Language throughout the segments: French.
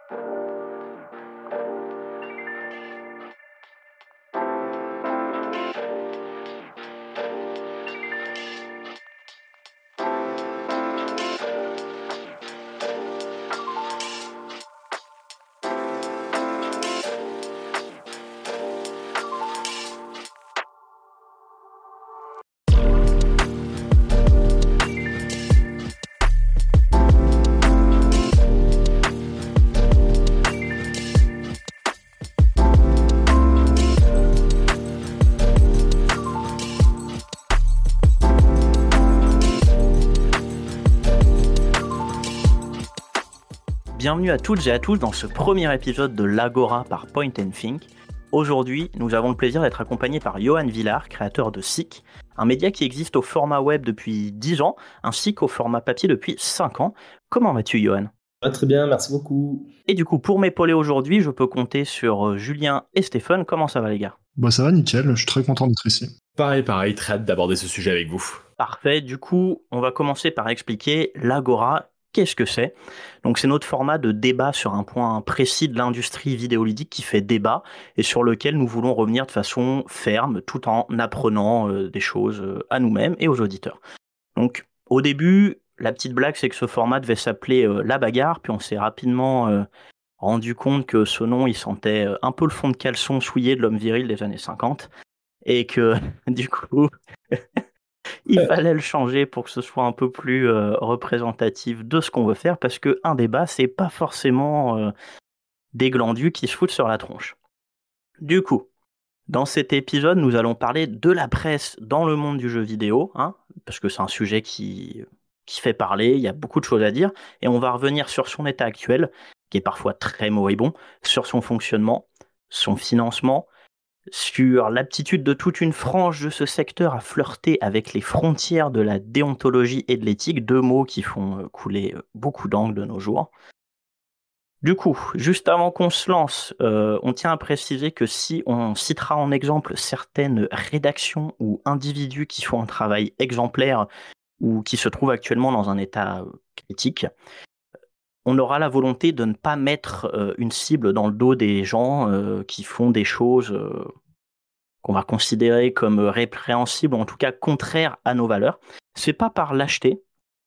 Bienvenue à toutes et à tous dans ce premier épisode de l'Agora par Point & Think. Aujourd'hui, nous avons le plaisir d'être accompagnés par Johan Villard, créateur de SICK, un média qui existe au format web depuis 10 ans, ainsi qu'au format papier depuis 5 ans. Comment vas-tu, Johan ? Très bien, merci beaucoup. Et du coup, pour m'épauler aujourd'hui, je peux compter sur Julien et Stéphane. Comment ça va, les gars ? Ça va nickel, je suis très content d'être ici. Pareil, très hâte d'aborder ce sujet avec vous. Parfait, du coup, on va commencer par expliquer l'Agora. Qu'est-ce que c'est ? Donc c'est notre format de débat sur un point précis de l'industrie vidéoludique qui fait débat et sur lequel nous voulons revenir de façon ferme tout en apprenant des choses à nous-mêmes et aux auditeurs. Donc au début, la petite blague c'est que ce format devait s'appeler La Bagarre, puis on s'est rapidement rendu compte que ce nom il sentait un peu le fond de caleçon souillé de l'homme viril des années 50 et que du coup... Il fallait le changer pour que ce soit un peu plus représentatif de ce qu'on veut faire, parce qu'un débat, c'est pas forcément des glandus qui se foutent sur la tronche. Du coup, dans cet épisode, nous allons parler de la presse dans le monde du jeu vidéo, parce que c'est un sujet qui fait parler, il y a beaucoup de choses à dire, et on va revenir sur son état actuel, qui est parfois très moribond, sur son fonctionnement, son financement, sur l'aptitude de toute une frange de ce secteur à flirter avec les frontières de la déontologie et de l'éthique, deux mots qui font couler beaucoup d'angles de nos jours. Du coup, juste avant qu'on se lance, on tient à préciser que si on citera en exemple certaines rédactions ou individus qui font un travail exemplaire ou qui se trouvent actuellement dans un état critique, on aura la volonté de ne pas mettre une cible dans le dos des gens qui font des choses qu'on va considérer comme répréhensibles, ou en tout cas contraires à nos valeurs. C'est pas par lâcheté, d'accord ?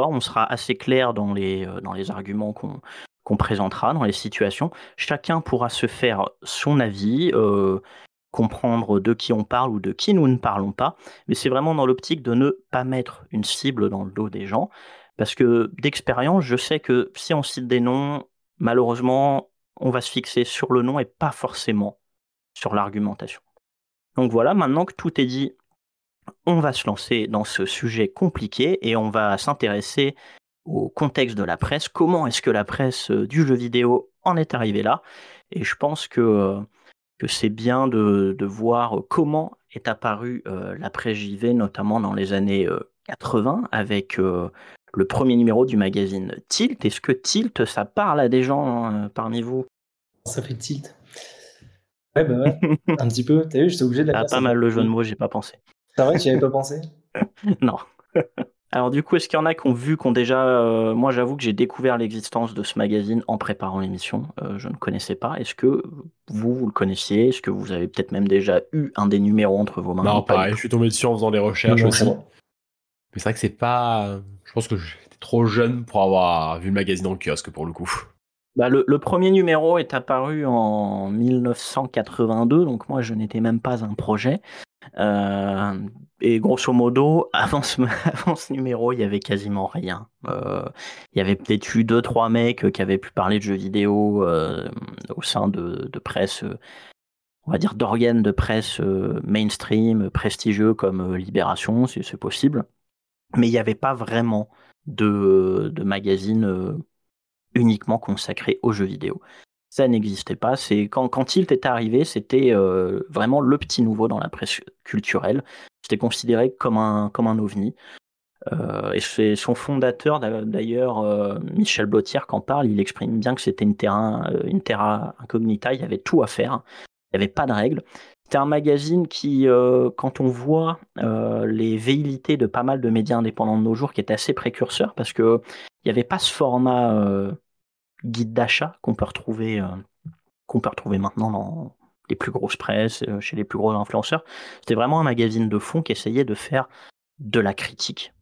On sera assez clair dans les arguments qu'on présentera, dans les situations. Chacun pourra se faire son avis, comprendre de qui on parle ou de qui nous ne parlons pas, mais c'est vraiment dans l'optique de ne pas mettre une cible dans le dos des gens. Parce que d'expérience, je sais que si on cite des noms, malheureusement, on va se fixer sur le nom et pas forcément sur l'argumentation. Donc voilà, maintenant que tout est dit, on va se lancer dans ce sujet compliqué et on va s'intéresser au contexte de la presse. Comment est-ce que la presse du jeu vidéo en est arrivée là ? Et je pense que c'est bien de voir comment est apparue la presse JV, notamment dans les années 80, avec... le premier numéro du magazine Tilt. Est-ce que Tilt, ça parle à des gens parmi vous ? Ça fait Tilt. Ouais, un petit peu. T'as vu, j'étais obligé de la dire. Pas mal le jeu de mots, j'ai pas pensé. C'est vrai que j'y avais pas pensé ? Non. Alors du coup, est-ce qu'il y en a qui ont déjà... moi, j'avoue que j'ai découvert l'existence de ce magazine en préparant l'émission. Je ne connaissais pas. Est-ce que vous le connaissiez ? Est-ce que vous avez peut-être même déjà eu un des numéros entre vos mains ? Non, pareil, je suis tombé dessus en faisant des recherches aussi. Bon. Mais c'est vrai que c'est pas... Je pense que j'étais trop jeune pour avoir vu le magazine dans le kiosque, pour le coup. Le premier numéro est apparu en 1982, donc moi je n'étais même pas un projet. Et grosso modo, avant ce numéro, il y avait quasiment rien. Il y avait peut-être eu 2-3 mecs qui avaient pu parler de jeux vidéo au sein de presse, on va dire d'organes de presse mainstream, prestigieux comme Libération, si c'est possible. Mais il n'y avait pas vraiment de magazine uniquement consacré aux jeux vidéo. Ça n'existait pas. C'est quand Tilt est arrivé, c'était vraiment le petit nouveau dans la presse culturelle. C'était considéré comme un ovni. Et c'est son fondateur, d'ailleurs, Michel Blottière, qui en parle. Il exprime bien que c'était une terra incognita. Il y avait tout à faire. Il n'y avait pas de règles. C'était un magazine qui, quand on voit les velléités de pas mal de médias indépendants de nos jours, qui est assez précurseur, parce que il n'y avait pas ce format guide d'achat qu'on peut retrouver maintenant dans les plus grosses presses, chez les plus gros influenceurs. C'était vraiment un magazine de fond qui essayait de faire de la critique.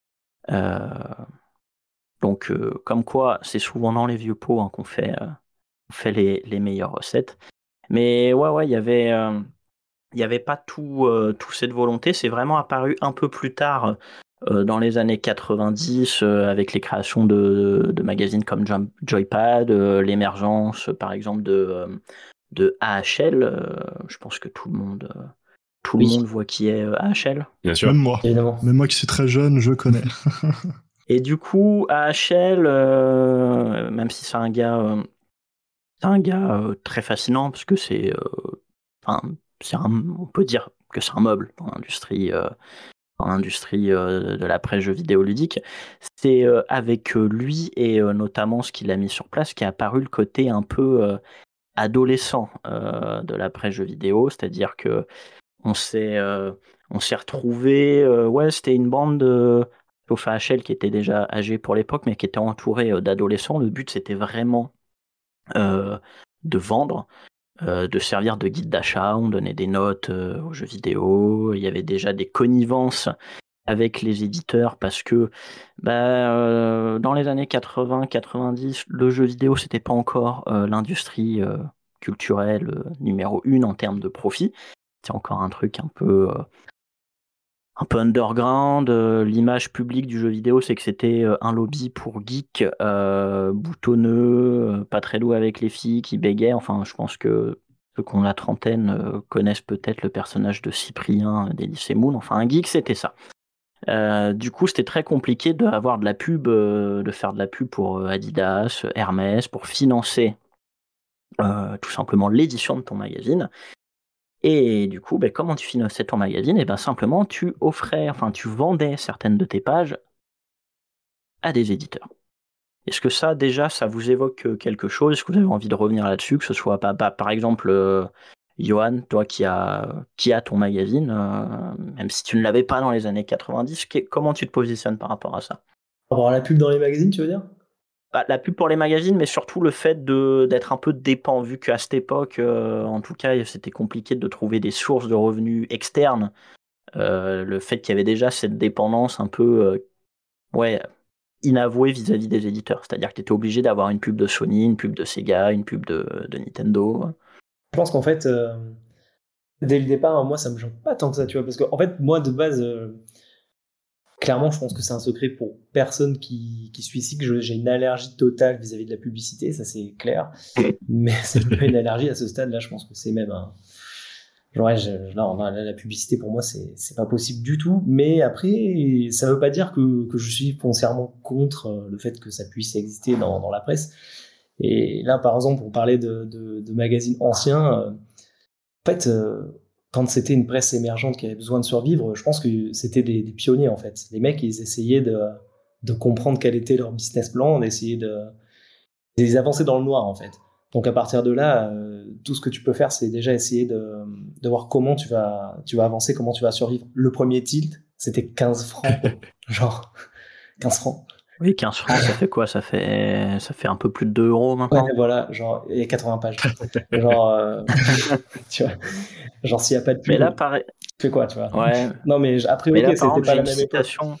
Donc, comme quoi, c'est souvent dans les vieux pots qu'on fait les meilleures recettes. Mais ouais, il y avait pas tout cette volonté. C'est vraiment apparu un peu plus tard, dans les années 90, avec les créations de magazines comme Joypad, l'émergence, par exemple, de AHL. Je pense que tout le monde voit qui est AHL. Bien sûr. Même moi. Évidemment. Même moi qui suis très jeune, je connais. Et du coup, AHL, même si c'est un gars très fascinant, parce que on peut dire que c'est un meuble dans l'industrie de la presse jeux vidéo ludique. C'est avec lui et notamment ce qu'il a mis sur place qui est apparu le côté un peu adolescent de la presse jeux vidéo, c'est-à-dire que on s'est retrouvé, c'était une bande sauf AHL qui était déjà âgé pour l'époque, mais qui était entouré d'adolescents. Le but c'était vraiment de vendre, de servir de guide d'achat. On donnait des notes aux jeux vidéo. Il y avait déjà des connivences avec les éditeurs parce que dans les années 80-90, le jeu vidéo c'était pas encore l'industrie culturelle numéro 1 en termes de profit. C'est encore un truc un peu underground. L'image publique du jeu vidéo, c'est que c'était un lobby pour geeks, boutonneux, pas très doux avec les filles, qui bégaient. Enfin, je pense que ceux qui ont la trentaine connaissent peut-être le personnage de Cyprien d'Elysée Moon. Enfin, un geek, c'était ça. Du coup, c'était très compliqué de faire de la pub pour Adidas, Hermès, pour financer tout simplement l'édition de ton magazine. Et du coup, comment tu finançais ton magazine? Et simplement, tu vendais certaines de tes pages à des éditeurs. Est-ce que ça, déjà, ça vous évoque quelque chose? Est-ce que vous avez envie de revenir là-dessus? Que ce soit, par exemple, Johan, toi qui a ton magazine, même si tu ne l'avais pas dans les années 90, comment tu te positionnes par rapport à ça? Par rapport à la pub dans les magazines, tu veux dire? La pub pour les magazines, mais surtout le fait d'être un peu dépendant, vu qu'à cette époque, en tout cas, c'était compliqué de trouver des sources de revenus externes. Le fait qu'il y avait déjà cette dépendance un peu inavouée vis-à-vis des éditeurs. C'est-à-dire que tu étais obligé d'avoir une pub de Sony, une pub de Sega, une pub de Nintendo. Je pense qu'en fait, dès le départ, moi, ça me gêne pas tant que ça, tu vois. Parce qu'en fait, moi, de base, clairement, je pense que c'est un secret pour personne qui suit ici, que j'ai une allergie totale vis-à-vis de la publicité, ça c'est clair. Mais c'est pas une allergie à ce stade-là, je pense que c'est même un... Genre, la publicité pour moi, c'est pas possible du tout. Mais après, ça veut pas dire que je suis foncièrement contre le fait que ça puisse exister dans la presse. Et là, par exemple, on parlait de magazines anciens. En fait, quand c'était une presse émergente qui avait besoin de survivre, je pense que c'était des pionniers, en fait. Les mecs, ils essayaient de comprendre quel était leur business plan, d'essayer de les avancer dans le noir, en fait. Donc à partir de là, tout ce que tu peux faire, c'est déjà essayer de voir comment tu vas avancer, comment tu vas survivre. Le premier tilt, c'était 15 francs. Genre, 15 francs. Oui, 15 francs, ça fait quoi? Ça fait un peu plus de 2 euros maintenant. Ouais, voilà, genre, il y a 80 pages. Genre, tu vois, genre s'il n'y a pas de pub, mais là, pareil. tu fais quoi, tu vois? Ouais. Non, mais après, Mais là, ok, par c'était exemple, pas j'ai la une même époque. citation.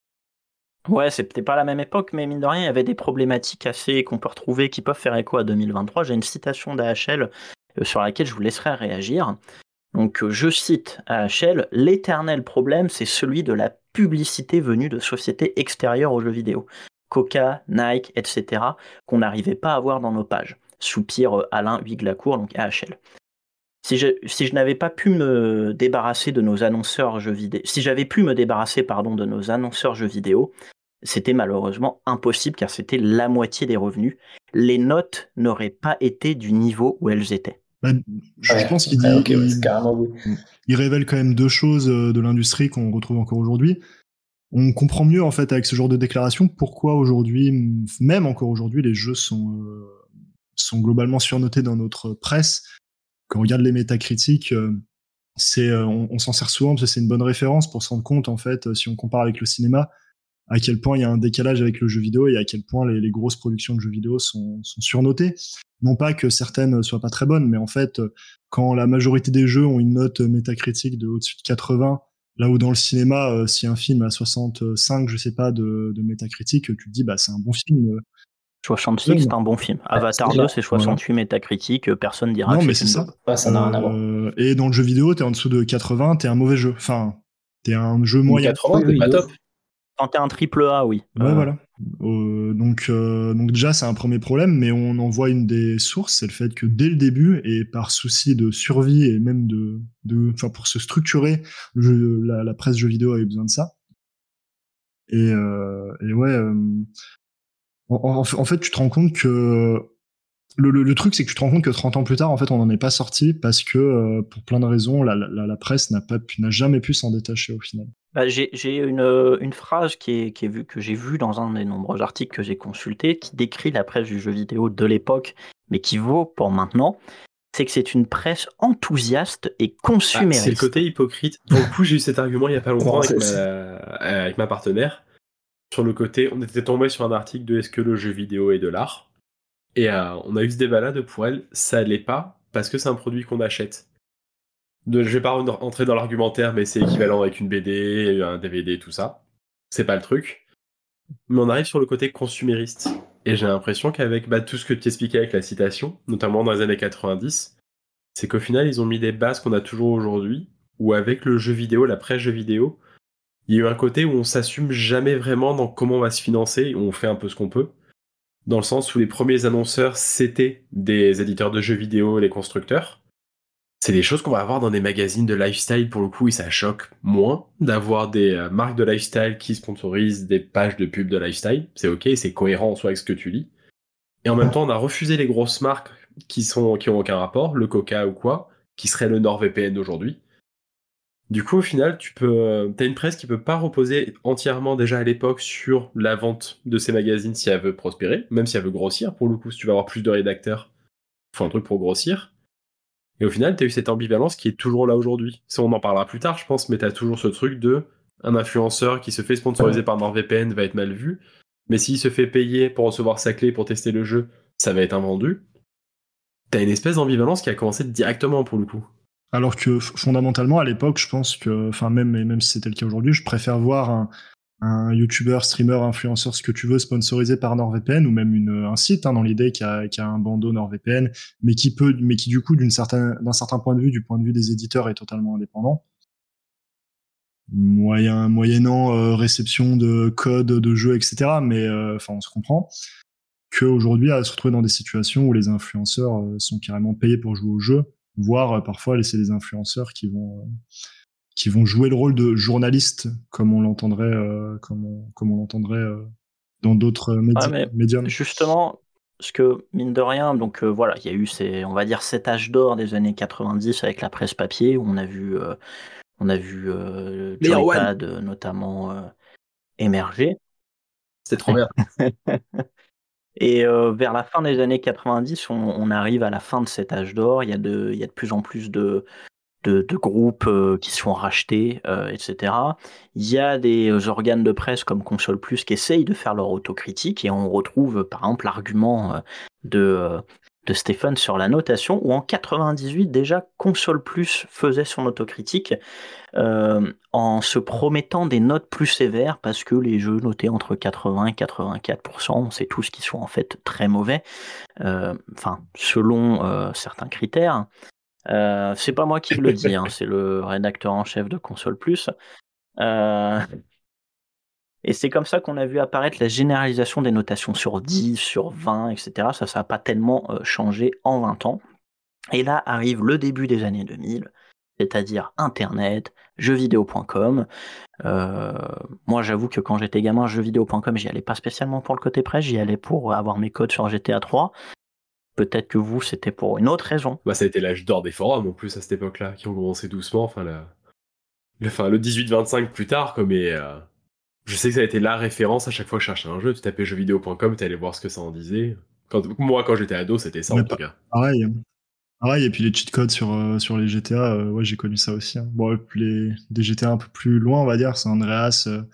Ouais, c'était pas la même époque, mais mine de rien, il y avait des problématiques assez qu'on peut retrouver qui peuvent faire écho à 2023. J'ai une citation d'AHL sur laquelle je vous laisserai réagir. Donc, je cite AHL: l'éternel problème, c'est celui de la publicité venue de sociétés extérieures aux jeux vidéo. Coca, Nike, etc., qu'on n'arrivait pas à voir dans nos pages. Soupire Alain Huyglacourt, donc AHL. Si je n'avais pas pu me débarrasser de nos annonceurs jeux vidéo, si j'avais pu me débarrasser, de nos annonceurs jeux vidéo, c'était malheureusement impossible car c'était la moitié des revenus. Les notes n'auraient pas été du niveau où elles étaient. Je pense qu'il c'est carrément oui. Il révèle quand même deux choses de l'industrie qu'on retrouve encore aujourd'hui. On comprend mieux en fait avec ce genre de déclaration pourquoi aujourd'hui, même encore aujourd'hui, les jeux sont globalement surnotés dans notre presse. Quand on regarde les métacritiques, on s'en sert souvent parce que c'est une bonne référence pour se rendre compte en fait si on compare avec le cinéma à quel point il y a un décalage avec le jeu vidéo et à quel point les grosses productions de jeux vidéo sont surnotées. Non pas que certaines soient pas très bonnes, mais en fait, quand la majorité des jeux ont une note métacritique de au-dessus de 80, là où dans le cinéma, si un film a 65, je sais pas, de métacritique, tu te dis, bah, c'est un bon film. 66, c'est un bon film. Avatar 2, c'est 68 métacritique, personne dira non, que mais c'est c'est une ça. daube. Ça n'a rien à voir. Et dans le jeu vidéo, t'es en dessous de 80, t'es un mauvais jeu. Enfin, t'es un jeu moyen. 80, t'es pas top. Quand t'es un triple A, oui. Ouais, voilà. Donc déjà, c'est un premier problème, mais on en voit une des sources, c'est le fait que dès le début, et par souci de survie et même pour se structurer, la presse jeux vidéo avait besoin de ça. Et ouais, en fait, tu te rends compte que le truc, c'est que tu te rends compte que 30 ans plus tard, en fait, on n'en est pas sorti parce que pour plein de raisons, la presse n'a jamais pu s'en détacher au final. Bah, j'ai une phrase que j'ai vue dans un des nombreux articles que j'ai consultés qui décrit la presse du jeu vidéo de l'époque, mais qui vaut pour maintenant. C'est que c'est une presse enthousiaste et consumériste. C'est le côté hypocrite. Pour le coup, j'ai eu cet argument il y a pas longtemps avec ma partenaire. Sur le côté, on était tombé sur un article de est-ce que le jeu vidéo est de l'art. Et on a eu ce débat-là de pour elle, ça l'est pas, parce que c'est un produit qu'on achète. Je vais pas rentrer dans l'argumentaire, mais c'est équivalent avec une BD, un DVD, tout ça. C'est pas le truc. Mais on arrive sur le côté consumériste. Et j'ai l'impression qu'avec tout ce que tu expliquais avec la citation, notamment dans les années 90, c'est qu'au final, ils ont mis des bases qu'on a toujours aujourd'hui, où avec le jeu vidéo, la presse jeu vidéo, il y a eu un côté où on s'assume jamais vraiment dans comment on va se financer, où on fait un peu ce qu'on peut. Dans le sens où les premiers annonceurs, c'était des éditeurs de jeux vidéo, les constructeurs. C'est des choses qu'on va avoir dans des magazines de lifestyle pour le coup, et ça choque moins d'avoir des marques de lifestyle qui sponsorisent des pages de pub de lifestyle. C'est ok, c'est cohérent en soi avec ce que tu lis. Et en même temps, on a refusé les grosses marques qui ont aucun rapport, le Coca ou quoi, qui serait le NordVPN d'aujourd'hui. Du coup, au final, t'as une presse qui peut pas reposer entièrement déjà à l'époque sur la vente de ces magazines si elle veut prospérer, même si elle veut grossir. Pour le coup, si tu veux avoir plus de rédacteurs, faut un truc pour grossir. Et au final, t'as eu cette ambivalence qui est toujours là aujourd'hui. Ça, on en parlera plus tard, je pense, mais t'as toujours ce truc de un influenceur qui se fait sponsoriser par NordVPN va être mal vu, mais s'il se fait payer pour recevoir sa clé pour tester le jeu, ça va être invendu. T'as une espèce d'ambivalence qui a commencé directement pour le coup. Alors que fondamentalement, à l'époque, je pense que, même si c'était le cas aujourd'hui, je préfère voir un YouTuber, streamer, influenceur, ce que tu veux, sponsorisé par NordVPN, ou même un site, dans l'idée qui a un bandeau NordVPN, mais qui du coup, d'un certain point de vue, du point de vue des éditeurs, est totalement indépendant. Moyennant réception de codes de jeux, etc. Mais on se comprend qu'aujourd'hui, à se retrouver dans des situations où les influenceurs sont carrément payés pour jouer au jeu, voire parfois laisser des influenceurs qui vont jouer le rôle de journaliste comme on l'entendrait dans d'autres médiums. Justement, parce que mine de rien, donc voilà, il y a eu on va dire cet âge d'or des années 90 avec la presse papier où on a vu Joypad notamment émerger. C'était trop bien. Et vers la fin des années 90, on arrive à la fin de cet âge d'or. Il y a de plus en plus de groupes qui se font racheter, etc. Il y a des organes de presse comme Console Plus qui essayent de faire leur autocritique et on retrouve par exemple l'argument de Stéphane sur la notation où en 98 déjà Console Plus faisait son autocritique en se promettant des notes plus sévères parce que les jeux notés entre 80 et 84%, on sait tous qu'ils sont en fait très mauvais, selon certains critères. C'est pas moi qui le dis, c'est le rédacteur en chef de Console Plus. Et c'est comme ça qu'on a vu apparaître la généralisation des notations sur 10, sur 20, etc. Ça n'a pas tellement changé en 20 ans. Et là arrive le début des années 2000, c'est-à-dire Internet, jeuxvideo.com. Moi, j'avoue que quand j'étais gamin, jeuxvideo.com, j'y allais pas spécialement pour le côté presse, j'y allais pour avoir mes codes sur GTA 3. Peut-être que vous, c'était pour une autre raison. Ça a été l'âge d'or des forums en plus à cette époque-là, qui ont commencé doucement. Le 18-25 plus tard, mais je sais que ça a été la référence à chaque fois que je cherchais un jeu. Tu tapais jeuxvideo.com, tu allais voir ce que ça en disait. Moi, quand j'étais ado, c'était ça en tout cas. Pareil, et puis les cheat codes sur les GTA, ouais, j'ai connu ça aussi. Bon, des GTA un peu plus loin, on va dire, c'est Andreas,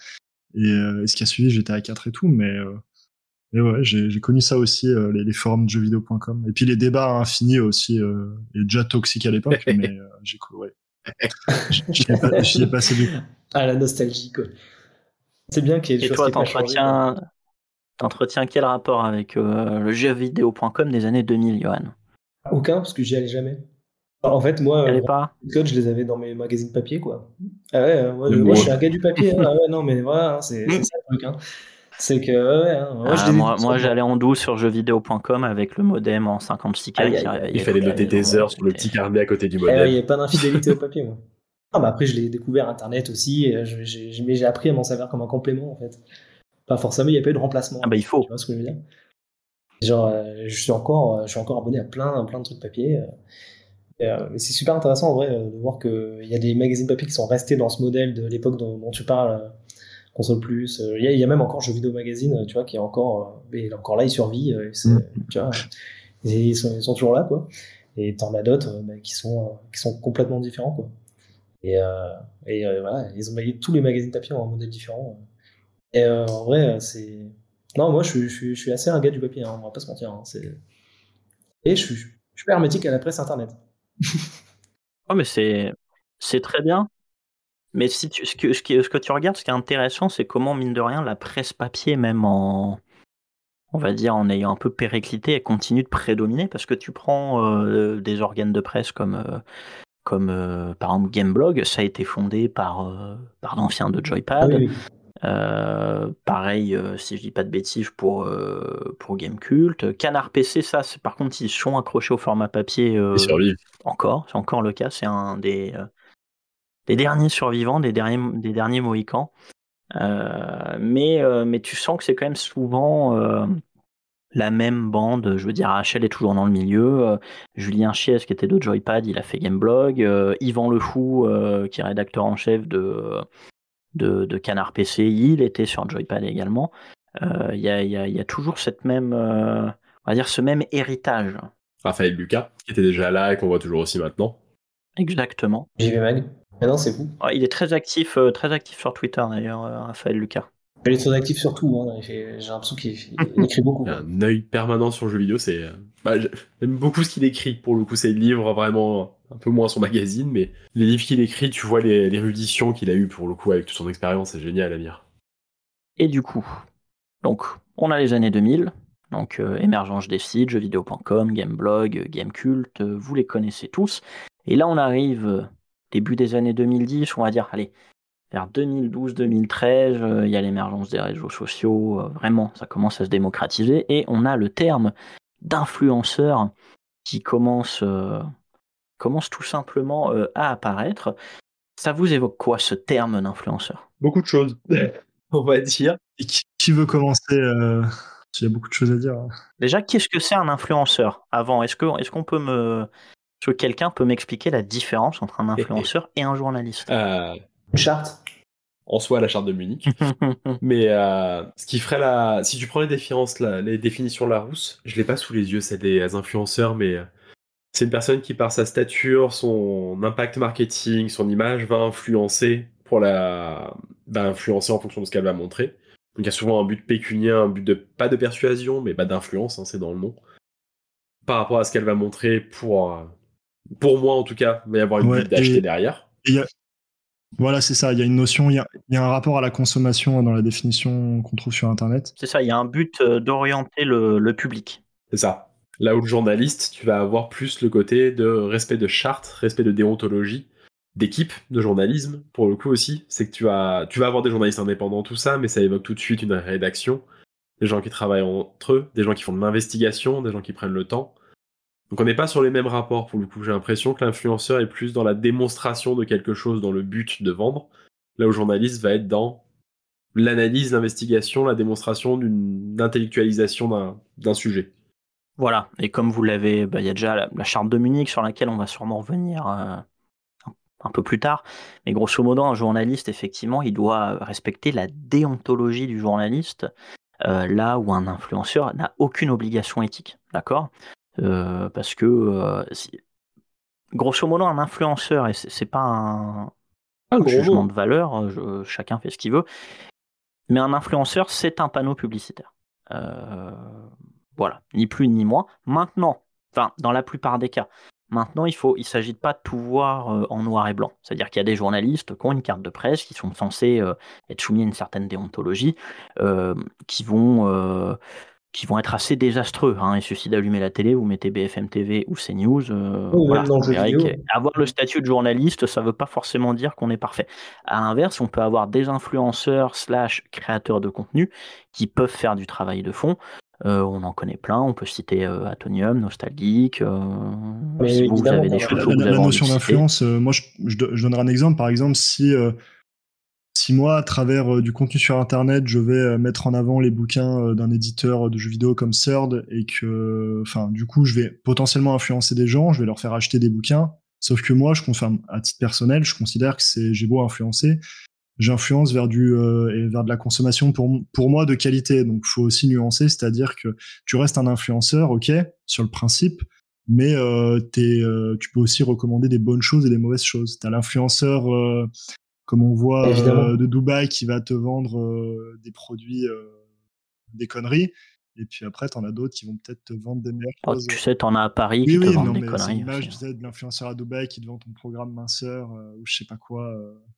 Et ce qui a suivi, GTA 4 et tout, mais ouais, j'ai connu ça aussi, les forums de jeuxvideo.com. Et puis les débats infinis aussi, et déjà toxiques à l'époque, mais ouais. J'y ai passé du coup. Ah, la nostalgie, quoi. C'est bien qu'il y ait des Et choses toi, qui n'aient pas changé, quoi. t'entretiens quel rapport avec le jeuxvideo.com des années 2000, Johan? Aucun, parce que j'y allais jamais. En fait, moi, Elle est vraiment, pas? les codes, je les avais dans mes magazines papier, quoi. Ah ouais, Même moi, je moi. suis un gars du papier. Hein. Ah ouais, non, mais voilà, hein, c'est ça le truc. Hein. C'est que, ouais, hein, moi, je les ai tous Moi, moi. j'allais en douce sur jeuxvideo.com avec le modem en 56K Aïe, qui aïe, aïe. Il réveillait fallait toute la noter maison. tes heures sur le petit carnet à côté du Eh ouais, il modem. n'y a pas d'infidélité au papier, moi. Ah, bah après, je l'ai découvert Internet aussi, et mais j'ai appris à m'en servir comme un complément, en fait. Pas forcément, il n'y a pas eu de remplacement. Ah bah il Tu faut. vois ce que je veux dire? Genre, je suis encore abonné à plein de trucs papier. Mais c'est super intéressant, en vrai, de voir qu'il y a des magazines papier qui sont restés dans ce modèle de l'époque dont tu parles, Console Plus. Il y a même encore Jeux Vidéo Magazine, tu vois, qui est encore, mais il est encore là, il survit. Tu vois, ils sont toujours là, quoi. Et t'en as d'autres qui sont complètement différents, quoi. Voilà, tous les magazines papier ont un modèle différent. En vrai, c'est. Non, moi, je suis assez un gars du papier, hein, on va pas se mentir. Hein, et je suis super hermétique à la presse internet. Oh, mais c'est très bien. Mais si ce que tu regardes, ce qui est intéressant, c'est comment, mine de rien, la presse papier, même on va dire, en ayant un peu périclité, elle continue de prédominer parce que tu prends des organes de presse comme par exemple Gameblog, ça a été fondé par l'ancien de Ah Joypad. oui, oui. Pareil, si je dis pas de bêtises pour Gamecult. Canard PC, ça, par contre, ils sont accrochés au format papier Ils survivent. encore. C'est encore le cas. C'est un des derniers survivants, des derniers Mohicans. Mais tu sens que c'est quand même souvent la même bande. Je veux dire, HL est toujours dans le milieu. Julien Chies, qui était de Joypad, il a fait Gameblog. Yvan Le Fou, qui est rédacteur en chef de Canard PC, il était sur Joypad également. Il y a toujours cette même, on va dire, ce même héritage. Raphaël Lucas, qui était déjà là et qu'on voit toujours aussi maintenant. Exactement. JV Mag. Mais non, c'est fou. Ouais, il est très actif sur Twitter d'ailleurs, Raphaël Lucas. Il est très actif sur tout. Hein. J'ai l'impression qu'il écrit beaucoup. Il a Quoi. un œil permanent sur le jeu vidéo. J'aime beaucoup ce qu'il écrit. Pour le coup, c'est le livre vraiment un peu moins son magazine, mais les livres qu'il écrit, tu vois l'érudition qu'il a eu pour le coup avec toute son expérience, c'est génial à lire. Et du coup, donc, on a les années 2000, donc émergence des sites, jeuxvideo.com, Gameblog, Gamecult, vous les connaissez tous. Et là, on arrive début des années 2010, on va dire, allez, vers 2012-2013, il y a l'émergence des réseaux sociaux, vraiment, ça commence à se démocratiser, et on a le terme d'influenceur qui commence tout simplement à apparaître. Ça vous évoque quoi, ce terme d'influenceur? Beaucoup de choses, on va dire. Et qui veut commencer Il y a beaucoup de choses à dire. Déjà, qu'est-ce que c'est un influenceur? Avant, est-ce que quelqu'un peut m'expliquer la différence entre un influenceur et un journaliste? Une charte. En soi, la charte de Munich. Mais ce qui ferait si tu prends les définitions Larousse, je l'ai pas sous les yeux, c'est des influenceurs, mais c'est une personne qui, par sa stature, son impact marketing, son image, va influencer influencer en fonction de ce qu'elle va montrer. Donc il y a souvent un but pécunien, un but pas de persuasion, mais d'influence, hein, c'est dans le nom. Par rapport à ce qu'elle va montrer pour moi en tout cas, il va y avoir une but d'acheter derrière. Voilà, c'est ça. Il y a une notion, il y a un rapport à la consommation dans la définition qu'on trouve sur Internet. C'est ça, il y a un but d'orienter le public. C'est ça. Là où le journaliste, tu vas avoir plus le côté de respect de charte, respect de déontologie, d'équipe, de journalisme, pour le coup aussi. C'est que tu vas avoir des journalistes indépendants, tout ça, mais ça évoque tout de suite une rédaction, des gens qui travaillent entre eux, des gens qui font de l'investigation, des gens qui prennent le temps. Donc on n'est pas sur les mêmes rapports, pour le coup. J'ai l'impression que l'influenceur est plus dans la démonstration de quelque chose dans le but de vendre, là où le journaliste va être dans l'analyse, l'investigation, la démonstration d'une intellectualisation d'un sujet. Voilà, et comme vous l'avez, il y a déjà la charte de Munich sur laquelle on va sûrement revenir un peu plus tard, mais grosso modo, un journaliste, effectivement, il doit respecter la déontologie du journaliste, là où un influenceur n'a aucune obligation éthique, d'accord? Parce que, grosso modo, un influenceur, et c'est pas un jugement de valeur, chacun fait ce qu'il veut, Mais un influenceur, c'est un panneau publicitaire. Voilà, ni plus ni moins. Maintenant, enfin, dans la plupart des cas, maintenant, il ne s'agit pas de tout voir en noir et blanc. C'est-à-dire qu'il y a des journalistes qui ont une carte de presse, qui sont censés être soumis à une certaine déontologie, qui vont être assez désastreux. Hein. Il suffit d'allumer la télé, vous mettez BFM TV ou CNews. Même dans le jeu vidéo. Avoir le statut de journaliste, ça ne veut pas forcément dire qu'on est parfait. À l'inverse, on peut avoir des influenceurs / créateurs de contenu qui peuvent faire du travail de fond. On en connaît plein, on peut citer Atonium, Nostalgeek. Si vous avez des choses que vous avez la envie notion de citer. d'influence, moi je donnerai un exemple. Par exemple, si moi, à travers du contenu sur Internet, je vais mettre en avant les bouquins d'un éditeur de jeux vidéo comme Third et que, du coup, je vais potentiellement influencer des gens, je vais leur faire acheter des bouquins. Sauf que moi, à titre personnel, je considère que j'ai beau influencer, j'influence vers vers de la consommation pour moi de qualité. Donc, faut aussi nuancer, c'est-à-dire que tu restes un influenceur, ok, sur le principe, mais tu peux aussi recommander des bonnes choses et des mauvaises choses. T'as l'influenceur comme on voit de Dubaï qui va te vendre des produits, des conneries. Et puis après, t'en as d'autres qui vont peut-être te vendre des meilleures choses. Tu sais, t'en as à Paris qui te vendent des conneries. C'est l'image, tu sais, de l'influenceur à Dubaï qui te vend ton programme minceur ou je sais pas quoi,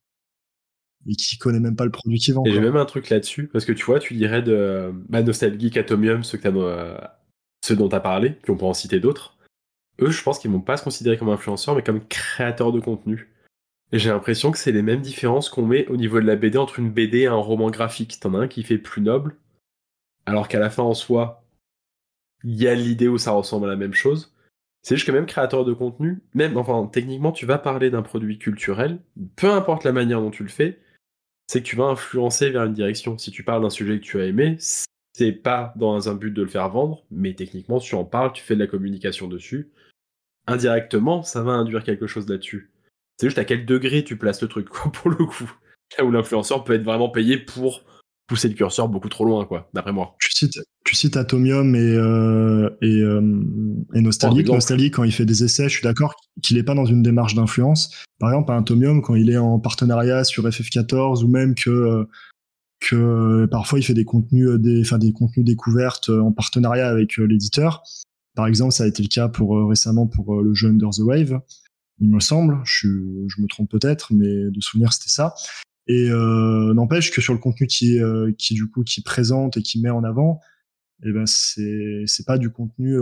et qui connaît même pas le produit qu'il vend. Et j'ai même un truc là-dessus, parce que tu vois, tu dirais de Nostalgeek, Atomium, ceux dont t'as parlé, puis on peut en citer d'autres. Eux, je pense qu'ils vont pas se considérer comme influenceurs, mais comme créateurs de contenu. Et j'ai l'impression que c'est les mêmes différences qu'on met au niveau de la BD entre une BD et un roman graphique. T'en as un qui fait plus noble, alors qu'à la fin, en soi, il y a l'idée où ça ressemble à la même chose. C'est juste que même créateur de contenu, techniquement, tu vas parler d'un produit culturel, peu importe la manière dont tu le fais, c'est que tu vas influencer vers une direction. Si tu parles d'un sujet que tu as aimé, c'est pas dans un but de le faire vendre, mais techniquement, tu en parles, tu fais de la communication dessus. Indirectement, ça va induire quelque chose là-dessus. C'est juste à quel degré tu places le truc, quoi, pour le coup. Là où l'influenceur peut être vraiment payé pour pousser le curseur beaucoup trop loin, quoi, d'après moi. Tu cites Atomium et Nostalgeek. Nostalgeek, quand il fait des essais, je suis d'accord qu'il n'est pas dans une démarche d'influence. Par exemple, à Atomium, quand il est en partenariat sur FF14 ou même que parfois il fait des contenus découvertes en partenariat avec l'éditeur. Par exemple, ça a été le cas récemment pour le jeu Under the Wave, il me semble. Je me trompe peut-être, mais de souvenir c'était ça. Et n'empêche que sur le contenu qui présente et qui met en avant, c'est pas du contenu.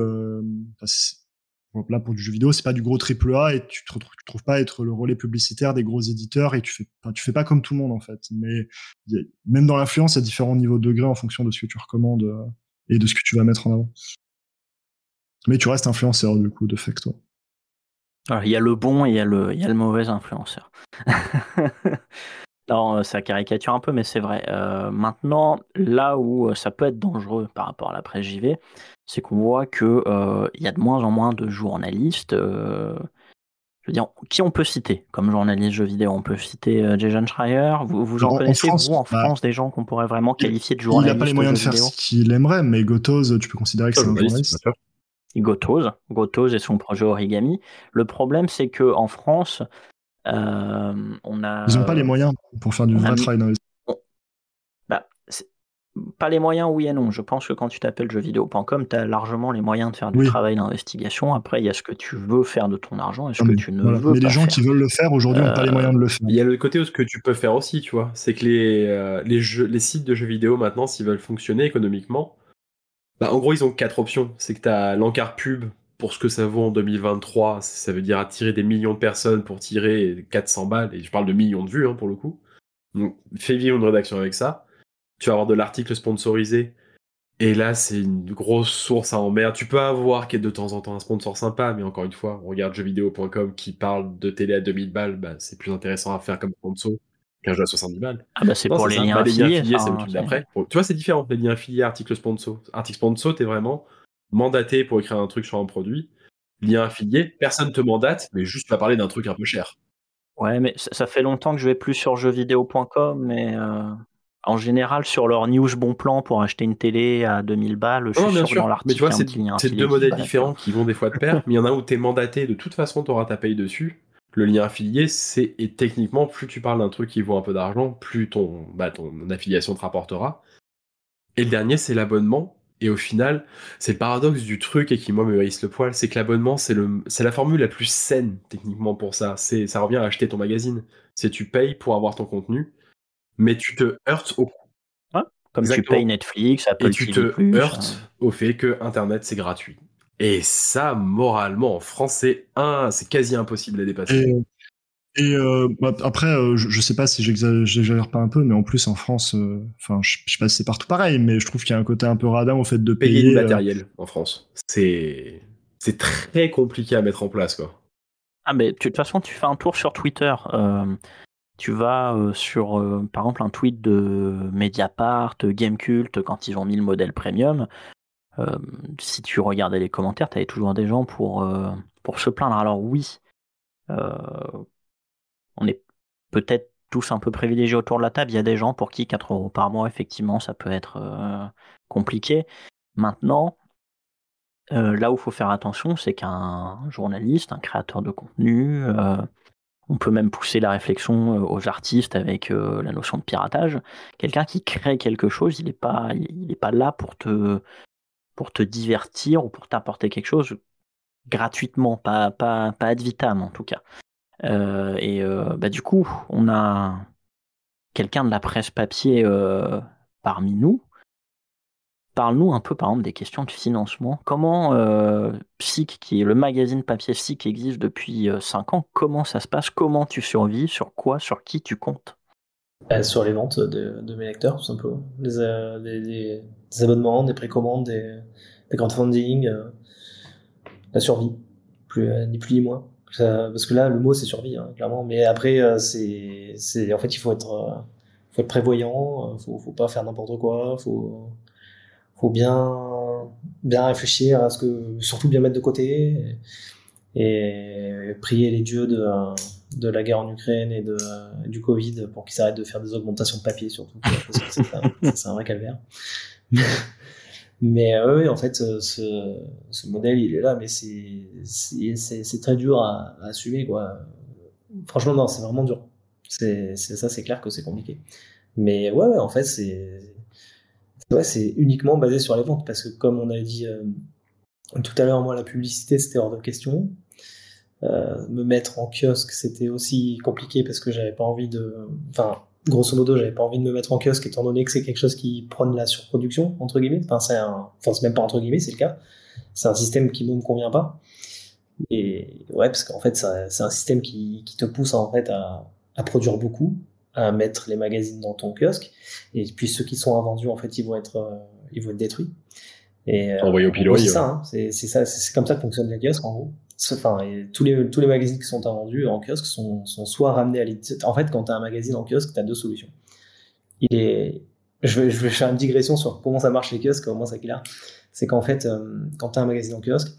Là pour du jeu vidéo, c'est pas du gros AAA et tu trouves pas être le relais publicitaire des gros éditeurs et tu fais pas comme tout le monde en fait. Mais même dans l'influence, il y a différents niveaux de degré en fonction de ce que tu recommandes et de ce que tu vas mettre en avant. Mais tu restes influenceur du coup de fait toi. Alors, il y a le bon et il y a le mauvais influenceur. Non, ça caricature un peu, mais c'est vrai. Maintenant, là où ça peut être dangereux par rapport à la presse JV, c'est qu'on voit que il y a de moins en moins de journalistes. Je veux dire, qui on peut citer comme journaliste jeux vidéo? On peut citer Jason Schreier. Vous en connaissez, en France, des gens qu'on pourrait vraiment qualifier de journalistes? Il n'a pas les moyens de faire ce qu'il aimerait, mais Gotoz, tu peux considérer que c'est un journaliste. Gotoz et son projet Origami. Le problème, c'est que en France, on a. Ils n'ont pas les moyens pour faire du vrai travail d'investissement. Pas les moyens, oui et non. Je pense que quand tu t'appelles jeuxvideo.com, tu as largement les moyens de faire du travail d'investigation. Après, il y a ce que tu veux faire de ton argent et ce que tu ne veux pas. Mais les gens qui veulent le faire aujourd'hui n'ont pas les moyens de le faire. Il y a le côté où ce que tu peux faire aussi, tu vois. C'est que les sites de jeux vidéo maintenant, s'ils veulent fonctionner économiquement, en gros, ils ont 4 options. C'est que tu as l'encart pub pour ce que ça vaut en 2023. Ça veut dire attirer des millions de personnes pour tirer 400 balles. Et je parle de millions de vues, pour le coup. Donc, fais vivre une rédaction avec ça. Tu vas avoir de l'article sponsorisé. Et là, c'est une grosse source à emmerde. Tu peux avoir de temps en temps un sponsor sympa, mais encore une fois, on regarde jeuxvideo.com qui parle de télé à 2000 balles. C'est plus intéressant à faire comme sponsor qu'un jeu à 70 balles. C'est pour les liens affiliés. Les liens affiliés, c'est le truc d'après. Tu vois, c'est différent. Les liens affiliés, article sponsor. Article sponsor, t'es vraiment mandaté pour écrire un truc sur un produit. Lien affilié, personne te mandate, mais juste tu vas parler d'un truc un peu cher. Ouais, mais ça fait longtemps que je vais plus sur jeuxvideo.com, mais en général, sur leur news bon plan pour acheter une télé à 2000 balles, je suis sûr que dans l'article. Mais tu vois, c'est deux modèles différents qui vont des fois de pair, mais il y en a un où t'es mandaté, de toute façon t'auras ta paye dessus. Le lien affilié, et techniquement, plus tu parles d'un truc qui vaut un peu d'argent, plus ton affiliation te rapportera. Et le dernier, c'est l'abonnement. Et au final, c'est le paradoxe du truc et qui, moi, me hérisse le poil, c'est que l'abonnement, c'est la formule la plus saine, techniquement, pour ça. Ça revient à acheter ton magazine. C'est tu payes pour avoir ton contenu, mais tu te heurtes au... Ouais, comme Exactement. tu payes Netflix, Apple Et tu TV+. te heurtes au fait que Internet, c'est gratuit. Et ça, moralement, en France, c'est quasi impossible à dépasser. Après, je sais pas si j'exagère pas un peu, mais en plus en France, je sais pas si c'est partout pareil, mais je trouve qu'il y a un côté un peu radin au fait de Payer payer. l'immatériel en France, c'est très compliqué à mettre en place, quoi. Ah, mais de toute façon, tu fais un tour sur Twitter. Tu vas sur, par exemple, un tweet de Mediapart, Gamecult, quand ils ont mis le modèle premium. Si tu regardais les commentaires, tu avais toujours des gens pour se plaindre. Alors oui, on est peut-être tous un peu privilégiés autour de la table. Il y a des gens pour qui 4 € par mois, effectivement, ça peut être compliqué. Maintenant, là où il faut faire attention, c'est qu'un journaliste, un créateur de contenu, on peut même pousser la réflexion aux artistes avec la notion de piratage. Quelqu'un qui crée quelque chose, il n'est pas là pour te divertir ou pour t'apporter quelque chose gratuitement, pas ad vitam en tout cas. Du coup, on a quelqu'un de la presse papier parmi nous. Parle-nous un peu, par exemple, des questions de financement. Comment PSIC, qui est le magazine papier PSIC qui existe depuis 5 ans, comment ça se passe? Comment tu survis? Sur quoi? Sur qui tu comptes? Sur les ventes de mes lecteurs, tout simplement. Des abonnements, des précommandes, des crowdfunding, la survie, ni plus ni moins. Parce que là, le mot c'est survie, hein, clairement. Mais après, en fait, il faut être prévoyant, faut pas faire n'importe quoi, faut bien réfléchir à surtout bien mettre de côté et prier les dieux de la guerre en Ukraine et du Covid pour qu'ils s'arrêtent de faire des augmentations de papier surtout, parce que c'est un vrai calvaire. Mais oui, en fait, ce modèle, il est là, mais c'est très dur à assumer, quoi. Franchement, non, c'est vraiment dur. C'est clair que c'est compliqué. Mais ouais, en fait, c'est uniquement basé sur les ventes, parce que comme on a dit tout à l'heure, moi, la publicité, c'était hors de question. Me mettre en kiosque, c'était aussi compliqué parce que j'avais pas envie grosso modo, j'avais pas envie de me mettre en kiosque étant donné que c'est quelque chose qui prône la surproduction, entre guillemets. C'est même pas entre guillemets, c'est le cas. C'est un système qui ne me convient pas. Et ouais, parce qu'en fait, c'est un système qui te pousse en fait à produire beaucoup, à mettre les magazines dans ton kiosque. Et puis ceux qui sont invendus, en fait, ils vont être détruits. Et envoyé au pilori. C'est ça, hein. C'est comme ça que fonctionne les kiosques, en gros. Tous les magazines qui sont invendus en kiosque sont soit ramenés à l'éditeur. En fait, quand tu as un magazine en kiosque, tu as deux solutions. Je vais faire une digression sur comment ça marche les kiosques, au moins ça qu'il a. C'est qu'en fait, quand tu as un magazine en kiosque,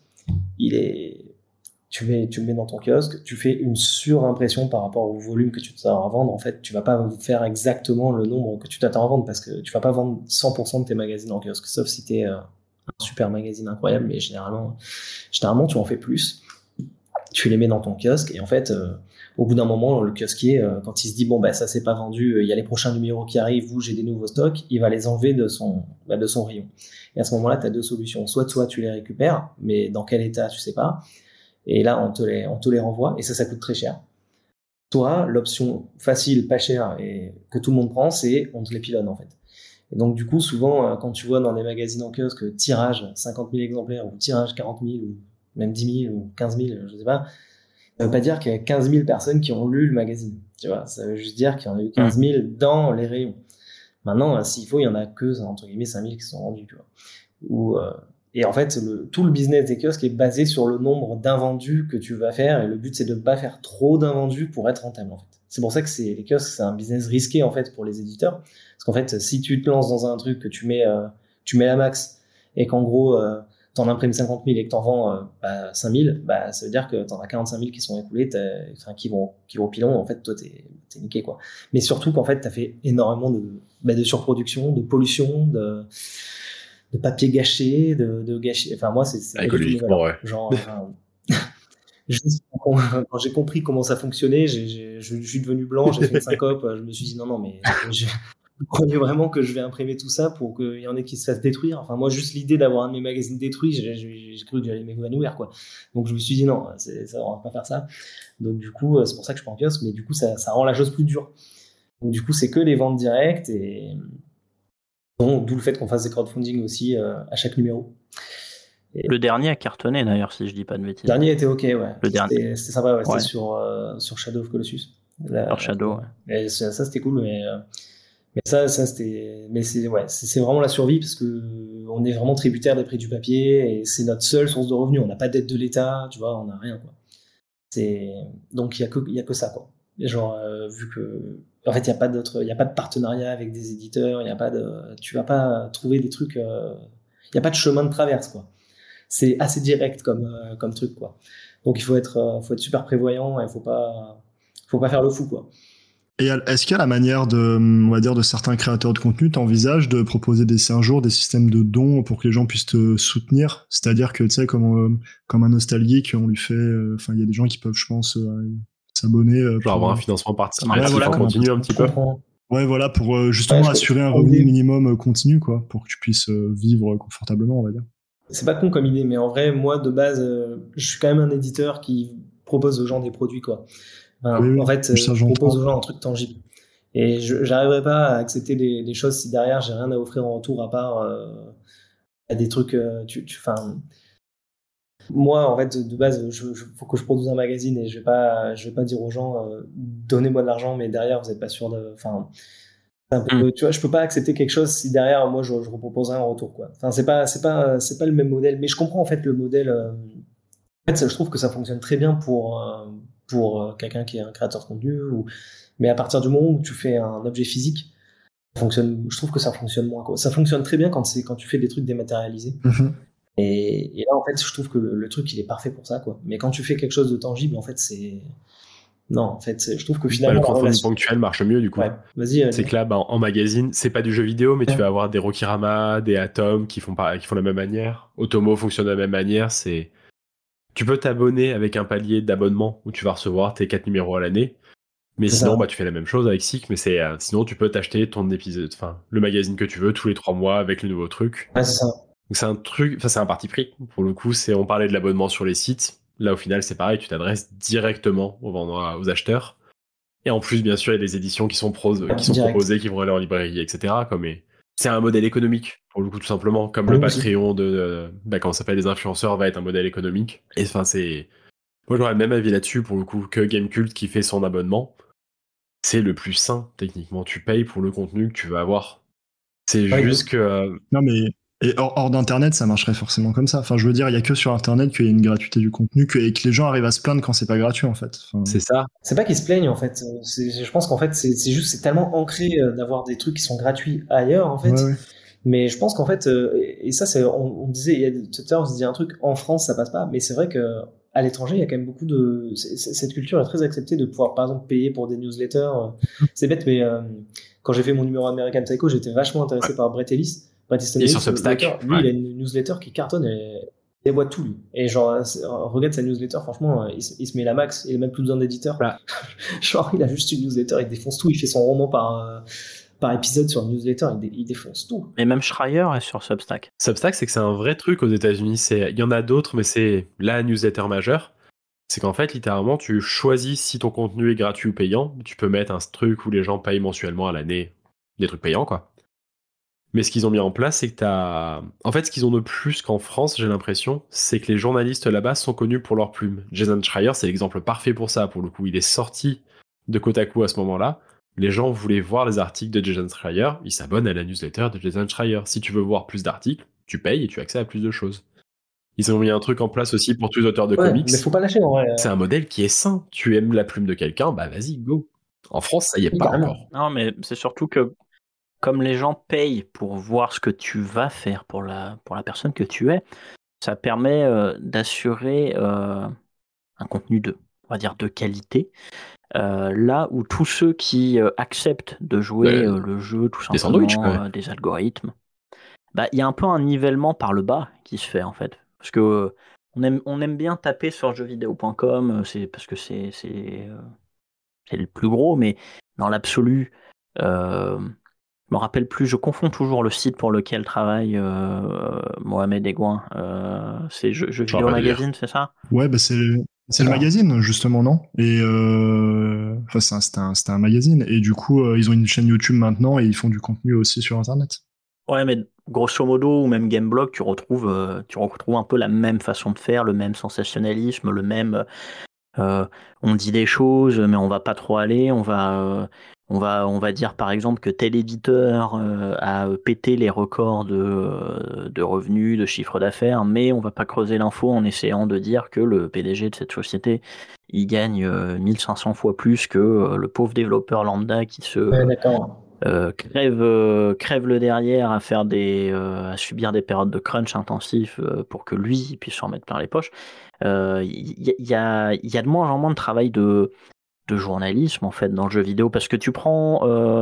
tu le mets dans ton kiosque, tu fais une surimpression par rapport au volume que tu t'attends à vendre. En fait, tu vas pas faire exactement le nombre que tu t'attends à vendre parce que tu vas pas vendre 100% de tes magazines en kiosque, sauf si tu es un super magazine incroyable, mais généralement tu en fais plus. Tu les mets dans ton kiosque et en fait au bout d'un moment le kiosquier quand il se dit bon ça c'est pas vendu, il y a les prochains numéros qui arrivent ou j'ai des nouveaux stocks, il va les enlever de son rayon. Et à ce moment-là tu as deux solutions, soit tu les récupères mais dans quel état tu sais pas, et là on te les renvoie et ça coûte très cher. Soit l'option facile, pas chère et que tout le monde prend, c'est on te les pilonne en fait. Et donc du coup souvent quand tu vois dans des magazines en kiosque tirage 50 000 exemplaires ou tirage 40 000 ou même 10 000 ou 15 000, je sais pas, ça veut pas dire qu'il y a 15 000 personnes qui ont lu le magazine, tu vois, ça veut juste dire qu'il y en a eu 15 000 dans les rayons. Maintenant, s'il faut, il y en a que, entre guillemets, 5 000 qui sont vendus, tu vois. Et en fait, tout le business des kiosques est basé sur le nombre d'invendus que tu vas faire, et le but, c'est de ne pas faire trop d'invendus pour être rentable, en fait. C'est pour ça que les kiosques, c'est un business risqué, en fait, pour les éditeurs. Parce qu'en fait, si tu te lances dans un truc que tu mets la max, et qu'en gros, t'en imprimes 50 000 et que t'en vends 5 000, ça veut dire que t'en as 45 000 qui sont écoulés, qui vont au pilon. En fait, toi, t'es niqué, quoi. Mais surtout qu'en fait, t'as fait énormément de surproduction, de pollution, de papier gâché, de gâché. Enfin, moi, c'est écologiquement, ouais. Genre, Juste quand j'ai compris comment ça fonctionnait, je suis devenu blanc, j'ai fait une syncope, je me suis dit non, mais vous croyez vraiment que je vais imprimer tout ça pour qu'il y en ait qui se fassent détruire? Enfin, moi, juste l'idée d'avoir un de mes magazines détruit, j'ai cru que j'allais m'évanouir, quoi. Donc, je me suis dit non, on va pas faire ça. Donc, du coup, c'est pour ça que je prends en kiosque, mais du coup, ça rend la chose plus dure. Donc, du coup, c'est que les ventes directes et d'où le fait qu'on fasse des crowdfunding aussi à chaque numéro. Le dernier a cartonné d'ailleurs, si je dis pas de bêtises. Le dernier était ok, ouais. Le dernier. C'était sympa, ouais. Ouais. C'était sur Shadow of Colossus. Sur Shadow, ouais. Et ça c'était cool, mais ça c'était, mais c'est vraiment la survie parce que on est vraiment tributaire des prix du papier et c'est notre seule source de revenus. On n'a pas d'aide de l'État, tu vois, on n'a rien, quoi. Donc il y a que ça, quoi. Et genre vu que en fait il y a pas de partenariat avec des éditeurs, tu vas pas trouver des trucs, il y a pas de chemin de traverse, quoi. C'est assez direct comme truc, quoi. Donc il faut être super prévoyant et faut pas faire le fou, quoi. Et est-ce qu'à la manière on va dire, de certains créateurs de contenu, t'envisages de proposer un jour des systèmes de dons pour que les gens puissent te soutenir? C'est-à-dire que, tu sais, comme un nostalgique, on lui fait, il y a des gens qui peuvent, je pense, s'abonner. Genre avoir un financement participatif, voilà, continue un petit peu. Ouais, voilà, pour justement assurer un revenu minimum continu, quoi, pour que tu puisses vivre confortablement, on va dire. C'est pas con comme idée, mais en vrai, moi, de base, je suis quand même un éditeur qui propose aux gens des produits, quoi. Enfin, oui, en fait, ça, je propose aux gens un truc tangible. Et j'arriverai pas à accepter des choses si derrière, j'ai rien à offrir en retour à part à des trucs... moi, en fait, de base, faut que je produise un magazine et je vais pas dire aux gens donnez-moi de l'argent, mais derrière, vous êtes pas sûr de... Enfin, tu vois, je peux pas accepter quelque chose si derrière moi je reproposerai en retour, quoi. Enfin, c'est pas le même modèle, mais je comprends en fait le modèle. En fait, je trouve que ça fonctionne très bien pour quelqu'un qui est un créateur de contenu, mais à partir du moment où tu fais un objet physique, je trouve que ça fonctionne moins, quoi. Ça fonctionne très bien quand tu fais des trucs dématérialisés. Et là, en fait, je trouve que le truc il est parfait pour ça, quoi. Mais quand tu fais quelque chose de tangible, en fait, non, en fait, je trouve que finalement. Le crowdfunding ponctuel marche mieux, du coup. Ouais. Vas-y. C'est que là, en magazine, c'est pas du jeu vidéo, mais tu vas avoir des Rokirama, des Atom qui font de la même manière. Otomo fonctionne de la même manière. Tu peux t'abonner avec un palier d'abonnement où tu vas recevoir tes 4 numéros à l'année. Mais sinon, tu fais la même chose avec SICK, mais sinon, tu peux t'acheter ton épisode, le magazine que tu veux tous les 3 mois avec le nouveau truc. Ouais, c'est ça. Donc c'est un parti pris. Pour le coup, on parlait de l'abonnement sur les sites. Là, au final, c'est pareil, tu t'adresses directement aux vendeurs, aux acheteurs. Et en plus, bien sûr, il y a des éditions qui sont proposées, qui vont aller en librairie, etc. C'est un modèle économique, pour le coup, tout simplement. Comme le Patreon comment ça s'appelle, des influenceurs va être un modèle économique. Et moi, j'aurais le même avis là-dessus, pour le coup, que Gamecult qui fait son abonnement. C'est le plus sain, techniquement. Tu payes pour le contenu que tu vas avoir. C'est juste que... Non, mais... Et hors d'Internet, ça marcherait forcément comme ça. Enfin, je veux dire, il y a que sur Internet qu'il y a une gratuité du contenu et que les gens arrivent à se plaindre quand c'est pas gratuit, en fait. Enfin... C'est ça. C'est pas qu'ils se plaignent, en fait. Je pense qu'en fait, c'est tellement ancré d'avoir des trucs qui sont gratuits ailleurs, en fait. Ouais. Mais je pense qu'en fait, et ça, on disait, tout à l'heure, on se disait un truc, en France, ça passe pas. Mais c'est vrai que à l'étranger, il y a quand même beaucoup cette culture est très acceptée de pouvoir, par exemple, payer pour des newsletters. C'est bête, mais quand j'ai fait mon numéro American Psycho, j'étais vachement intéressé par Bret Ellis. Et sur Substack, lui, il a une newsletter qui cartonne et il déboîte tout, lui. Et genre, regarde sa newsletter, franchement, il se met la max, il a même plus besoin d'éditeur. Genre, il a juste une newsletter, il défonce tout, il fait son roman par épisode sur une newsletter, il défonce tout. Et même Schreier est sur Substack. Substack, c'est que c'est un vrai truc aux États-Unis. Il y en a d'autres, mais c'est la newsletter majeure. C'est qu'en fait, littéralement, tu choisis si ton contenu est gratuit ou payant. Tu peux mettre un truc où les gens payent mensuellement à l'année des trucs payants, quoi. Mais ce qu'ils ont mis en place, c'est que en fait, ce qu'ils ont de plus qu'en France, j'ai l'impression, c'est que les journalistes là-bas sont connus pour leur plume. Jason Schreier, c'est l'exemple parfait pour ça, pour le coup. Il est sorti de Kotaku à ce moment-là. Les gens voulaient voir les articles de Jason Schreier. Ils s'abonnent à la newsletter de Jason Schreier. Si tu veux voir plus d'articles, tu payes et tu as accès à plus de choses. Ils ont mis un truc en place aussi pour tous les auteurs de comics. Mais faut pas lâcher, en vrai. C'est un modèle qui est sain. Tu aimes la plume de quelqu'un, bah vas-y, go. En France, ça y est pas encore. Non, mais c'est surtout que comme les gens payent pour voir ce que tu vas faire pour la personne que tu es, ça permet d'assurer un contenu on va dire de qualité. Là où tous ceux qui acceptent de jouer le jeu, tout simplement, des algorithmes, il y a un peu un nivellement par le bas qui se fait, en fait. Parce que on aime bien taper sur jeuxvideo.com, c'est parce que c'est le plus gros, mais dans l'absolu, je me rappelle plus, je confonds toujours le site pour lequel travaille Mohamed Egouin. C'est Jeux Vidéo Magazine, c'est ça? Ouais, bah c'est le magazine, justement, non? Et enfin, c'était un magazine. Et du coup, ils ont une chaîne YouTube maintenant et ils font du contenu aussi sur Internet. Ouais, mais grosso modo, ou même Gameblog, tu retrouves un peu la même façon de faire, le même sensationnalisme, le même. On dit des choses, mais on va pas trop aller. On va dire par exemple que tel éditeur a pété les records de revenus, de chiffre d'affaires, mais on va pas creuser l'info en essayant de dire que le PDG de cette société, il gagne 1500 fois plus que le pauvre développeur lambda qui se crève le derrière à subir des périodes de crunch intensif pour que lui il puisse s'en mettre plein les poches. Il y a de moins en moins de travail de journalisme en fait dans le jeu vidéo parce que tu prends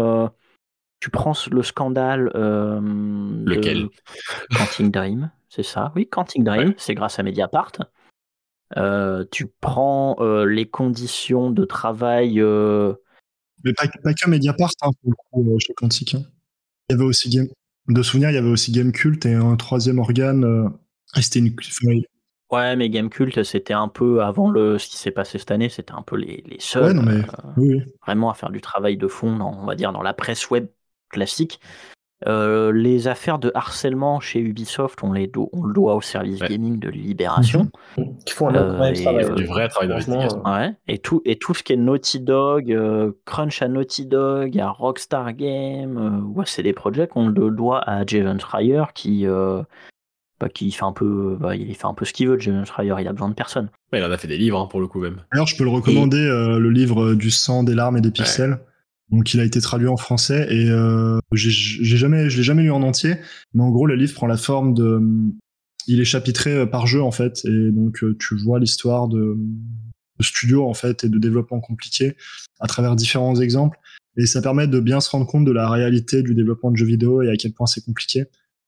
le scandale Lequel? de Quantic Dream, c'est ça? Oui, Quantic Dream, Ouais. c'est grâce à Mediapart. Tu prends les conditions de travail. Mais pas que Mediapart, hein, pour le coup, chez Quantic. Hein. Il y avait aussi de souvenir, il y avait aussi Gamecult et un troisième organe. C'était une. Ouais, mais Gamecult, c'était un peu avant ce qui s'est passé cette année, c'était un peu les seuls Ouais, non, mais oui. vraiment à faire du travail de fond, on va dire dans la presse web classique. Les affaires de harcèlement chez Ubisoft, on le doit au service gaming de Libération. Qui font un incroyable travail. Du vrai travail d'investigation. Ouais, et tout ce qui est Naughty Dog, crunch à Naughty Dog, à Rockstar Games, ouais, c'est des projets qu'on le doit à Jevon Schreier qui fait un peu, il fait un peu ce qu'il veut. Jevon Schreier, il a besoin de personne. Il en a fait des livres pour le coup même. D'ailleurs, je peux le recommander, le livre du sang, des larmes et des pixels. Ouais. Donc, il a été traduit en français et je l'ai jamais lu en entier. Mais en gros, le livre prend la forme de, il est chapitré par jeu en fait, et donc tu vois l'histoire de studio en fait et de développement compliqué à travers différents exemples. Et ça permet de bien se rendre compte de la réalité du développement de jeux vidéo et à quel point c'est compliqué.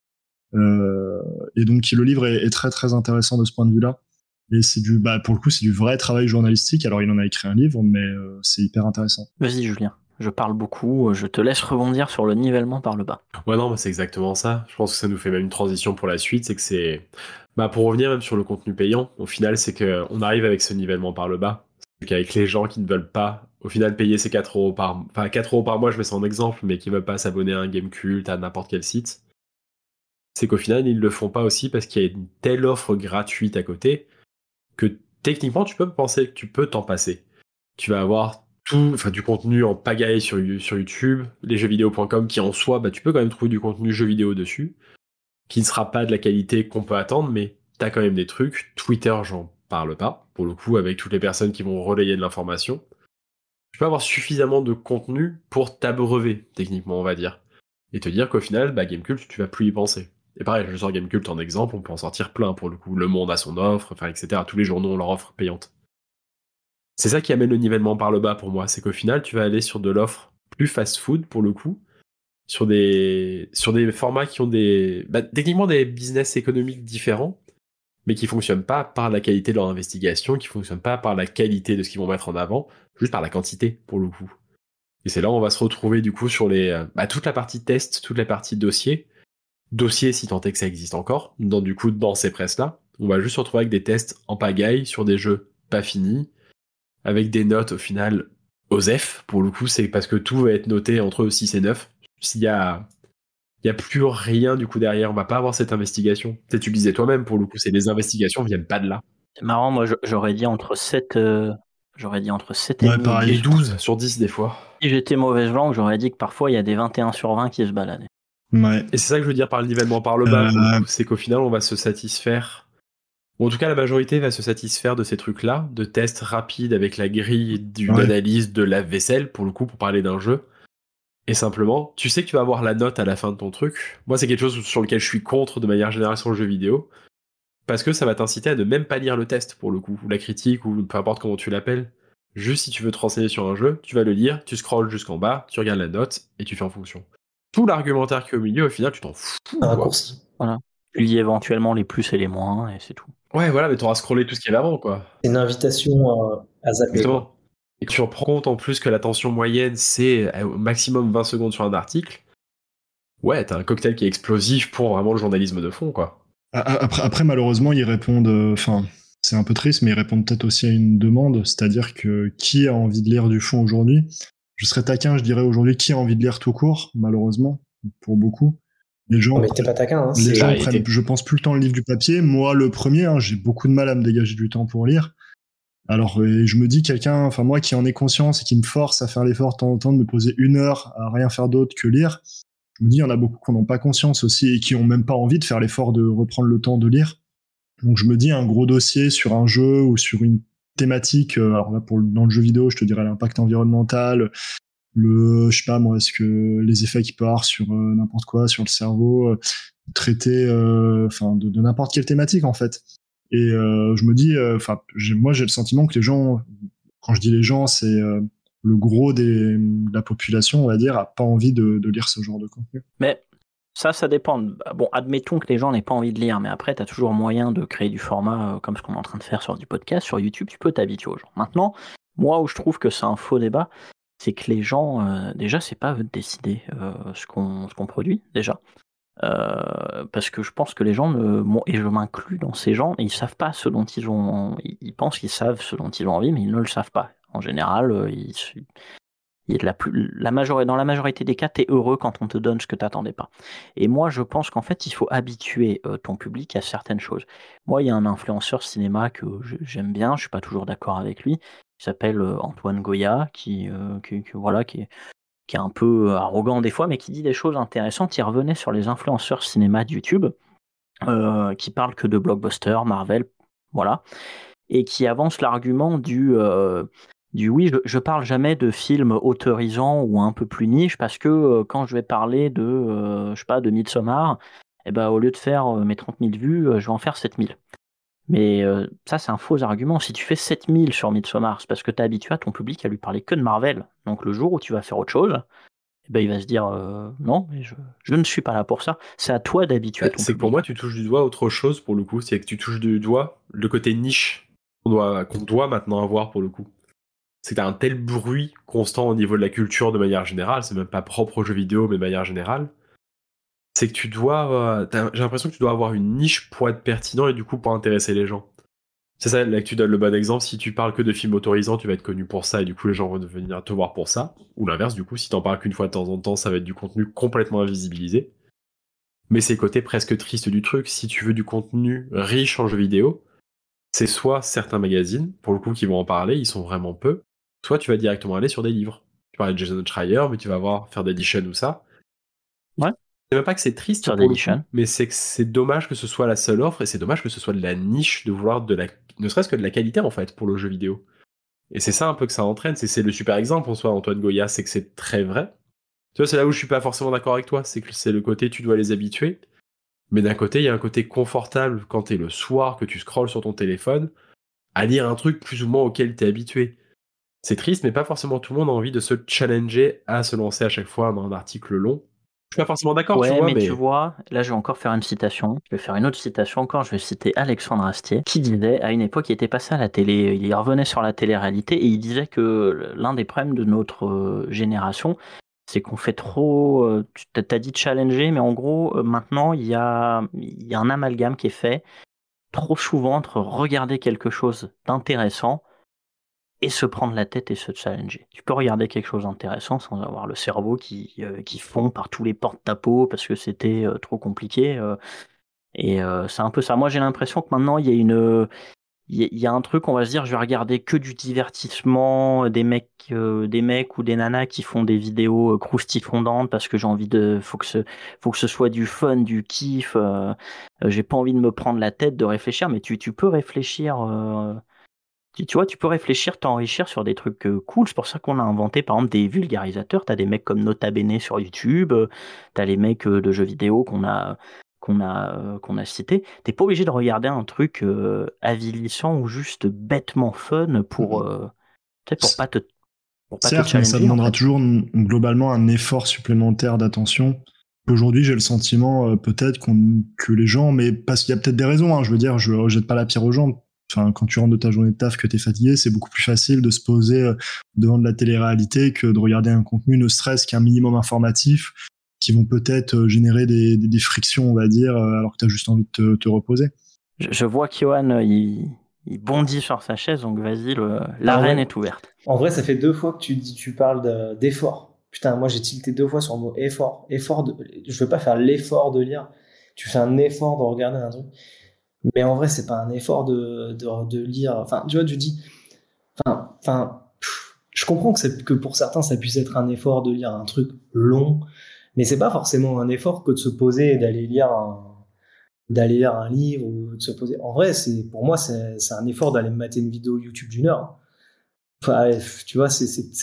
Et donc le livre est très très intéressant de ce point de vue-là. Et c'est pour le coup, c'est du vrai travail journalistique. Alors il en a écrit un livre, mais c'est hyper intéressant. Vas-y Julien, je parle beaucoup, je te laisse rebondir sur le nivellement par le bas. Ouais, non, c'est exactement ça. Je pense que ça nous fait même une transition pour la suite, c'est que c'est... pour revenir même sur le contenu payant, au final, c'est qu'on arrive avec ce nivellement par le bas. C'est qu'avec les gens qui ne veulent pas, au final, payer ces 4 euros Enfin, 4 euros par mois, je mets ça en exemple, mais qui ne veulent pas s'abonner à un Gamecult, à n'importe quel site, c'est qu'au final, ils ne le font pas aussi parce qu'il y a une telle offre gratuite à côté que techniquement, tu peux penser que tu peux t'en passer. Tu vas avoir du contenu en pagaille sur YouTube, les jeuxvideo.com qui en soi, tu peux quand même trouver du contenu jeux vidéo dessus, qui ne sera pas de la qualité qu'on peut attendre, mais t'as quand même des trucs. Twitter, j'en parle pas, pour le coup, avec toutes les personnes qui vont relayer de l'information. Tu peux avoir suffisamment de contenu pour t'abreuver, techniquement, on va dire. Et te dire qu'au final, Gamecult, tu vas plus y penser. Et pareil, je sors Gamecult en exemple, on peut en sortir plein pour le coup. Le Monde a son offre, etc. Tous les journaux ont leur offre payante. C'est ça qui amène le nivellement par le bas pour moi, c'est qu'au final, tu vas aller sur de l'offre plus fast-food pour le coup, sur des formats qui ont techniquement des business économiques différents, mais qui fonctionnent pas par la qualité de leur investigation, qui fonctionnent pas par la qualité de ce qu'ils vont mettre en avant, juste par la quantité pour le coup. Et c'est là où on va se retrouver du coup sur toute la partie test, toute la partie dossier si tant est que ça existe encore, dans ces presses-là, on va juste se retrouver avec des tests en pagaille sur des jeux pas finis, avec des notes au final OSEF, pour le coup, c'est parce que tout va être noté entre 6 et 9. S'il y a plus rien du coup derrière, on va pas avoir cette investigation. Tu le disais toi-même, pour le coup, les investigations viennent pas de là. C'est marrant, moi j'aurais dit entre 7 ouais, et 12 sur 10 des fois. Si j'étais mauvaise langue, j'aurais dit que parfois il y a des 21 sur 20 qui se baladaient. Ouais. Et c'est ça que je veux dire par le nivellement par le bas, c'est qu'au final on va se satisfaire, ou en tout cas la majorité va se satisfaire de ces trucs-là, de tests rapides avec la grille d'une analyse de lave-vaisselle, pour le coup, pour parler d'un jeu. Et simplement, tu sais que tu vas avoir la note à la fin de ton truc. Moi, c'est quelque chose sur lequel je suis contre de manière générale sur le jeu vidéo, parce que ça va t'inciter à ne même pas lire le test, pour le coup, ou la critique, ou peu importe comment tu l'appelles. Juste si tu veux te renseigner sur un jeu, tu vas le lire, tu scrolles jusqu'en bas, tu regardes la note, et tu fais en fonction. Tout l'argumentaire qui est au milieu, au final, tu t'en fous. Un raccourci. Voilà. Tu lis éventuellement les plus et les moins, et c'est tout. Ouais, voilà, mais t'auras scrollé tout ce qu'il y avait avant, quoi. C'est une invitation à zapper. Exactement. Et tu prends compte en plus que l'attention moyenne, c'est au maximum 20 secondes sur un article. Ouais, t'as un cocktail qui est explosif pour vraiment le journalisme de fond, quoi. Après, malheureusement, ils répondent. Enfin, c'est un peu triste, mais ils répondent peut-être aussi à une demande, c'est-à-dire que qui a envie de lire du fond aujourd'hui? Je serais taquin, je dirais aujourd'hui qui a envie de lire tout court, malheureusement, pour beaucoup. Les gens, Mais t'es pas taquin, hein, les gens Bah, prennent, je pense, plus le temps de lire du papier. Moi, le premier, hein, j'ai beaucoup de mal à me dégager du temps pour lire. Alors, je me dis, quelqu'un, enfin moi qui en ai conscience et qui me force à faire l'effort de temps en temps de me poser 1 heure à rien faire d'autre que lire, je me dis, il y en a beaucoup qui n'en ont pas conscience aussi et qui n'ont même pas envie de faire l'effort de reprendre le temps de lire. Donc je me dis, un gros dossier sur un jeu ou sur une thématique, alors là, dans le jeu vidéo, je te dirais l'impact environnemental, je sais pas moi, est-ce que les effets qu'il peut avoir sur n'importe quoi, sur le cerveau, traiter de n'importe quelle thématique en fait. Et je me dis, moi j'ai le sentiment que les gens, quand je dis les gens, c'est le gros de la population, on va dire, a pas envie de lire ce genre de contenu. Mais ça dépend. Bon, admettons que les gens n'aient pas envie de lire, mais après, tu as toujours moyen de créer du format comme ce qu'on est en train de faire sur du podcast, sur YouTube, tu peux t'habituer aux gens. Maintenant, moi, où je trouve que c'est un faux débat, c'est que les gens, déjà, c'est pas à eux de décider ce qu'on produit, déjà. Parce que je pense que les gens, et je m'inclus dans ces gens, ils savent pas ce dont ils ont. Ils pensent qu'ils savent ce dont ils ont envie, mais ils ne le savent pas. En général, dans la majorité des cas, tu es heureux quand on te donne ce que tu n'attendais pas. Et moi, je pense qu'en fait, il faut habituer ton public à certaines choses. Moi, il y a un influenceur cinéma que j'aime bien, je suis pas toujours d'accord avec lui, qui s'appelle Antoine Goya, qui est un peu arrogant des fois, mais qui dit des choses intéressantes. Il revenait sur les influenceurs cinéma de YouTube, qui parlent que de blockbusters, Marvel, voilà, et qui avance l'argument du oui, je parle jamais de films autorisants ou un peu plus niche parce que quand je vais parler de, je sais pas, de Midsommar, eh ben, au lieu de faire mes 30 000 vues, je vais en faire 7 000. Mais ça, c'est un faux argument. Si tu fais 7 000 sur Midsommar, c'est parce que tu es habitué à ton public à lui parler que de Marvel. Donc le jour où tu vas faire autre chose, eh ben, il va se dire non, mais je ne suis pas là pour ça. C'est à toi d'habituer ton public. C'est que pour moi, tu touches du doigt autre chose pour le coup. C'est que tu touches du doigt le côté niche qu'on doit maintenant avoir pour le coup. C'est que t'as un tel bruit constant au niveau de la culture de manière générale, c'est même pas propre aux jeux vidéo, mais de manière générale. C'est que j'ai l'impression que tu dois avoir une niche pour être pertinent et du coup pour intéresser les gens. C'est ça, là que tu donnes le bon exemple. Si tu parles que de films autorisants, tu vas être connu pour ça et du coup les gens vont venir te voir pour ça. Ou l'inverse, du coup, si t'en parles qu'une fois de temps en temps, ça va être du contenu complètement invisibilisé. Mais c'est le côté presque triste du truc. Si tu veux du contenu riche en jeux vidéo, c'est soit certains magazines, pour le coup, qui vont en parler, ils sont vraiment peu, soit tu vas directement aller sur des livres. Tu parlais de Jason Schreier, mais tu vas voir faire d'Edition ou ça. Ouais. C'est même pas que c'est triste Sur pour le d'Edition. coup, mais c'est que c'est dommage que ce soit la seule offre et c'est dommage que ce soit de la niche de vouloir ne serait-ce que de la qualité en fait pour le jeu vidéo. Et c'est ça un peu que ça entraîne, c'est le super exemple en soi, Antoine Goya, c'est que c'est très vrai. Tu vois, c'est là où je suis pas forcément d'accord avec toi, c'est que c'est le côté tu dois les habituer, mais d'un côté, il y a un côté confortable quand t'es le soir, que tu scrolles sur ton téléphone, à lire un truc plus ou moins auquel t'es habitué. C'est triste, mais pas forcément tout le monde a envie de se challenger à se lancer à chaque fois dans un article long. Je suis pas forcément d'accord, Ouais, tu vois, mais mais... tu vois, là je vais encore faire une citation. Je vais faire une autre citation encore. Je vais citer Alexandre Astier, qui disait, à une époque, il était passé à la télé, il revenait sur la télé-réalité et il disait que l'un des problèmes de notre génération, c'est qu'on fait trop. Tu t'as dit challenger, mais en gros, maintenant, il y a un amalgame qui est fait trop souvent entre regarder quelque chose d'intéressant et se prendre la tête et se challenger. Tu peux regarder quelque chose d'intéressant sans avoir le cerveau qui fond par tous les porte-à-peau parce que c'était trop compliqué. C'est un peu ça. Moi, j'ai l'impression que maintenant, il y a un truc, on va se dire, je vais regarder que du divertissement, des mecs ou des nanas qui font des vidéos croustifondantes parce que j'ai envie faut que ce soit du fun, du kiff. J'ai pas envie de me prendre la tête, de réfléchir, mais tu peux réfléchir. Tu vois, tu peux réfléchir, t'enrichir sur des trucs cool. C'est pour ça qu'on a inventé, par exemple, des vulgarisateurs. T'as des mecs comme Nota Bene sur YouTube, t'as les mecs de jeux vidéo qu'on a cités. T'es pas obligé de regarder un truc avilissant ou juste bêtement fun pour pas te Certes, mais ça challenger. demandera En fait. toujours globalement un effort supplémentaire d'attention Aujourd'hui, j'ai le sentiment peut-être que les gens, mais parce qu'il y a peut-être des raisons, hein, je veux dire, je rejette pas la pierre aux gens. Enfin, quand tu rentres de ta journée de taf, que t'es fatigué, c'est beaucoup plus facile de se poser devant de la télé-réalité que de regarder un contenu, ne serait-ce qu'un minimum informatif, qui vont peut-être générer des frictions, on va dire, alors que t'as juste envie de te reposer. Je vois qu'Yohan, il bondit sur sa chaise, donc vas-y, l'arène est ouverte. En vrai, ça fait 2 fois que tu parles d'effort. Putain, moi j'ai tilté 2 fois sur le mot effort. Je veux pas faire l'effort de lire. Tu fais un effort de regarder un truc. Mais en vrai, c'est pas un effort de lire. Enfin, tu vois, tu dis. Je comprends que pour certains, ça puisse être un effort de lire un truc long, mais c'est pas forcément un effort que de se poser et d'aller lire un livre ou de se poser. En vrai, pour moi, c'est un effort d'aller me mater une vidéo YouTube d'1 heure. Enfin, tu vois,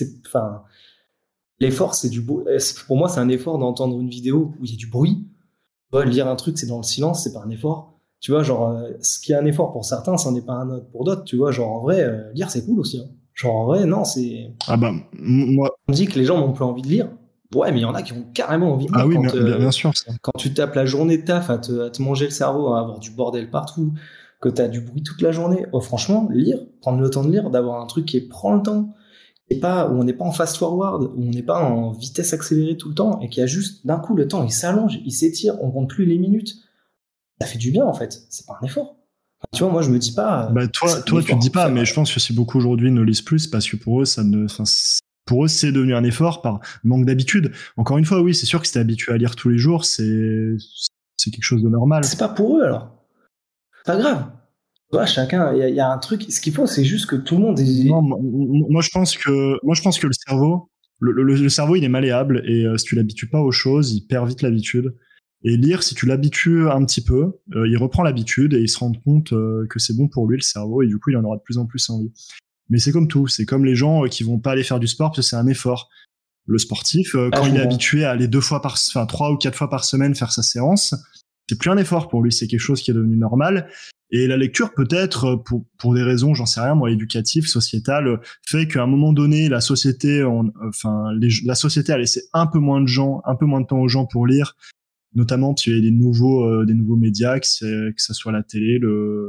l'effort, c'est pour moi, c'est un effort d'entendre une vidéo où il y a du bruit. Tu vois, lire un truc, c'est dans le silence, c'est pas un effort. Tu vois, genre, ce qui est un effort pour certains, ça n'en est pas un autre pour d'autres. Tu vois, genre, en vrai, lire, c'est cool aussi. Hein. Genre, en vrai, non, c'est. Ah bah, moi. On dit que les gens n'ont plus envie de lire. Ouais, mais il y en a qui ont carrément envie de lire. Ah oui, bien sûr. Ça. Quand tu tapes la journée de taf à te manger le cerveau, à avoir du bordel partout, que t'as du bruit toute la journée, franchement, lire, prendre le temps de lire, d'avoir un truc qui prend le temps, où on n'est pas en fast forward, où on n'est pas en vitesse accélérée tout le temps, et qui a juste, d'un coup, le temps, il s'allonge, il s'étire, on compte plus les minutes. Ça fait du bien, en fait. C'est pas un effort. Enfin, tu vois, moi, je me dis pas. Bah, toi, tu te dis pas, mais je pense que si beaucoup aujourd'hui ne lisent plus, parce que pour eux, pour eux, c'est devenu un effort par manque d'habitude. Encore une fois, oui, c'est sûr que si t'es habitué à lire tous les jours, c'est quelque chose de normal. C'est pas pour eux, alors. C'est pas grave. Tu vois, chacun, il y a un truc. Ce qu'il faut, c'est juste que tout le monde. Non, moi, je pense que le cerveau, le cerveau, il est malléable et si tu l'habitues pas aux choses, il perd vite l'habitude. Et lire, si tu l'habitues un petit peu, il reprend l'habitude et il se rend compte que c'est bon pour lui, le cerveau, et du coup, il en aura de plus en plus envie. Mais c'est comme tout, c'est comme les gens qui vont pas aller faire du sport parce que c'est un effort. Le sportif, quand il est habitué à aller 3 ou 4 fois par semaine faire sa séance, c'est plus un effort pour lui, c'est quelque chose qui est devenu normal. Et la lecture, peut-être, pour des raisons, j'en sais rien, moi, éducatives, sociétales, fait qu'à un moment donné, la société a laissé un peu moins de temps aux gens pour lire, notamment parce qu'il y a des nouveaux médias, que ça soit la télé,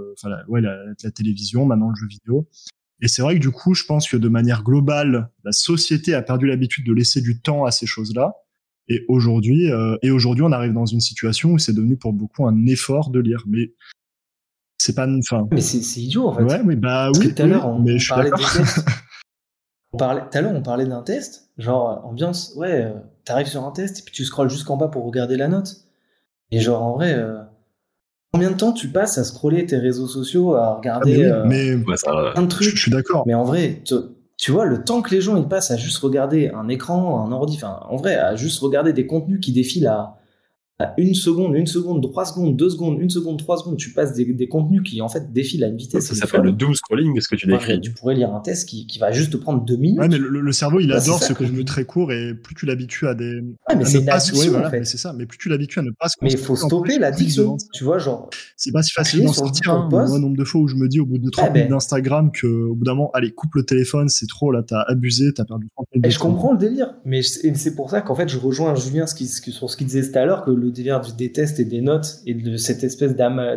la télévision, maintenant le jeu vidéo. Et c'est vrai que du coup, je pense que de manière globale, la société a perdu l'habitude de laisser du temps à ces choses-là. Et aujourd'hui, on arrive dans une situation où c'est devenu pour beaucoup un effort de lire. Mais c'est pas, Mais c'est idiot en fait. Ouais, mais parce que tout à l'heure, on parlait des tests. Tout à l'heure, on parlait d'un test, genre ambiance. Ouais, t'arrives sur un test et puis tu scrolles jusqu'en bas pour regarder la note. Et genre en vrai. Combien de temps tu passes à scroller tes réseaux sociaux, à regarder un truc. Je suis d'accord. Mais en vrai, tu vois, le temps que les gens ils passent à juste regarder un écran, un ordi, enfin, en vrai, à juste regarder des contenus qui défilent à 1 seconde, 3 secondes, 2 secondes, 1 seconde, 3 secondes, tu passes des contenus qui en fait défilent à une vitesse. Ça s'appelle le doom scrolling, ce que tu décris. Tu pourrais lire un test qui va juste te prendre 2 minutes. Ouais, mais le cerveau, il adore ce contenu très court et plus tu l'habitues à des. Ouais, mais c'est une addiction, en fait. Mais c'est ça, mais plus tu l'habitues à ne pas se concentrer. Mais il faut stopper l'addiction. Tu vois, genre. C'est pas si facile d'en sortir. Moi, nombre de fois où je me dis au bout de 30 minutes d'Instagram qu'au bout d'un moment, allez, coupe le téléphone, c'est trop, là, t'as abusé, t'as perdu 30 minutes. Et je comprends le délire, mais c'est pour ça qu'en fait, je rejoins Julien sur ce qu'il disait tout à l'heure, que le délire des tests et des notes et de cette espèce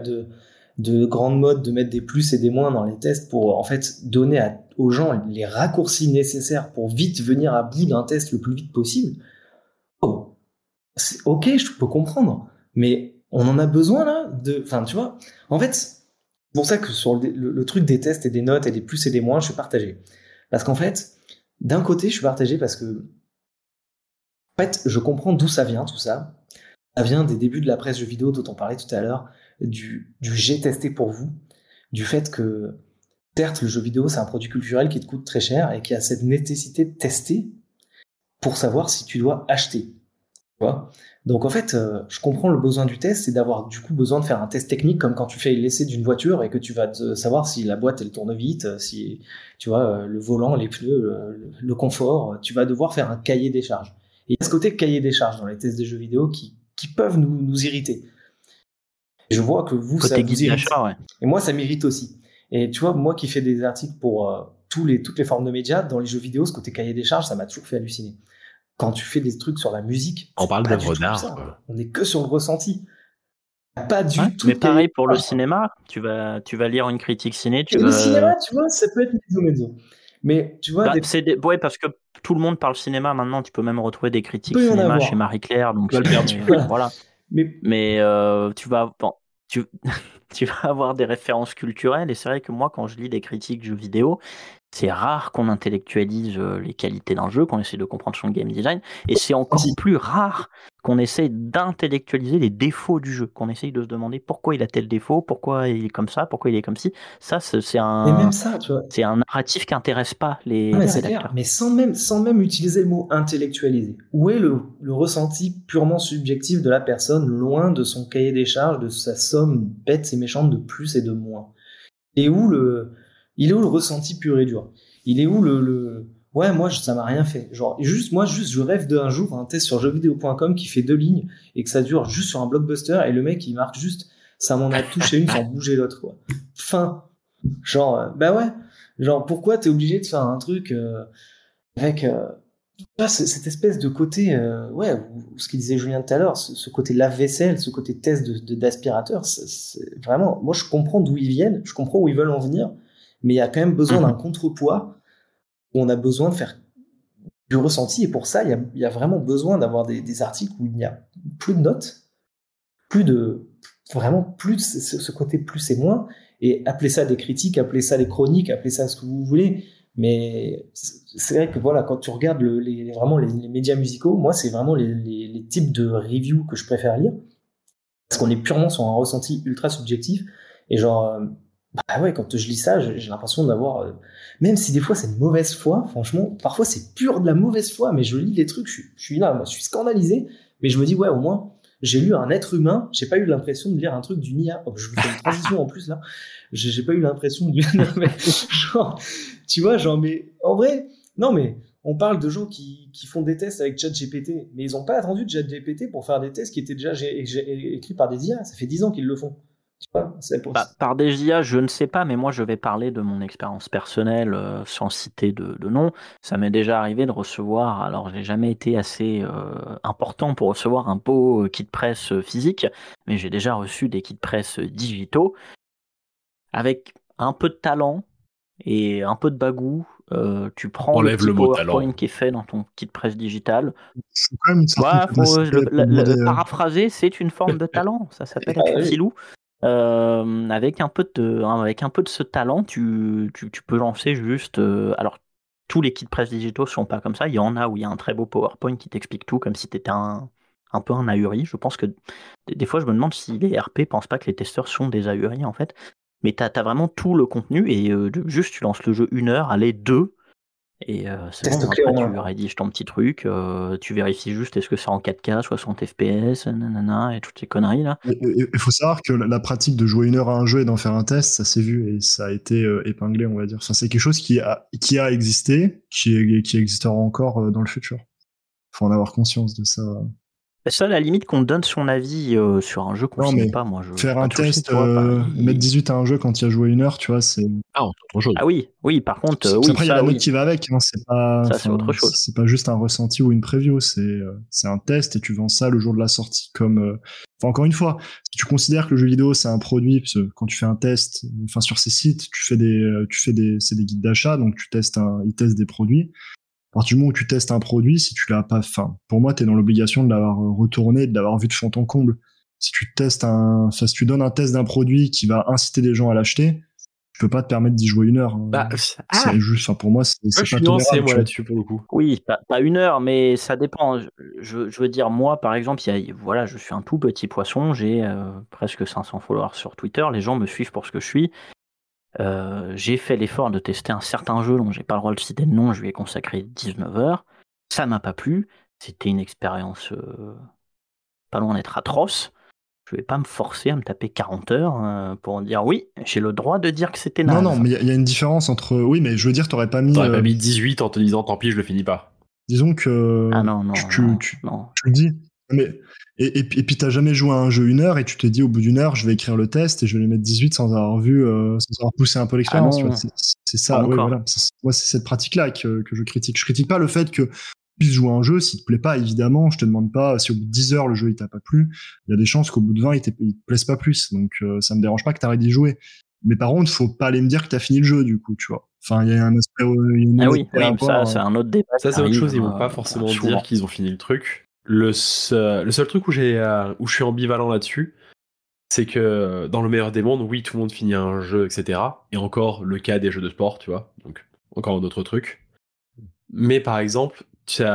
de grande mode de mettre des plus et des moins dans les tests pour en fait donner aux gens les raccourcis nécessaires pour vite venir à bout d'un test le plus vite possible. Oh, c'est ok, je peux comprendre, mais on en a besoin là enfin tu vois, en fait c'est pour ça que sur le truc des tests et des notes et des plus et des moins, je suis partagé, parce qu'en fait d'un côté je suis partagé parce que en fait je comprends d'où ça vient tout ça. Ça vient des débuts de la presse jeux vidéo dont on parlait tout à l'heure, du j'ai testé pour vous, du fait que, certes, le jeu vidéo, c'est un produit culturel qui te coûte très cher et qui a cette nécessité de tester pour savoir si tu dois acheter. Tu vois ? Donc en fait, je comprends le besoin du test, c'est d'avoir du coup besoin de faire un test technique comme quand tu fais l'essai d'une voiture et que tu vas savoir si la boîte elle tourne vite, si tu vois le volant, les pneus, le confort, tu vas devoir faire un cahier des charges. Et il y a ce côté cahier des charges dans les tests des jeux vidéo qui peuvent nous irriter. Et je vois que vous, ça vous irrite. Ouais. Et moi, ça m'irrite aussi. Et tu vois, moi qui fais des articles pour toutes les formes de médias, dans les jeux vidéo, ce côté cahier des charges, ça m'a toujours fait halluciner. quand tu fais des trucs sur la musique, On parle pas du d'œuvres tout d'art, ça. quoi. On est que sur le ressenti. Pas du tout. Mais pareil pour le cinéma, tu vas lire une critique ciné, Le cinéma, tu vois, ça peut être mezzo. Mais tu vois, ouais, parce que tout le monde parle cinéma maintenant, tu peux même retrouver des critiques peut y en cinéma avoir. chez Marie-Claire, donc Tu vas le perdre. voilà. Mais tu vas tu vas avoir des références culturelles, et c'est vrai que moi, quand je lis des critiques jeux vidéo, c'est rare qu'on intellectualise les qualités d'un jeu, qu'on essaie de comprendre son game design, et c'est encore plus rare qu'on essaie d'intellectualiser les défauts du jeu, qu'on essaye de se demander pourquoi il a tel défaut, pourquoi il est comme ça, pourquoi il est comme ci. Ça, c'est un... Mais même ça, tu vois. C'est un narratif qui n'intéresse pas les c'est rédacteurs. clair, mais sans même utiliser le mot intellectualiser. Où est le ressenti purement subjectif de la personne, loin de son cahier des charges, de sa somme bête et méchante de plus et de moins? Il est où le ressenti pur et dur? Il est où le ouais, moi ça m'a rien fait. Genre je rêve d'un jour un test sur jeuxvideo.com qui fait 2 lignes et que ça dure juste sur un blockbuster, et le mec il marque juste ça m'en a touché une sans bouger l'autre, quoi. Fin. Genre bah ouais. Genre, pourquoi t'es obligé de faire un truc avec cette espèce de côté, ouais, ce qu'il disait Julien tout à l'heure, ce côté lave-vaisselle, ce côté test d'aspirateur, c'est vraiment, moi je comprends d'où ils viennent, je comprends où ils veulent en venir, mais il y a quand même besoin d'un contrepoids, où on a besoin de faire du ressenti, et pour ça, il y a vraiment besoin d'avoir des articles où il n'y a plus de notes, plus de ce côté plus et moins, et appelez ça des critiques, appelez ça des chroniques, appelez ça ce que vous voulez, mais c'est vrai que voilà, quand tu regardes vraiment les médias musicaux, moi c'est vraiment les types de reviews que je préfère lire, parce qu'on est purement sur un ressenti ultra subjectif, et genre bah ouais, quand je lis ça, j'ai l'impression d'avoir même si des fois c'est de mauvaise foi, franchement, parfois c'est pur de la mauvaise foi, mais je lis les trucs, je suis là, moi je suis scandalisé, mais je me dis ouais, au moins j'ai lu un être humain, j'ai pas eu l'impression de lire un truc d'une IA. Oh, je vous fais une transition en plus là. J'ai pas eu l'impression de genre, tu vois, genre, mais en vrai, non, mais on parle de gens qui font des tests avec ChatGPT, mais ils ont pas attendu ChatGPT pour faire des tests qui étaient déjà écrits par des IA. Ça fait 10 ans qu'ils le font. Tu vois, par des IA, je ne sais pas, mais moi je vais parler de mon expérience personnelle sans citer de nom. Ça m'est déjà arrivé de recevoir, alors j'ai jamais été assez important pour recevoir un beau kit presse physique, mais j'ai déjà reçu des kits presse digitaux avec un peu de talent et un peu de bagou. Tu prends le petit PowerPoint qui est fait dans ton kit presse digital. Paraphraser, c'est une forme de talent. Ça s'appelle être un filou. Avec un peu de ce talent, tu peux lancer juste. Alors, tous les kits presse digitaux sont pas comme ça. Il y en a où il y a un très beau PowerPoint qui t'explique tout, comme si tu étais un peu un ahuri. Je pense que des fois, je me demande si les RP pensent pas que les testeurs sont des ahuris en fait. Mais tu as vraiment tout le contenu, et juste tu lances le jeu 1 heure, allez 2. Et c'est bon, après tu rédiges ton petit truc, tu vérifies juste est-ce que c'est en 4K, 60 FPS, nanana, et toutes ces conneries là. Il faut savoir que la pratique de jouer 1 heure à un jeu et d'en faire un test, ça s'est vu et ça a été épinglé, on va dire. Enfin, c'est quelque chose qui a existé, qui existera encore dans le futur. Faut en avoir conscience de ça. Ça, à la limite, qu'on donne son avis sur un jeu qu'on ne sait pas, moi. Faire un test, mettre 18 à un jeu quand il a joué 1 heure, tu vois, c'est... Ah, autre chose. Ah oui, par contre... Après, il y a la note qui va avec, hein, c'est pas... Ça, c'est autre chose. C'est pas juste un ressenti ou une preview, c'est un test et tu vends ça le jour de la sortie comme... Enfin, encore une fois, si tu considères que le jeu vidéo, c'est un produit, parce que quand tu fais un test, enfin, sur ces sites, c'est des guides d'achat, donc ils testent des produits. À partir du moment où tu testes un produit, si tu l'as pas, enfin, pour moi, t'es dans l'obligation de l'avoir retourné, de l'avoir vu de fond en comble. Si tu donnes un test d'un produit qui va inciter des gens à l'acheter, tu peux pas te permettre d'y jouer 1 heure. C'est juste, enfin, pour moi, c'est pas nuancé, moi, là-dessus, pour le coup. Oui, pas 1 heure, mais ça dépend. Je veux dire, moi, par exemple, voilà, je suis un tout petit poisson, j'ai presque 500 followers sur Twitter, les gens me suivent pour ce que je suis. J'ai fait l'effort de tester un certain jeu dont j'ai pas le droit de citer le nom, je lui ai consacré 19 heures. Ça m'a pas plu, c'était une expérience pas loin d'être atroce. Je vais pas me forcer à me taper 40 heures pour dire oui, j'ai le droit de dire que c'était naze. Non, mais il y a une différence entre... Oui, mais je veux dire, t'aurais pas mis 18 en te disant tant pis, je le finis pas. Disons que... Ah non. Tu le dis. Mais... Et puis t'as jamais joué à un jeu 1 heure et tu t'es dit au bout d'1 heure je vais écrire le test et je vais les mettre 18 sans avoir vu, sans avoir poussé un peu l'expérience. C'est ça, ouais, voilà. Moi c'est cette pratique là que je critique. Je critique pas le fait que puisses jouer à un jeu. S'il te plaît pas, évidemment, je te demande pas si au bout de 10 heures le jeu il t'a pas plu. Il y a des chances qu'au bout de 20 il te plaise pas plus. Donc ça me dérange pas que t'arrêtes d'y jouer. Mais par contre, faut pas aller me dire que t'as fini le jeu du coup, tu vois. Enfin, il y a un aspect. Oui, ça c'est un autre débat. Ça c'est autre chose. Ils vont pas forcément dire qu'ils ont fini le truc. Le seul truc où je suis ambivalent là-dessus, c'est que dans le meilleur des mondes, oui, tout le monde finit un jeu, etc. Et encore le cas des jeux de sport, tu vois. Donc encore un autre truc. Mais par exemple,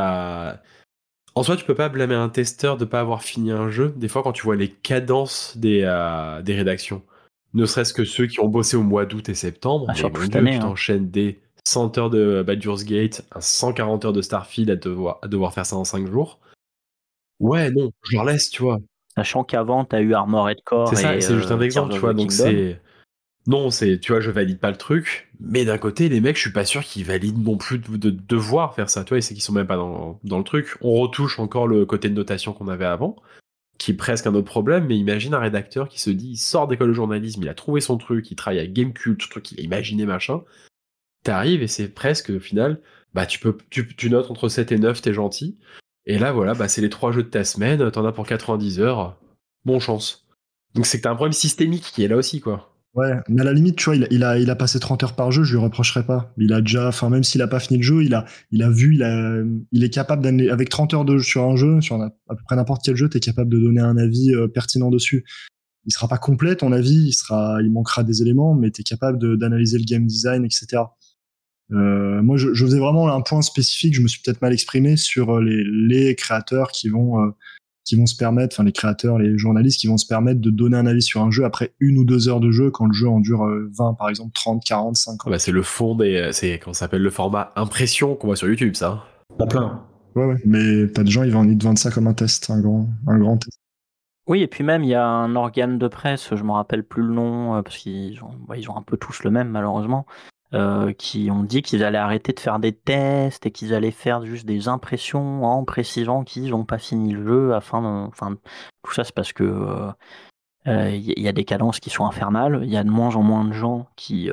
en soi, tu peux pas blâmer un testeur de pas avoir fini un jeu. Des fois, quand tu vois les cadences des rédactions, ne serait-ce que ceux qui ont bossé au mois d'août et septembre, mais surtout mon cette Dieu, année, tu t'enchaînes des 100 heures de Baldur's Gate, 140 heures de Starfield à devoir faire ça en 5 jours. Ouais, non, je leur laisse, tu vois. Sachant qu'avant, t'as eu Armored Core C'est ça, et c'est juste un exemple, Tears tu vois. of the Donc Kingdom. non, tu vois, je valide pas le truc, mais d'un côté, les mecs, je suis pas sûr qu'ils valident non plus de devoir faire ça, tu vois, et c'est qu'ils sont même pas dans le truc. On retouche encore le côté de notation qu'on avait avant, qui est presque un autre problème, mais imagine un rédacteur qui se dit, il sort d'école de journalisme, il a trouvé son truc, il travaille à Gamecult, ce truc qu'il a imaginé, machin. T'arrives et c'est presque, au final, bah, tu notes entre 7 et 9, t'es gentil. Et là, voilà, bah, c'est les 3 jeux de ta semaine, t'en as pour 90 heures. Bonne chance. Donc c'est que t'as un problème systémique qui est là aussi, quoi. Ouais, mais à la limite, tu vois, il a passé 30 heures par jeu, je lui reprocherais pas. Il a déjà, enfin, même s'il a pas fini le jeu, il a vu, il est capable avec 30 heures de sur un jeu, sur à peu près n'importe quel jeu, t'es capable de donner un avis pertinent dessus. Il sera pas complet, ton avis, il manquera des éléments, mais t'es capable d'analyser le game design, etc. Moi, je faisais vraiment un point spécifique, je me suis peut-être mal exprimé sur les créateurs qui vont se permettre, enfin les créateurs, les journalistes qui vont se permettre de donner un avis sur un jeu après 1 ou 2 heures de jeu quand le jeu en dure 20 par exemple, 30, 40, 50. Bah, c'est le fond c'est comment ça s'appelle le format impression qu'on voit sur YouTube, ça. Pas plein. Ouais, mais t'as des gens, ils te vendent ça comme un test, un grand test. Oui, et puis même, il y a un organe de presse, je me rappelle plus le nom, parce qu'ils ont un peu tous le même, malheureusement, qui ont dit qu'ils allaient arrêter de faire des tests et qu'ils allaient faire juste des impressions en précisant qu'ils n'ont pas fini le jeu, tout ça, c'est parce que y a des cadences qui sont infernales, il y a de moins en moins de gens qui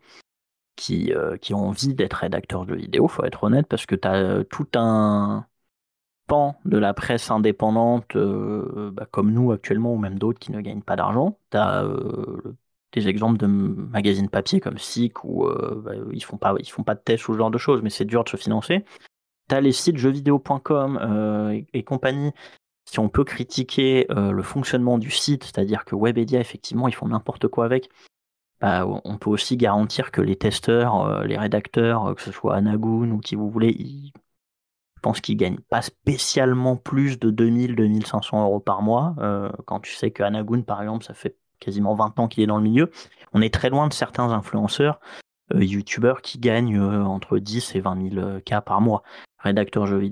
ont envie d'être rédacteurs de vidéo, faut être honnête, parce que tu as tout un pan de la presse indépendante, comme nous actuellement, ou même d'autres qui ne gagnent pas d'argent. Tu as des exemples de magazines papier comme SIC où ils font pas de tests ou ce genre de choses, mais c'est dur de se financer. Tu as les sites jeuxvideo.com et compagnie. Si on peut critiquer le fonctionnement du site, c'est-à-dire que Webedia, effectivement, ils font n'importe quoi avec, on peut aussi garantir que les testeurs, les rédacteurs, que ce soit Anagoon ou qui vous voulez, je pense qu'ils gagnent pas spécialement plus de 2000-2500 euros par mois. Quand tu sais que Anagoon, par exemple, ça fait quasiment 20 ans qu'il est dans le milieu. On est très loin de certains influenceurs, youtubeurs qui gagnent entre 10 et 20 000 cas par mois. Rédacteur jeux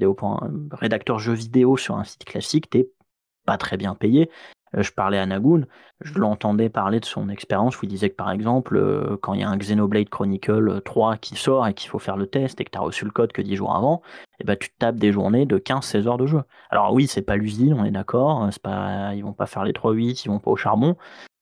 vidéo sur un site classique, t'es pas très bien payé. Je parlais à Nagoon, je l'entendais parler de son expérience où il disait que par exemple, quand il y a un Xenoblade Chronicle 3 qui sort et qu'il faut faire le test et que tu as reçu le code que 10 jours avant, et ben tu te tapes des journées de 15-16 heures de jeu. Alors oui, c'est pas l'usine, on est d'accord, ils vont pas faire les 3-8, ils vont pas au charbon.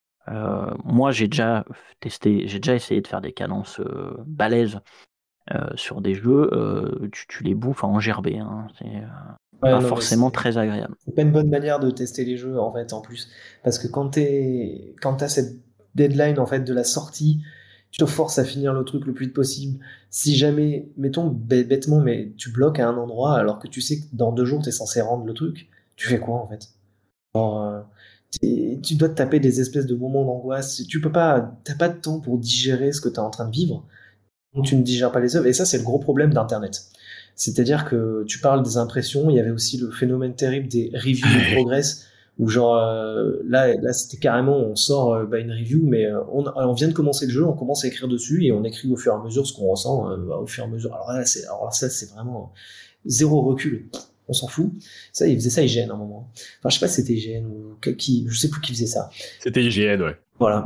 Moi j'ai déjà essayé de faire des cadences balèzes sur des jeux, tu les bouffes en gerbé, hein. C'est pas forcément très agréable. C'est pas une bonne manière de tester les jeux en fait en plus, parce que quand t'as cette deadline en fait de la sortie, tu te forces à finir le truc le plus vite possible. Si jamais, mettons bêtement, mais tu bloques à un endroit alors que tu sais que dans 2 jours t'es censé rendre le truc, tu fais quoi en fait? Genre, tu dois te taper des espèces de moments d'angoisse. T'as pas de temps pour digérer ce que t'es en train de vivre. Donc tu ne digères pas les œuvres. Et ça, c'est le gros problème d'Internet. C'est-à-dire que tu parles des impressions, il y avait aussi le phénomène terrible des reviews in progress, où genre là c'était carrément on sort une review, mais on vient de commencer le jeu, on commence à écrire dessus et on écrit au fur et à mesure ce qu'on ressent au fur et à mesure. Alors ça c'est vraiment zéro recul. On s'en fout. Ça, il faisait ça IGN à un moment. Enfin, je sais pas si c'était IGN ou je sais plus qui faisait ça. C'était IGN, ouais. Voilà,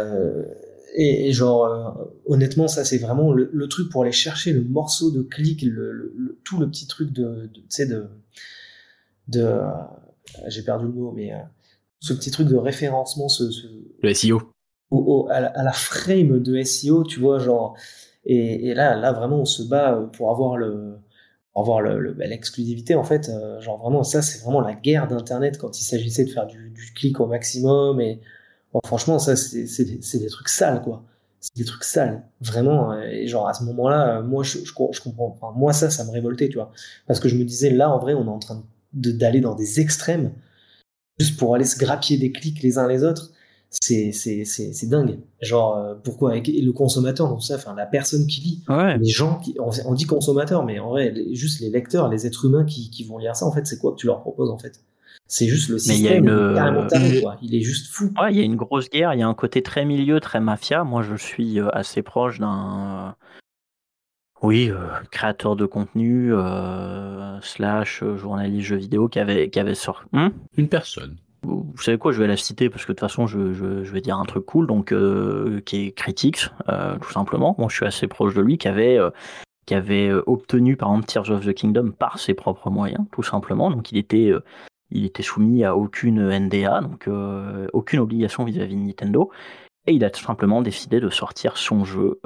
et genre, honnêtement, ça c'est vraiment le truc pour aller chercher le morceau de clic, tout le petit truc j'ai perdu le mot, mais ce petit truc de référencement, le SEO. À la frame de SEO, tu vois, genre, et là vraiment on se bat pour avoir avoir l'exclusivité, en fait, genre vraiment, ça, c'est vraiment la guerre d'Internet quand il s'agissait de faire du clic au maximum. Et bon, franchement, ça, c'est des trucs sales, quoi. C'est des trucs sales, vraiment. Et genre, à ce moment-là, moi, je comprends. Enfin, moi, ça me révoltait, tu vois. Parce que je me disais, là, en vrai, on est en train d'aller dans des extrêmes juste pour aller se grappiller des clics les uns les autres. C'est dingue. Genre, pourquoi avec le consommateur, donc ça, enfin, la personne qui lit, Ouais. les gens on dit consommateur, mais en vrai, juste les lecteurs, les êtres humains qui vont lire ça, en fait, c'est quoi que tu leur proposes, en fait? C'est juste le Mais il y a système, il est carrément taré, quoi. Il est juste fou. Ouais, il y a une grosse guerre, il y a un côté très milieu, très mafia. Moi, je suis assez proche d'un, créateur de contenu, slash journaliste jeux vidéo qui avait sorti. Une personne. Vous savez quoi, je vais la citer parce que de toute façon, je vais dire un truc cool, donc qui est Critics, tout simplement. Moi, je suis assez proche de lui, qui avait obtenu par exemple Tears of the Kingdom par ses propres moyens, tout simplement. Donc il était soumis à aucune NDA, donc aucune obligation vis-à-vis de Nintendo, et il a tout simplement décidé de sortir son jeu,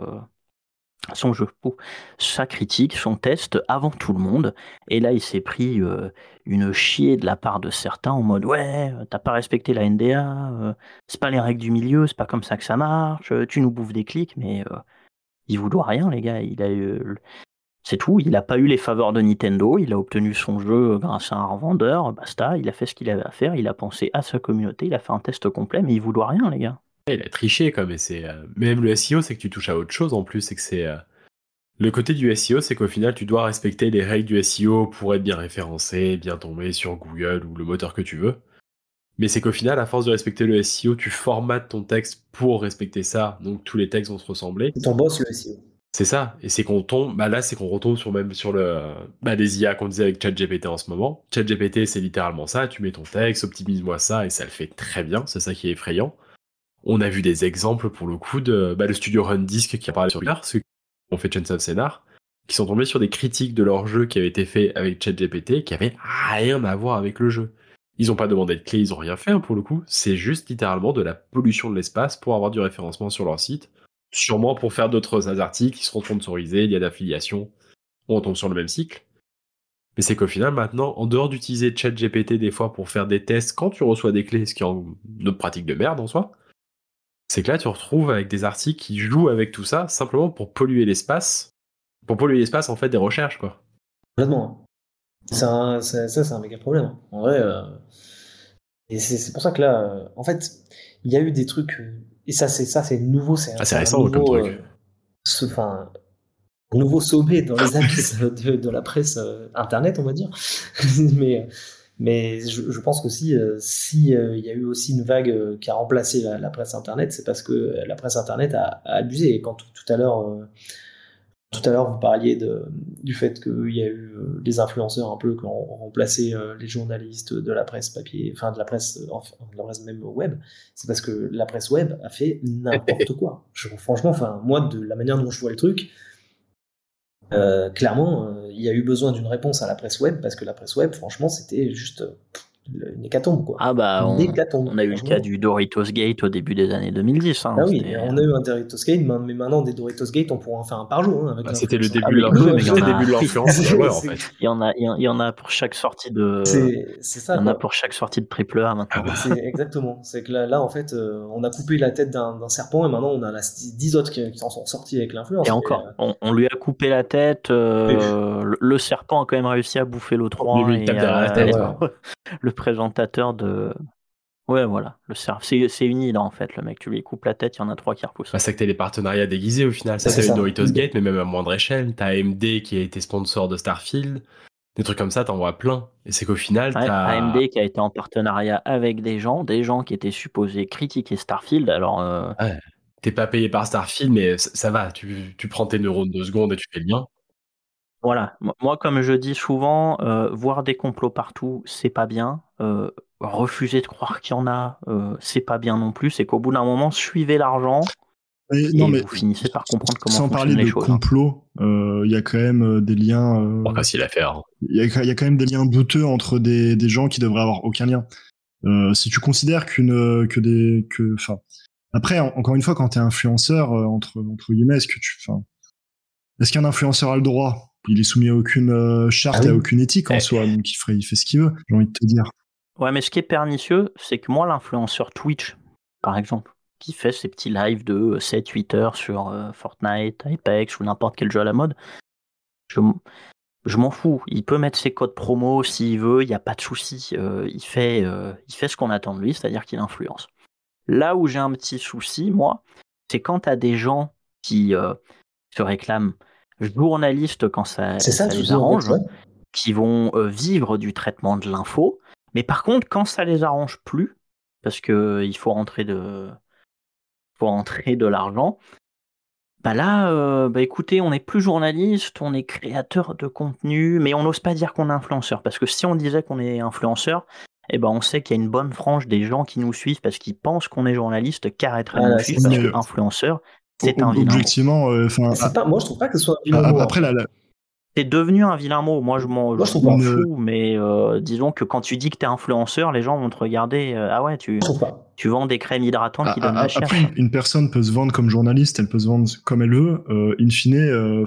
sa critique, son test avant tout le monde. Et là, il s'est pris une chier de la part de certains en mode ouais, t'as pas respecté la NDA, c'est pas les règles du milieu, c'est pas comme ça que ça marche, tu nous bouffes des clics, mais il vous doit rien, les gars. C'est tout, il n'a pas eu les faveurs de Nintendo, il a obtenu son jeu grâce à un revendeur, basta, il a fait ce qu'il avait à faire, il a pensé à sa communauté, il a fait un test complet, mais il vous doit rien, les gars. Il a triché, quoi, mais c'est. Même le SEO, c'est que tu touches à autre chose en plus, c'est que c'est. Le côté du SEO, c'est qu'au final, tu dois respecter les règles du SEO pour être bien référencé, bien tomber sur Google ou le moteur que tu veux. Mais c'est qu'au final, à force de respecter le SEO, tu formates ton texte pour respecter ça, donc tous les textes vont se ressembler. C'est ton boss, le SEO. C'est ça, et c'est qu'on tombe, là c'est qu'on retombe sur les IA qu'on disait avec ChatGPT en ce moment. ChatGPT c'est littéralement ça, tu mets ton texte, optimise-moi ça, et ça le fait très bien, c'est ça qui est effrayant. On a vu des exemples pour le coup de le studio Rundisk qui a parlé sur Twitter, ceux qui ont fait Chains of Scénar, qui sont tombés sur des critiques de leur jeu qui avait été fait avec ChatGPT, qui avait rien à voir avec le jeu. Ils ont pas demandé de clé, ils ont rien fait pour le coup, c'est juste littéralement de la pollution de l'espace pour avoir du référencement sur leur site. Sûrement pour faire d'autres articles qui seront sponsorisés, il y a d'affiliation, on tombe sur le même cycle. Mais c'est qu'au final, maintenant, en dehors d'utiliser ChatGPT des fois pour faire des tests quand tu reçois des clés, ce qui est une autre pratique de merde en soi, c'est que là, tu retrouves avec des articles qui jouent avec tout ça, simplement pour polluer l'espace. Pour polluer l'espace, en fait, des recherches, quoi. Complètement. Ça, c'est un méga problème. En vrai, et c'est pour ça que là, en fait, il y a eu des trucs, et c'est nouveau, c'est récent comme truc. Nouveau sommet dans les abysses de la presse internet, on va dire. mais je pense qu'aussi, si il y a eu aussi une vague qui a remplacé la presse internet, c'est parce que la presse internet a abusé. Et quand tout à l'heure, vous parliez du fait qu'il y a eu des influenceurs un peu qui ont remplacé les journalistes de la presse papier, enfin de la presse même web. C'est parce que la presse web a fait n'importe quoi. Franchement, enfin moi, de la manière dont je vois le truc, clairement, il y a eu besoin d'une réponse à la presse web parce que la presse web, franchement, c'était juste une hécatombe, quoi. Ah bah, Une hécatombe, on a eu le cas du Doritos Gate au début des années 2010. Hein, ah oui, on a eu un Doritos Gate, mais maintenant des Doritos Gate, on pourra en faire un par jour. Hein, avec c'était le l'influence. début de l'influence. Il y en a pour chaque sortie de. C'est ça. Il y en a pour chaque sortie de triple A maintenant. C'est exactement. C'est que là, en fait, on a coupé la tête d'un serpent et maintenant on a 10 autres qui s'en sont sortis avec l'influence. Et encore, on lui a coupé la tête. Le serpent a quand même réussi à bouffer l'autre roi. Le présentateur de. Ouais, voilà. C'est une hydre en fait. Le mec, tu lui coupes la tête, il y en a 3 qui repoussent. C'est que t'as des partenariats déguisés au final. Ça, t'as eu Doritos Gate, mais même à moindre échelle. T'as AMD qui a été sponsor de Starfield. Des trucs comme ça, t'en vois plein. Et c'est qu'au final, t'as AMD qui a été en partenariat avec des gens qui étaient supposés critiquer Starfield. Alors. Ouais. T'es pas payé par Starfield, mais ça va. Tu prends tes neurones 2 secondes et tu fais le lien. Voilà. Moi, comme je dis souvent, voir des complots partout, c'est pas bien. Refuser de croire qu'il y en a, c'est pas bien non plus. C'est qu'au bout d'un moment, suivez l'argent et vous finissez par comprendre comment fonctionnent les choses. Sans parler de complot, il y a quand même des liens... facile à faire. Il y a quand même des liens douteux entre des gens qui devraient avoir aucun lien. Si tu considères après, encore une fois, quand t'es influenceur, entre guillemets, est-ce qu'un influenceur a le droit il est soumis à aucune charte et à aucune éthique en soi, donc il fait ce qu'il veut, j'ai envie de te dire. Ouais, mais ce qui est pernicieux, c'est que moi, l'influenceur Twitch, par exemple, qui fait ses petits lives de 7-8 heures sur Fortnite, Apex ou n'importe quel jeu à la mode, je m'en fous. Il peut mettre ses codes promo s'il veut, il n'y a pas de souci. Il fait ce qu'on attend de lui, c'est-à-dire qu'il influence. Là où j'ai un petit souci, moi, c'est quand tu as des gens qui se réclament journalistes quand ça les arrange, en fait, ouais. qui vont vivre du traitement de l'info, mais par contre, quand ça les arrange plus, parce que il faut rentrer de l'argent, bah là, écoutez, on n'est plus journaliste, on est créateur de contenu, mais on n'ose pas dire qu'on est influenceur, parce que si on disait qu'on est influenceur, eh ben on sait qu'il y a une bonne frange des gens qui nous suivent parce qu'ils pensent qu'on est journaliste qui arrêteraient de nous suivre parce que influenceur, c'est un vilain mot. Objectivement, moi je trouve pas que ce soit un vilain mot. Après, c'est devenu un vilain mot. Moi, je m'en fous, mais disons que quand tu dis que t'es influenceur, les gens vont te regarder. Ah ouais, tu vends des crèmes hydratantes qui donnent la chiasse. Après, une personne peut se vendre comme journaliste, elle peut se vendre comme elle veut. In fine,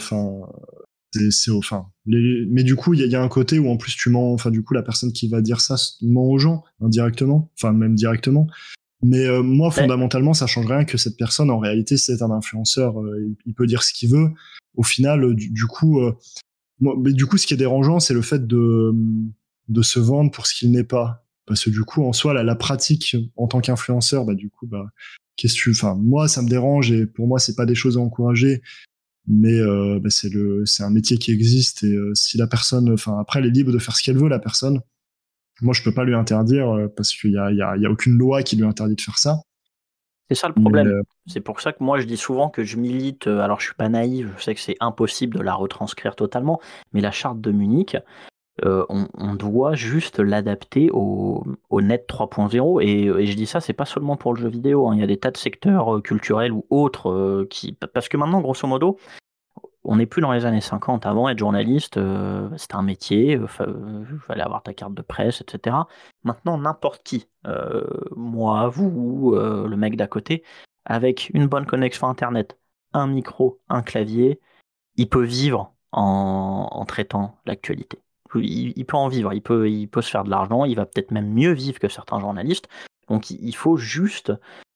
mais du coup, il y a un côté où en plus tu mens. Enfin, du coup, la personne qui va dire ça ment aux gens indirectement, enfin même directement. Mais moi, fondamentalement, ça change rien que cette personne, en réalité, c'est un influenceur. Il peut dire ce qu'il veut. Au final, du coup, ce qui est dérangeant, c'est le fait de se vendre pour ce qu'il n'est pas. Parce que du coup, en soi, la pratique en tant qu'influenceur, moi, ça me dérange et pour moi, c'est pas des choses à encourager. Mais c'est un métier qui existe et si la personne, après, elle est libre de faire ce qu'elle veut, la personne. Moi, je peux pas lui interdire parce qu'il y a aucune loi qui lui interdit de faire ça. C'est ça le problème. C'est pour ça que moi je dis souvent que je milite, alors je suis pas naïf, je sais que c'est impossible de la retranscrire totalement, mais la charte de Munich, on doit juste l'adapter au net 3.0 et je dis ça, c'est pas seulement pour le jeu vidéo, hein. Il y a des tas de secteurs culturels ou autres parce que maintenant, grosso modo, on n'est plus dans les années 50. Avant, être journaliste, c'était un métier, fallait avoir ta carte de presse, etc. Maintenant, n'importe qui, moi, vous, le mec d'à côté, avec une bonne connexion Internet, un micro, un clavier, il peut vivre en traitant l'actualité. Il peut en vivre, il peut se faire de l'argent, il va peut-être même mieux vivre que certains journalistes. Donc il faut juste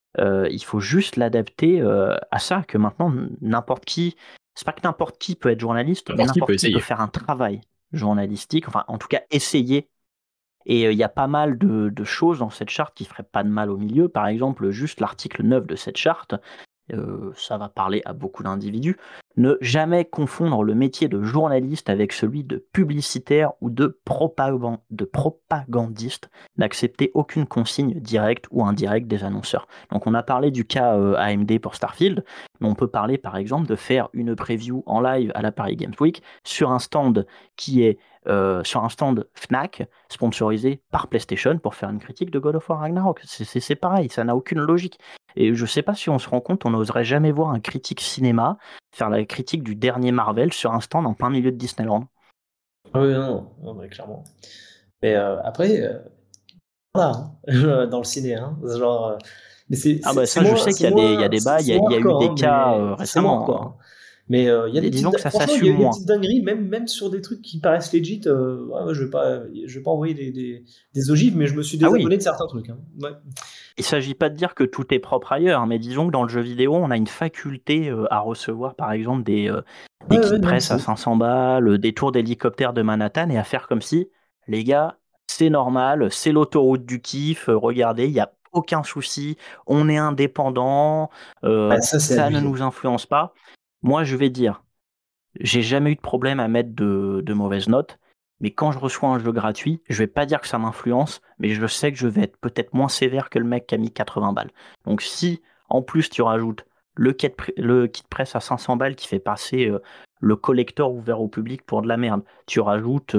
l'adapter à ça, que maintenant, n'importe qui... C'est pas que n'importe qui peut être journaliste, mais n'importe qui peut faire un travail journalistique, enfin en tout cas essayer. Et il y a pas mal de choses dans cette charte qui feraient pas de mal au milieu. Par exemple, juste l'article 9 de cette charte, ça va parler à beaucoup d'individus. Ne jamais confondre le métier de journaliste avec celui de publicitaire ou de propagandiste. N'accepter aucune consigne directe ou indirecte des annonceurs. Donc on a parlé du cas AMD pour Starfield, mais on peut parler par exemple de faire une preview en live à la Paris Games Week sur un stand qui est sur un stand Fnac sponsorisé par PlayStation pour faire une critique de God of War Ragnarok. C'est pareil, ça n'a aucune logique. Et je sais pas si on se rend compte, on n'oserait jamais voir un critique cinéma faire la critique du dernier Marvel sur un stand en plein milieu de Disneyland. Ah oui, non, clairement. Mais après, voilà, dans le ciné, hein, genre. Mais je sais qu'il y a des bas, il y a eu des cas récemment. Quoi. Mais il y a des disons que ça franchement, s'assume moins. Des petites dingueries, même sur des trucs qui paraissent legit. Je vais pas envoyer des ogives, mais je me suis désabonné de certains trucs. Hein. Ouais. Il s'agit pas de dire que tout est propre ailleurs, mais disons que dans le jeu vidéo, on a une faculté à recevoir, par exemple, des kits de presse à 500 balles, des tours d'hélicoptère de Manhattan, et à faire comme si, les gars, c'est normal, c'est l'autoroute du kiff, regardez, il y a aucun souci, on est indépendant, ça ne nous influence pas. Moi, je vais dire, j'ai jamais eu de problème à mettre de mauvaises notes, mais quand je reçois un jeu gratuit, je vais pas dire que ça m'influence, mais je sais que je vais être peut-être moins sévère que le mec qui a mis 80 balles. Donc si, en plus, tu rajoutes le kit presse à 500 balles qui fait passer le collector ouvert au public pour de la merde, tu rajoutes...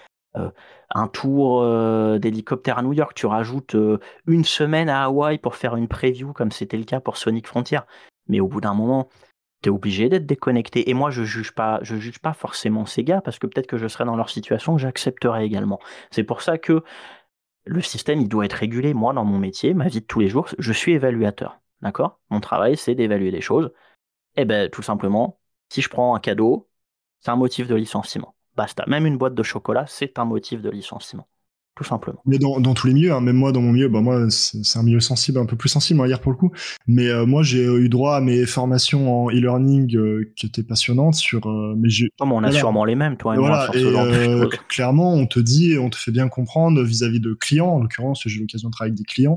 un tour d'hélicoptère à New York, tu rajoutes une semaine à Hawaï pour faire une preview comme c'était le cas pour Sonic Frontier. Mais au bout d'un moment, t'es obligé d'être déconnecté. Et moi, je juge pas forcément ces gars parce que peut-être que je serais dans leur situation, j'accepterais également. C'est pour ça que le système, il doit être régulé. Moi, dans mon métier, ma vie de tous les jours, je suis évaluateur. D'accord ? Mon travail, c'est d'évaluer des choses. Et ben, tout simplement, si je prends un cadeau, c'est un motif de licenciement. Basta. Même une boîte de chocolat, c'est un motif de licenciement. Tout simplement. Mais dans tous les milieux, hein, même moi dans mon milieu, bah moi c'est un milieu sensible, un peu plus sensible, on va dire pour le coup. Mais moi j'ai eu droit à mes formations en e-learning qui étaient passionnantes sur. Mais on a sûrement les mêmes, toi et moi, sur ce genre de choses. Clairement, on te fait bien comprendre vis-à-vis de clients, en l'occurrence j'ai eu l'occasion de travailler avec des clients,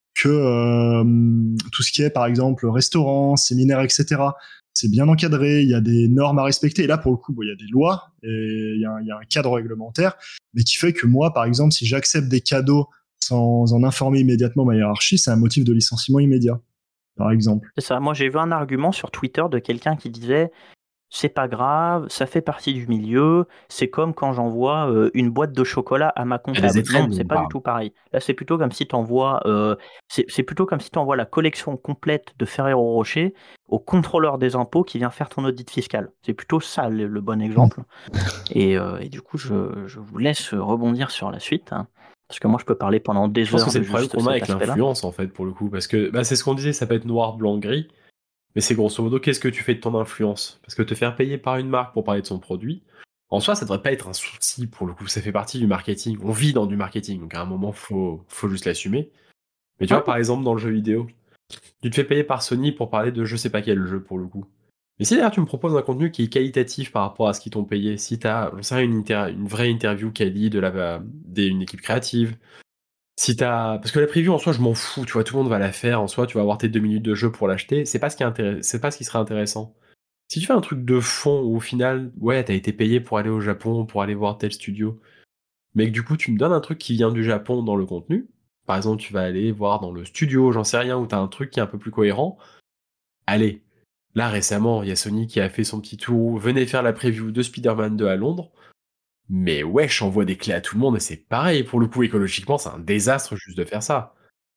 que tout ce qui est par exemple restaurant, séminaire, etc. C'est bien encadré, il y a des normes à respecter. Et là, pour le coup, il y a des lois et il y a un cadre réglementaire, mais qui fait que moi, par exemple, si j'accepte des cadeaux sans en informer immédiatement ma hiérarchie, c'est un motif de licenciement immédiat, par exemple. C'est ça. Moi, j'ai vu un argument sur Twitter de quelqu'un qui disait c'est pas grave, ça fait partie du milieu, c'est comme quand j'envoie une boîte de chocolat à ma comptable. Non, c'est pas du tout pareil. Là, c'est plutôt comme si t'envoies c'est plutôt comme si t'envoies la collection complète de Ferrero Rocher au contrôleur des impôts qui vient faire ton audit fiscal. C'est plutôt ça le bon exemple. Et du coup, je vous laisse rebondir sur la suite, hein, parce que moi, je peux parler pendant des heures. Je pense que c'est le problème qu'on a avec l'influence, en fait, pour le coup, parce que c'est ce qu'on disait, ça peut être noir, blanc, gris. Mais c'est grosso modo, qu'est-ce que tu fais de ton influence? Parce que te faire payer par une marque pour parler de son produit, en soi, ça devrait pas être un souci pour le coup. Ça fait partie du marketing. On vit dans du marketing, donc à un moment, faut juste l'assumer. Mais tu vois, par exemple, dans le jeu vidéo, tu te fais payer par Sony pour parler de je sais pas quel jeu pour le coup. Mais si d'ailleurs tu me proposes un contenu qui est qualitatif par rapport à ce qu'ils t'ont payé, si t'as, j'en sais rien, une vraie interview quali d'une équipe créative, si parce que la preview en soi je m'en fous, tu vois, tout le monde va la faire, en soi tu vas avoir tes 2 minutes de jeu pour l'acheter, c'est pas ce qui serait intéressant. Si tu fais un truc de fond où au final, ouais, t'as été payé pour aller au Japon, pour aller voir tel studio, mais que du coup tu me donnes un truc qui vient du Japon dans le contenu, par exemple tu vas aller voir dans le studio, j'en sais rien, où t'as un truc qui est un peu plus cohérent, allez, là récemment il y a Sony qui a fait son petit tour, venez faire la preview de Spider-Man 2 à Londres, mais wesh, j'envoie des clés à tout le monde et c'est pareil, pour le coup, écologiquement, c'est un désastre juste de faire ça.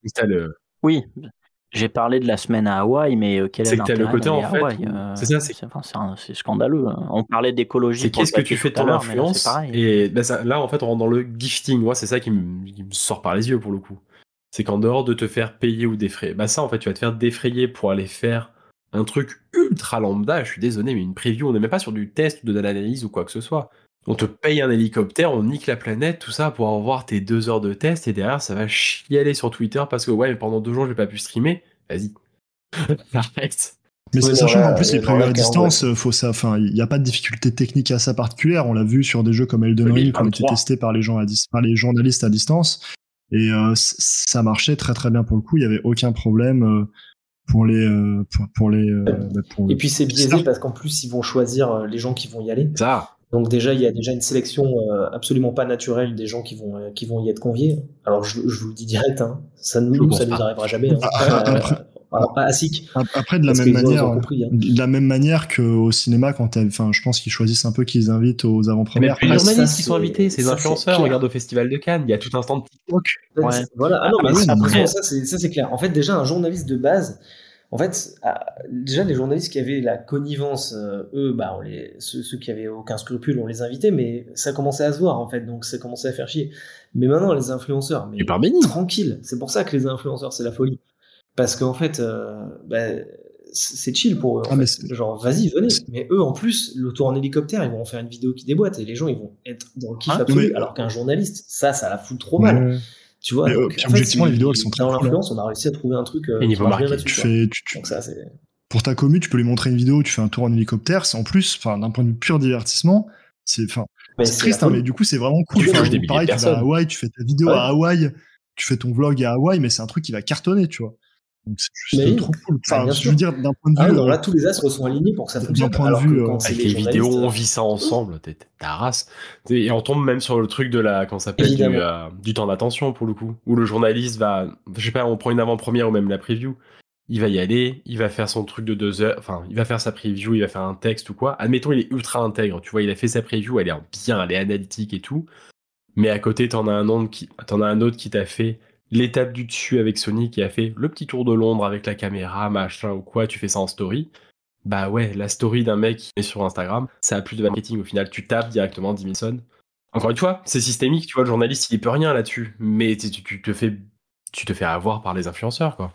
Oui, j'ai parlé de la semaine à Hawaï, mais quel est l'intérêt le côté en fait, c'est ça, c'est scandaleux. On parlait d'écologie. C'est qu'est-ce que tu fais de ton influence? Et là, en fait, on rentre dans le gifting. Moi, c'est ça qui me sort par les yeux pour le coup. C'est qu'en dehors de te faire payer ou défrayer, ça, en fait, tu vas te faire défrayer pour aller faire un truc ultra lambda. Je suis désolé, mais une preview, on n'est même pas sur du test ou de l'analyse ou quoi que ce soit. On te paye un hélicoptère, on nique la planète, tout ça pour avoir tes 2 heures de test et derrière ça va chialer sur Twitter parce que ouais, mais pendant 2 jours j'ai pas pu streamer. Vas-y. Arrête. Mais c'est sachant qu'en plus les previews à distance, il n'y a pas de difficulté technique à ça particulière. On l'a vu sur des jeux comme Elden Ring qui ont été testés par les journalistes à distance et ça marchait très très bien pour le coup. Il y avait aucun problème. Et puis c'est biaisé parce qu'en plus ils vont choisir les gens qui vont y aller. Ça. Donc déjà, il y a déjà une sélection absolument pas naturelle des gens qui vont y être conviés. Alors je vous le dis direct, hein, ça nous arrivera jamais. Hein. Après de la même manière qu'au cinéma, je pense qu'ils choisissent un peu qui ils invitent aux avant-premières. Mais les journalistes qui sont invités, ces influenceurs, regarde au Festival de Cannes, il y a tout un stand de TikTok. Ouais. Voilà. Après, ça c'est clair. En fait, déjà un journaliste de base. En fait, déjà les journalistes qui avaient la connivence, eux, ceux qui avaient aucun scrupule, on les invitait, mais ça commençait à se voir en fait, donc ça commençait à faire chier. Mais maintenant les influenceurs, mais tranquille, c'est pour ça que les influenceurs c'est la folie, parce qu'en fait, c'est chill pour eux. Genre vas-y, venez. Mais eux en plus, le tour en hélicoptère, ils vont faire une vidéo qui déboîte et les gens ils vont être dans le kiff absolu, alors qu'un journaliste, ça la fout trop mal. Tu vois, donc, objectivement, les vidéos, elles sont très dans l'influence, on a réussi à trouver un truc niveau là-dessus. Donc ça, pour ta commu, tu peux lui montrer une vidéo où tu fais un tour en hélicoptère. C'est en plus, d'un point de vue pur divertissement, c'est triste, mais du coup, c'est vraiment cool. Pareil, tu vas à Hawaï, tu fais ta vidéo à Hawaï, tu fais ton vlog à Hawaï, mais c'est un truc qui va cartonner, tu vois. Donc c'est juste trop cool. Je veux dire, d'un point de vue. Là, tous les astres sont alignés pour que ça fonctionne. D'un point de vue. Avec les vidéos, on vit ça ensemble, ta race. Et on tombe même sur le truc de du temps d'attention, pour le coup. Où le journaliste va. Je sais pas, on prend une avant-première ou même la preview. Il va y aller, il va faire son truc de 2 heures. Enfin, il va faire sa preview, il va faire un texte ou quoi. Admettons, il est ultra intègre. Tu vois, il a fait sa preview, elle est bien, elle est analytique et tout. Mais à côté, t'en as un autre qui t'a fait l'étape du dessus avec Sony, qui a fait le petit tour de Londres avec la caméra, machin ou quoi, tu fais ça en story. Bah ouais, la story d'un mec qui est sur Instagram, ça a plus de marketing au final, tu tapes directement 10 000 personnes. Encore une fois, c'est systémique, tu vois, le journaliste, il peut rien là-dessus, mais tu te fais avoir par les influenceurs, quoi.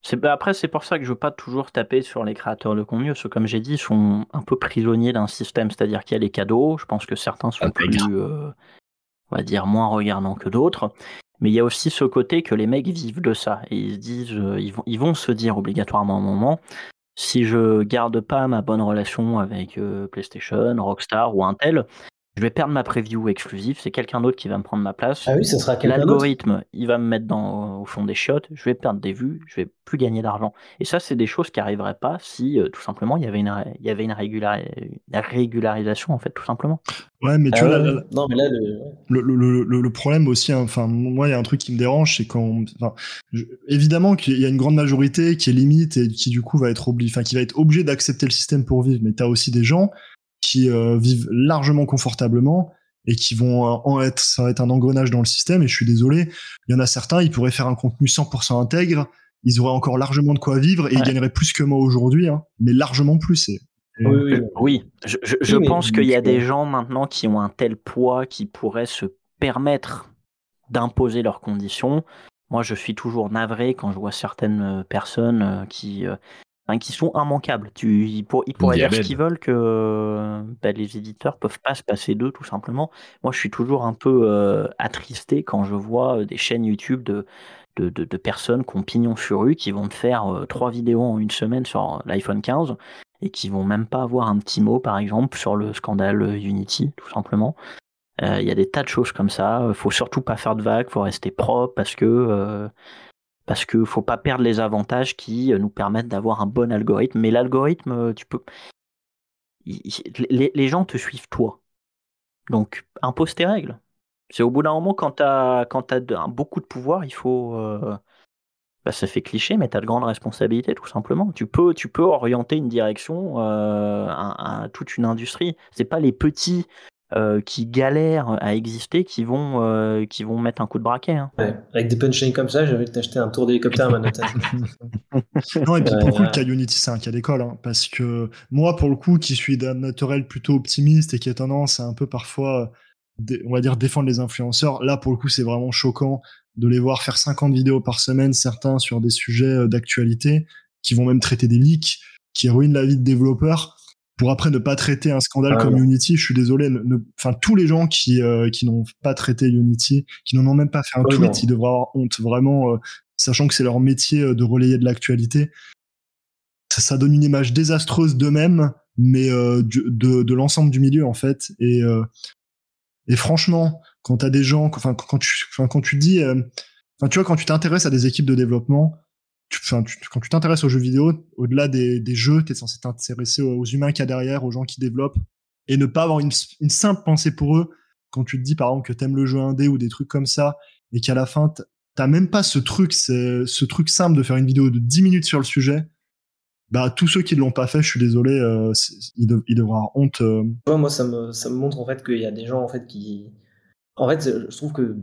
Après, c'est pour ça que je veux pas toujours taper sur les créateurs de contenu, parce que comme j'ai dit, ils sont un peu prisonniers d'un système, c'est-à-dire qu'il y a les cadeaux, je pense que certains sont plus, on va dire, moins regardants que d'autres, mais il y a aussi ce côté que les mecs vivent de ça, et ils se disent, ils vont se dire obligatoirement à un moment, si je garde pas ma bonne relation avec PlayStation, Rockstar ou Intel, je vais perdre ma preview exclusive, c'est quelqu'un d'autre qui va me prendre ma place. Ah oui, ce sera quelqu'un d'autre. L'algorithme, il va me mettre au fond des chiottes, je vais perdre des vues, je vais plus gagner d'argent. Et ça, c'est des choses qui n'arriveraient pas si, tout simplement, il y avait une régularisation, en fait, tout simplement. Ouais, mais tu vois, non, mais là, le problème aussi, hein, enfin, moi, il y a un truc qui me dérange, c'est évidemment qu'il y a une grande majorité qui est limite et qui, du coup, va être obligé d'accepter le système pour vivre. Mais t'as aussi des gens qui vivent largement confortablement et qui vont ça va être un engrenage dans le système. Et je suis désolé, il y en a certains, ils pourraient faire un contenu 100% intègre, ils auraient encore largement de quoi vivre et ils gagneraient plus que moi aujourd'hui, hein, mais largement plus. Oui, je pense qu'il y a des gens maintenant qui ont un tel poids qui pourraient se permettre d'imposer leurs conditions. Moi, je suis toujours navré quand je vois certaines personnes qui sont immanquables. Ils pourraient dire ce qu'ils veulent, que les éditeurs peuvent pas se passer d'eux, tout simplement. Moi, je suis toujours un peu attristé quand je vois des chaînes YouTube de personnes qui ont pignon sur rue, qui vont te faire 3 vidéos en une semaine sur l'iPhone 15 et qui vont même pas avoir un petit mot, par exemple, sur le scandale Unity, tout simplement. Il y a des tas de choses comme ça. Faut surtout pas faire de vagues, faut rester propre parce que faut pas perdre les avantages qui nous permettent d'avoir un bon algorithme. Mais l'algorithme, les gens te suivent toi. Donc impose tes règles. C'est au bout d'un moment, quand t'as beaucoup de pouvoir, il faut ça fait cliché, mais tu as de grandes responsabilités, tout simplement. Tu peux orienter une direction à toute une industrie. C'est pas les petits qui galèrent à exister qui vont mettre un coup de braquet. Hein. Ouais, avec des punchlines comme ça, j'avais t'acheter un tour d'hélicoptère à Manhattan. Non, et puis pour le coup, le cas Unity, c'est un cas d'école, hein, parce que moi, pour le coup, qui suis d'un naturel plutôt optimiste et qui a tendance à un peu parfois, on va dire, défendre les influenceurs, là, pour le coup, c'est vraiment choquant de les voir faire 50 vidéos par semaine, certains sur des sujets d'actualité, qui vont même traiter des leaks, qui ruinent la vie de développeurs, pour après ne pas traiter un scandale comme Unity. Je suis désolé, tous les gens qui n'ont pas traité Unity, qui n'en ont même pas fait un tweet, ils devraient avoir honte, vraiment, sachant que c'est leur métier de relayer de l'actualité. Ça donne une image désastreuse d'eux-mêmes, mais de l'ensemble du milieu, en fait. Et franchement, quand t'as des gens, quand tu dis, tu vois, quand tu t'intéresses à des équipes de développement, quand tu t'intéresses aux jeux vidéo, au-delà des jeux, t'es censé t'intéresser aux humains qu'il y a derrière, aux gens qui développent, et ne pas avoir une simple pensée pour eux. Quand tu te dis, par exemple, que t'aimes le jeu indé ou des trucs comme ça, et qu'à la fin, t'as même pas ce truc simple de faire une vidéo de 10 minutes sur le sujet, bah, tous ceux qui ne l'ont pas fait, je suis désolé, ils devraient avoir honte. Moi, ça me montre, en fait, qu'il y a des gens, en fait, qui... En fait, je trouve que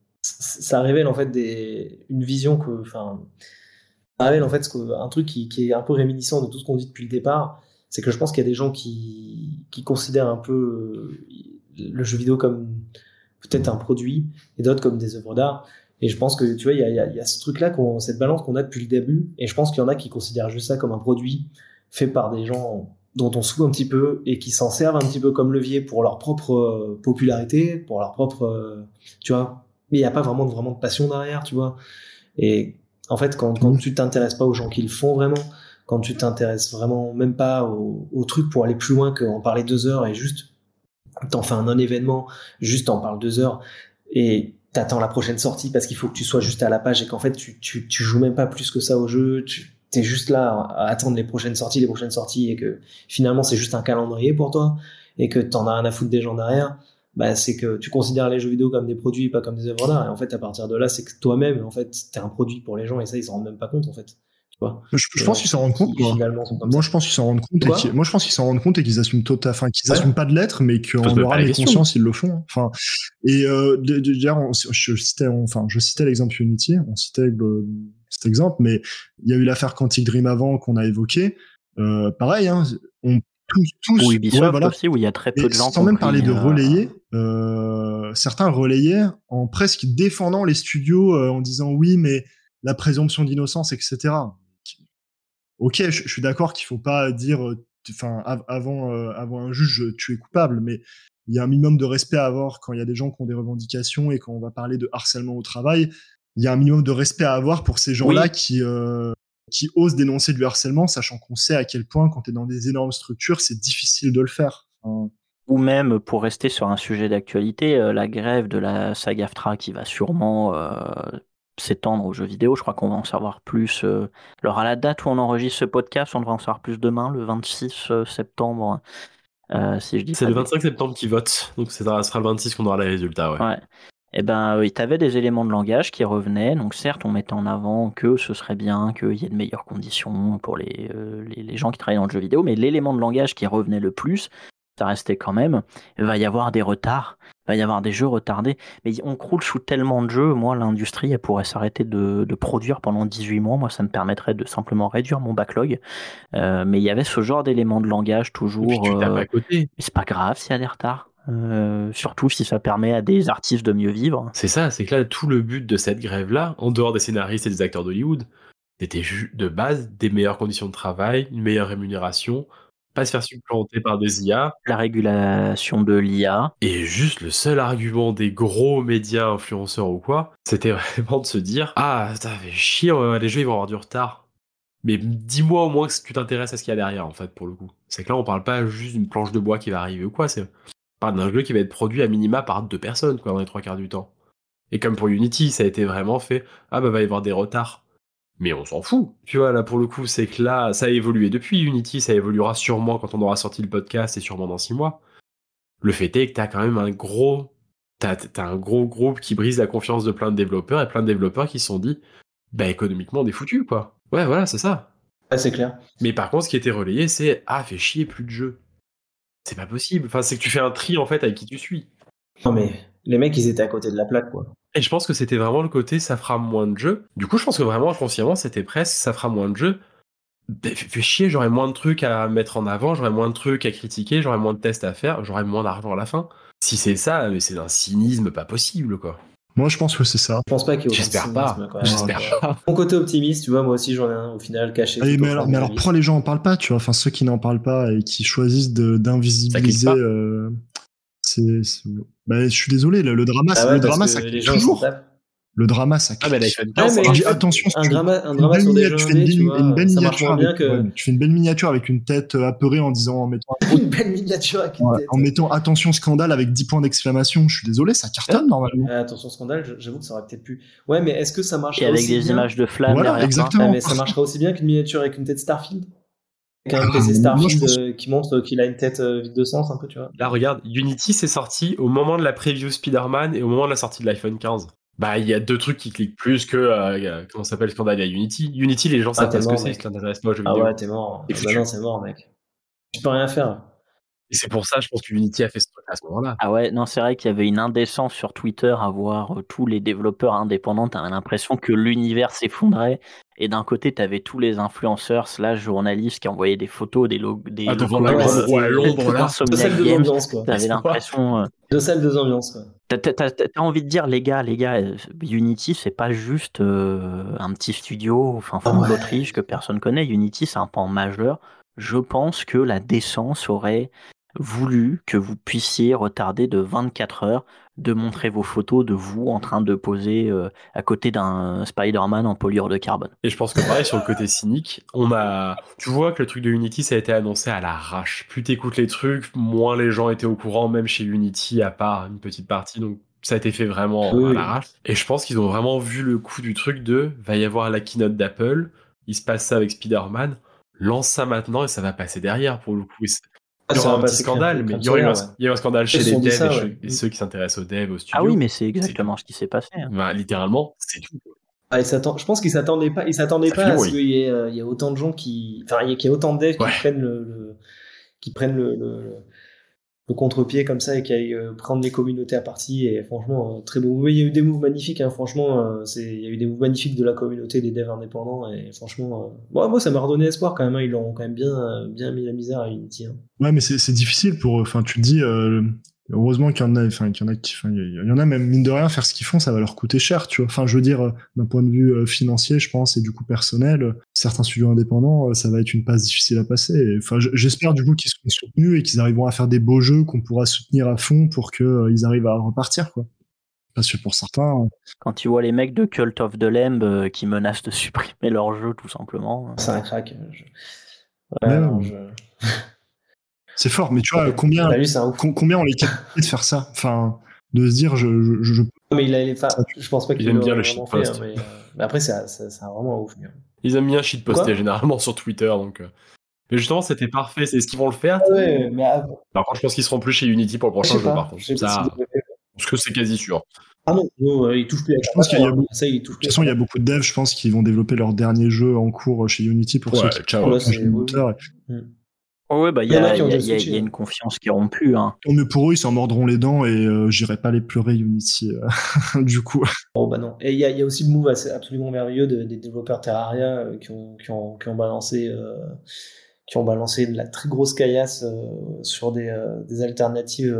ça révèle, en fait, une vision que... Enfin, ça révèle, en fait, un truc qui est un peu réminiscent de tout ce qu'on dit depuis le départ. C'est que je pense qu'il y a des gens qui considèrent un peu le jeu vidéo comme peut-être un produit et d'autres comme des œuvres d'art. Et je pense que, tu vois, il y a ce truc-là, cette balance qu'on a depuis le début. Et je pense qu'il y en a qui considèrent juste ça comme un produit fait par des gens dont on se fout un petit peu et qui s'en servent un petit peu comme levier pour leur propre popularité, pour leur propre... tu vois, mais il n'y a pas vraiment de passion derrière, tu vois. Et en fait, quand tu t'intéresses pas aux gens qui le font vraiment, quand tu t'intéresses vraiment même pas au truc pour aller plus loin qu'en parler 2 heures et juste t'en fais un événement, juste t'en parles 2 heures et t'attends la prochaine sortie parce qu'il faut que tu sois juste à la page et qu'en fait tu joues même pas plus que ça au jeu, t'es juste là à attendre les prochaines sorties et que finalement c'est juste un calendrier pour toi et que t'en as rien à foutre des gens derrière, bah c'est que tu considères les jeux vidéo comme des produits, pas comme des œuvres d'art. Et en fait, à partir de là, c'est que toi-même, en fait, t'es un produit pour les gens et ça, ils s'en rendent même pas compte, en fait. Tu vois. Je pense qu'ils s'en rendent compte. Moi, je pense qu'ils s'en rendent compte. Moi, je pense qu'ils s'en rendent compte et qu'ils assument qu'ils assument pas de l'être, mais qu'en leur âme et conscience, ils le font. Enfin, et d'ailleurs, je citais l'exemple Unity, on citait cet exemple, mais il y a eu l'affaire Quantic Dream avant qu'on a évoqué. Pareil, hein, tous ou Ubisoft aussi, où il y a très peu de gens. Sans même parler de relayer, certains relayaient en presque défendant les studios en disant oui, mais la présomption d'innocence, etc. ok, je suis d'accord qu'il faut pas dire, avant un juge, tu es coupable, mais il y a un minimum de respect à avoir quand il y a des gens qui ont des revendications et quand on va parler de harcèlement au travail. Il y a un minimum de respect à avoir pour ces gens-là qui osent dénoncer du harcèlement, sachant qu'on sait à quel point, quand tu es dans des énormes structures, c'est difficile de le faire. Ou même, pour rester sur un sujet d'actualité, la grève de la SAG-AFTRA qui va sûrement s'étendre aux jeux vidéo. Je crois qu'on va en savoir plus. Alors, à la date où on enregistre ce podcast, on devrait en savoir plus demain, le 26 septembre. Si je dis C'est pas le de 25 septembre qui vote, donc ce sera le 26 qu'on aura les résultats. Ouais. Et ben, oui, tu avais des éléments de langage qui revenaient. Donc, certes, on mettait en avant que ce serait bien qu'il y ait de meilleures conditions pour les gens qui travaillent dans le jeu vidéo, mais l'élément de langage qui revenait le plus, ça restait quand même, il va y avoir des retards, il va y avoir des jeux retardés. Mais on croule sous tellement de jeux. Moi, l'industrie, elle pourrait s'arrêter de produire pendant 18 mois. Moi, ça me permettrait de simplement réduire mon backlog. Mais il y avait ce genre d'éléments de langage toujours. Et puis tu tapes à côté. Mais c'est pas grave s'il y a des retards. Surtout si ça permet à des artistes de mieux vivre. C'est ça, c'est que là, tout le but de cette grève-là, en dehors des scénaristes et des acteurs d'Hollywood, c'était de base des meilleures conditions de travail, une meilleure rémunération, pas se faire supplanter par des IA. La régulation de l'IA. Et juste le seul argument des gros médias influenceurs ou quoi, c'était vraiment de se dire « Ah, ça fait chier, les jeux ils vont avoir du retard. » Mais dis-moi au moins que tu t'intéresses à ce qu'il y a derrière, en fait, pour le coup. C'est que là, on parle pas juste d'une planche de bois qui va arriver ou quoi, c'est parle d'un jeu qui va être produit à minima par 2 personnes, quoi, dans les 3/4 du temps. Et comme pour Unity, ça a été vraiment fait, ah bah va y avoir des retards. Mais on s'en fout. Tu vois, là, pour le coup, c'est que là, ça a évolué depuis Unity, ça évoluera sûrement quand on aura sorti le podcast et sûrement dans 6 mois. Le fait est que t'as quand même t'as un gros groupe qui brise la confiance de plein de développeurs et plein de développeurs qui se sont dit, bah économiquement, on est foutus, quoi. Ouais, voilà, c'est ça. Ouais, c'est clair. Mais par contre, ce qui était relayé, c'est, ah, fait chier, plus de jeux. C'est pas possible. Enfin, c'est que tu fais un tri, en fait, avec qui tu suis. Non, mais les mecs, ils étaient à côté de la plaque, quoi. Et je pense que c'était vraiment le côté, ça fera moins de jeux. Du coup, je pense que vraiment, inconsciemment, c'était presque, ça fera moins de jeux. Fait chier, j'aurais moins de trucs à mettre en avant, j'aurais moins de trucs à critiquer, j'aurais moins de tests à faire, j'aurais moins d'argent à la fin. Si c'est ça, mais c'est d'un cynisme pas possible, quoi. Moi, je pense que c'est ça. Je pense pas qu'il y ait J'espère autant de pas. cynisme, quand même. J'espère pas. Mon côté optimiste, tu vois, moi aussi, j'en ai un au final caché. Allez, mais alors pourquoi les gens en parlent pas, tu vois? Enfin, ceux qui n'en parlent pas et qui choisissent d'invisibiliser, bah, je suis désolé, le drama, Ah ouais, le drama, parce ça que clique les gens toujours. s'en tapent. Le drama, ça Ah, mais clique. l'iPhone 15, Ouais, mais Alors, je dis, en fait, attention, si un tu fais drama une belle sur des jeux miniature, indés, tu vois, une belle ça marche moins miniature bien que... ouais, mais tu fais une belle miniature avec une tête apeurée en disant, Une belle miniature avec une tête. en mettant attention scandale avec 10 points d'exclamation. Je suis désolé, ça cartonne normalement. Attention scandale, j'avoue que ça aurait peut-être pu. Ouais, mais est-ce que ça marcherait Et avec aussi des bien images de flammes Voilà, derrière. exactement. Ouais, mais ça marcherait aussi bien qu'une miniature avec une tête Starfield. Avec un PC moi, Starfield je pense- qui montre qu'il a une tête vide de sens, un peu, tu vois. Là, regarde, Unity, c'est sorti au moment de la preview Spider-Man et au moment de la sortie de l'iPhone 15. Bah, il y a 2 trucs qui cliquent plus que, comment ça s'appelle, Scandale à Unity. Unity, les gens savent t'es pas ce que mort, c'est, mec. ça t'intéresse pas aux jeux Ah vidéo. ouais, t'es mort. C'est foutu. Bah non, c'est mort, mec. Tu peux rien faire. Et c'est pour ça, je pense que Unity a fait ce truc à ce moment-là. Ah ouais, non, c'est vrai qu'il y avait une indécence sur Twitter à voir tous les développeurs indépendants. T'avais l'impression que l'univers s'effondrait. Et d'un côté, t'avais tous les influenceurs / journalistes qui envoyaient des photos des devant logos la à Londres, là. Deux salles, deux Games. ambiances, quoi. T'avais l'impression... Deux salles, deux ambiances, quoi. T'as envie de dire, les gars, Unity, c'est pas juste un petit studio au fin fond de l'Autriche que personne connaît. Unity, c'est un pan majeur. Je pense que la décence aurait voulu que vous puissiez retarder de 24 heures de montrer vos photos de vous en train de poser à côté d'un Spider-Man en polyure de carbone. Et je pense que pareil, sur le côté cynique, tu vois que le truc de Unity, ça a été annoncé à l'arrache. Plus t'écoutes les trucs, moins les gens étaient au courant, même chez Unity, à part une petite partie, donc ça a été fait vraiment à l'arrache. Et je pense qu'ils ont vraiment vu le coup du truc va y avoir la keynote d'Apple, il se passe ça avec Spider-Man, lance ça maintenant et ça va passer derrière pour le coup. Il y aura un petit scandale, mais il y a eu un scandale chez les devs et ceux qui s'intéressent aux devs, aux studios. Ah oui, mais c'est exactement ce qui s'est passé. Hein. Bah, littéralement, c'est tout. Ah, je pense qu'ils s'attendaient pas. Ils s'attendaient pas à ce qu'il y ait autant de gens qu'il y ait autant de devs qui prennent le contre-pied comme ça et qui aillent prendre les communautés à partie. Et franchement, très beau. Oui, il y a eu des moves magnifiques. Hein, franchement, il y a eu des moves magnifiques de la communauté des devs indépendants. Et franchement, moi, ça m'a redonné espoir quand même. Hein, ils l'ont quand même bien mis la misère à Unity. Hein. Ouais, mais c'est difficile pour. Enfin, tu te dis. Heureusement qu'il y en a, il y en a même, mine de rien, faire ce qu'ils font, ça va leur coûter cher, tu vois. Enfin, je veux dire, d'un point de vue financier, je pense, et du coup personnel, certains studios indépendants, ça va être une passe difficile à passer. Enfin, j'espère du coup qu'ils seront soutenus et qu'ils arriveront à faire des beaux jeux qu'on pourra soutenir à fond pour qu'ils arrivent à repartir, quoi. Parce que pour certains... Quand tu vois les mecs de Cult of the Lamb qui menacent de supprimer leur jeu, tout simplement. C'est un crack. C'est fort, mais tu vois, combien on est capable de faire ça? Enfin, de se dire, je... Mais je pense pas qu'il aime bien le shitpost. Mais après, c'est vraiment ouf. Ils aiment bien shitposter généralement sur Twitter, donc... Mais justement, c'était parfait, c'est ce qu'ils vont le faire. Ouais, mais par contre, je pense qu'ils seront plus chez Unity pour le prochain jeu, par contre. Ça, parce que c'est quasi sûr. Ah non, ils touchent plus à je pense qu'il y a beaucoup... De toute façon, il y a beaucoup de devs, je pense, qui vont développer leur dernier jeu en cours chez Unity pour ceux qui ciao. Le moteur. Ouais, bah, il y a une confiance qui est rompue. Hein. Mais pour eux, ils s'en mordront les dents et j'irai pas les pleurer Unity, du coup. Oh, bah non. Et il y a aussi le move absolument merveilleux des développeurs Terraria qui ont balancé de la très grosse caillasse sur des alternatives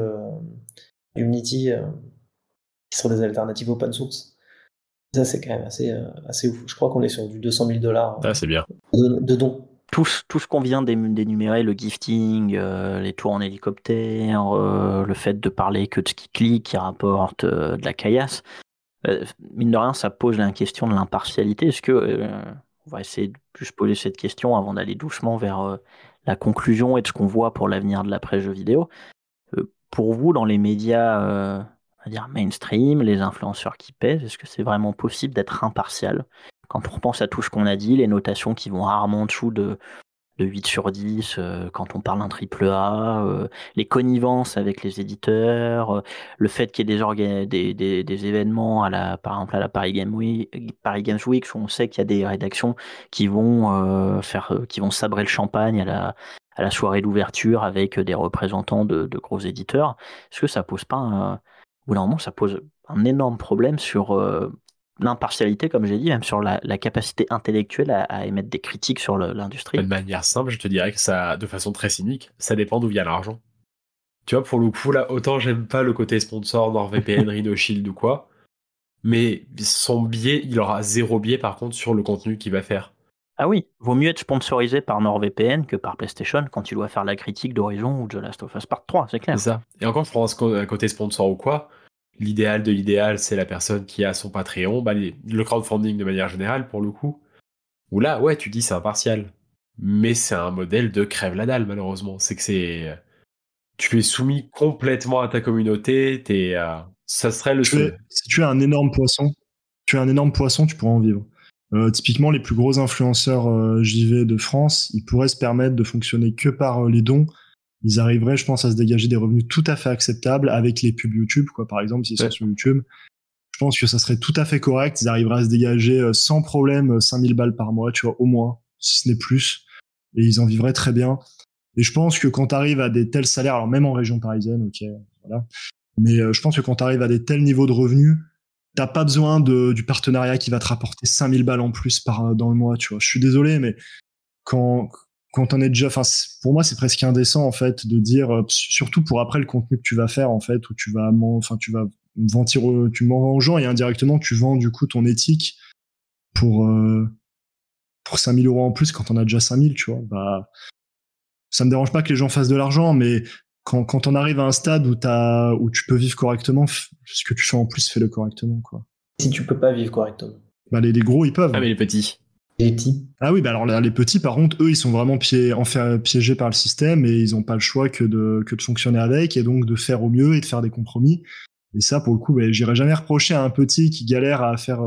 Unity qui sont des alternatives open source. Ça, c'est quand même assez ouf. Je crois qu'on est sur du $200,000. Ah, c'est bien. De dons. Tout ce qu'on vient d'énumérer, le gifting, les tours en hélicoptère, le fait de parler que de ce qui clique, qui rapporte de la caillasse, mine de rien, ça pose la question de l'impartialité. Est-ce que on va essayer de plus poser cette question avant d'aller doucement vers la conclusion et de ce qu'on voit pour l'avenir de l'après-jeu vidéo. Pour vous, dans les médias, on va dire mainstream, les influenceurs qui pèsent, est-ce que c'est vraiment possible d'être impartial? Quand on repense à tout ce qu'on a dit, les notations qui vont rarement en dessous de 8 sur 10, quand on parle d'un AAA, les connivences avec les éditeurs, le fait qu'il y ait des événements, par exemple à la Paris Games Week, où on sait qu'il y a des rédactions qui vont qui vont sabrer le champagne à la soirée d'ouverture avec des représentants de gros éditeurs. Est-ce que ça pose pas au bout d'un moment, ça pose un énorme problème sur l'impartialité, comme j'ai dit, même sur la capacité intellectuelle à émettre des critiques sur l'industrie. De manière simple, je te dirais que ça, de façon très cynique, ça dépend d'où vient l'argent. Tu vois, pour le coup, là, autant j'aime pas le côté sponsor, NordVPN, Rhino Shield ou quoi, mais son biais, il aura 0 biais par contre sur le contenu qu'il va faire. Ah oui, vaut mieux être sponsorisé par NordVPN que par PlayStation quand tu dois faire la critique d'Horizon ou de The Last of Us Part 3, c'est clair. C'est ça. Et encore, je prends un côté sponsor ou quoi, l'idéal de l'idéal, c'est la personne qui a son Patreon, le crowdfunding de manière générale, pour le coup. Où là, ouais, tu dis c'est impartial. Mais c'est un modèle de crève la dalle, malheureusement. C'est que tu es soumis complètement à ta communauté, ça serait le seul. Si tu es un énorme poisson, tu pourras en vivre. Typiquement, les plus gros influenceurs JV de France, ils pourraient se permettre de fonctionner que par les dons. Ils arriveraient, je pense, à se dégager des revenus tout à fait acceptables avec les pubs YouTube, quoi. Par exemple, s'ils sont sur YouTube, je pense que ça serait tout à fait correct. Ils arriveraient à se dégager sans problème 5 000 balles par mois, tu vois, au moins, si ce n'est plus. Et ils en vivraient très bien. Et je pense que quand tu arrives à des tels salaires, alors même en région parisienne, ok, voilà. Mais je pense que quand tu arrives à des tels niveaux de revenus, t'as pas besoin du partenariat qui va te rapporter 5 000 balles en plus dans le mois, tu vois. Je suis désolé, mais quand on est déjà, enfin, pour moi, c'est presque indécent, en fait, de dire, surtout pour après le contenu que tu vas faire, en fait, où tu vas mentir, tu mens aux gens et indirectement, tu vends, du coup, ton éthique pour 5 000 euros en plus quand on a déjà 5 000, tu vois. Bah, ça me dérange pas que les gens fassent de l'argent, mais quand on arrive à un stade où tu peux vivre correctement, ce que tu fais en plus, fais-le correctement, quoi. Si tu peux pas vivre correctement. Bah, les gros, ils peuvent. Ah, mais les petits. Les petits. Ah oui, bah alors les petits, par contre, eux, ils sont vraiment piégés par le système et ils ont pas le choix que de fonctionner avec et donc de faire au mieux et de faire des compromis. Et ça, pour le coup, bah, j'irai jamais reprocher à un petit qui galère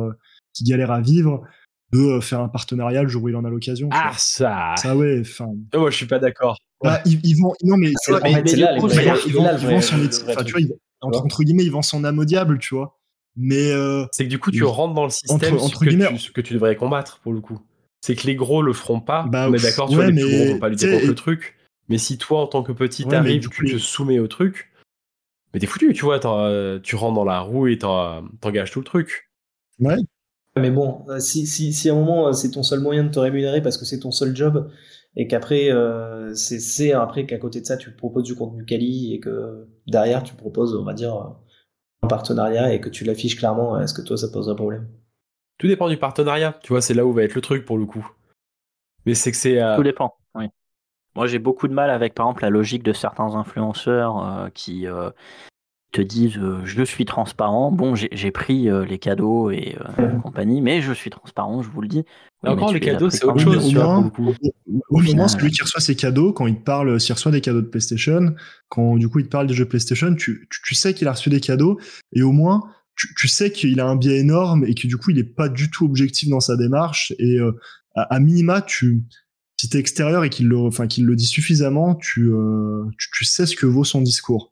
à vivre de faire un partenariat le jour où il en a l'occasion. Ah, ça ouais, enfin. Moi, je suis pas d'accord. Bah, ils vont, non, mais c'est là, ils vendent son éthique. Enfin, tu vois, entre guillemets, ils vendent son âme au diable, tu vois. Mais c'est que du coup, tu rentres dans le système que tu devrais combattre, pour le coup. C'est que les gros le feront pas. Mais d'accord, tu vois, les plus gros vont pas lutter contre le truc. Mais si toi, en tant que petit, t'arrives, tu te soumets au truc, mais t'es foutu, tu vois, tu rentres dans la roue et t'engages tout le truc. Ouais. Mais bon, si à un moment, c'est ton seul moyen de te rémunérer parce que c'est ton seul job, et qu'après c'est après qu'à côté de ça tu proposes du contenu quali et que derrière tu proposes, on va dire, un partenariat et que tu l'affiches clairement. Est-ce que toi ça pose un problème? Tout dépend du partenariat, tu vois, c'est là où va être le truc pour le coup. Mais c'est que c'est... Tout dépend, oui. Moi, j'ai beaucoup de mal avec, par exemple, la logique de certains influenceurs qui te disent je suis transparent. Bon, j'ai pris les cadeaux et compagnie, mais je suis transparent, je vous le dis. Et encore, les cadeaux, c'est autre Oui, chose, mais tu vois, pour le coup. Au moment, celui qui reçoit ses cadeaux, quand il te parle, s'il reçoit des cadeaux de PlayStation, quand du coup il te parle des jeux PlayStation, tu sais qu'il a reçu des cadeaux, et au moins, tu sais qu'il a un biais énorme et que du coup il est pas du tout objectif dans sa démarche, et à minima, si t'es extérieur et qu'il le dit suffisamment, tu sais ce que vaut son discours.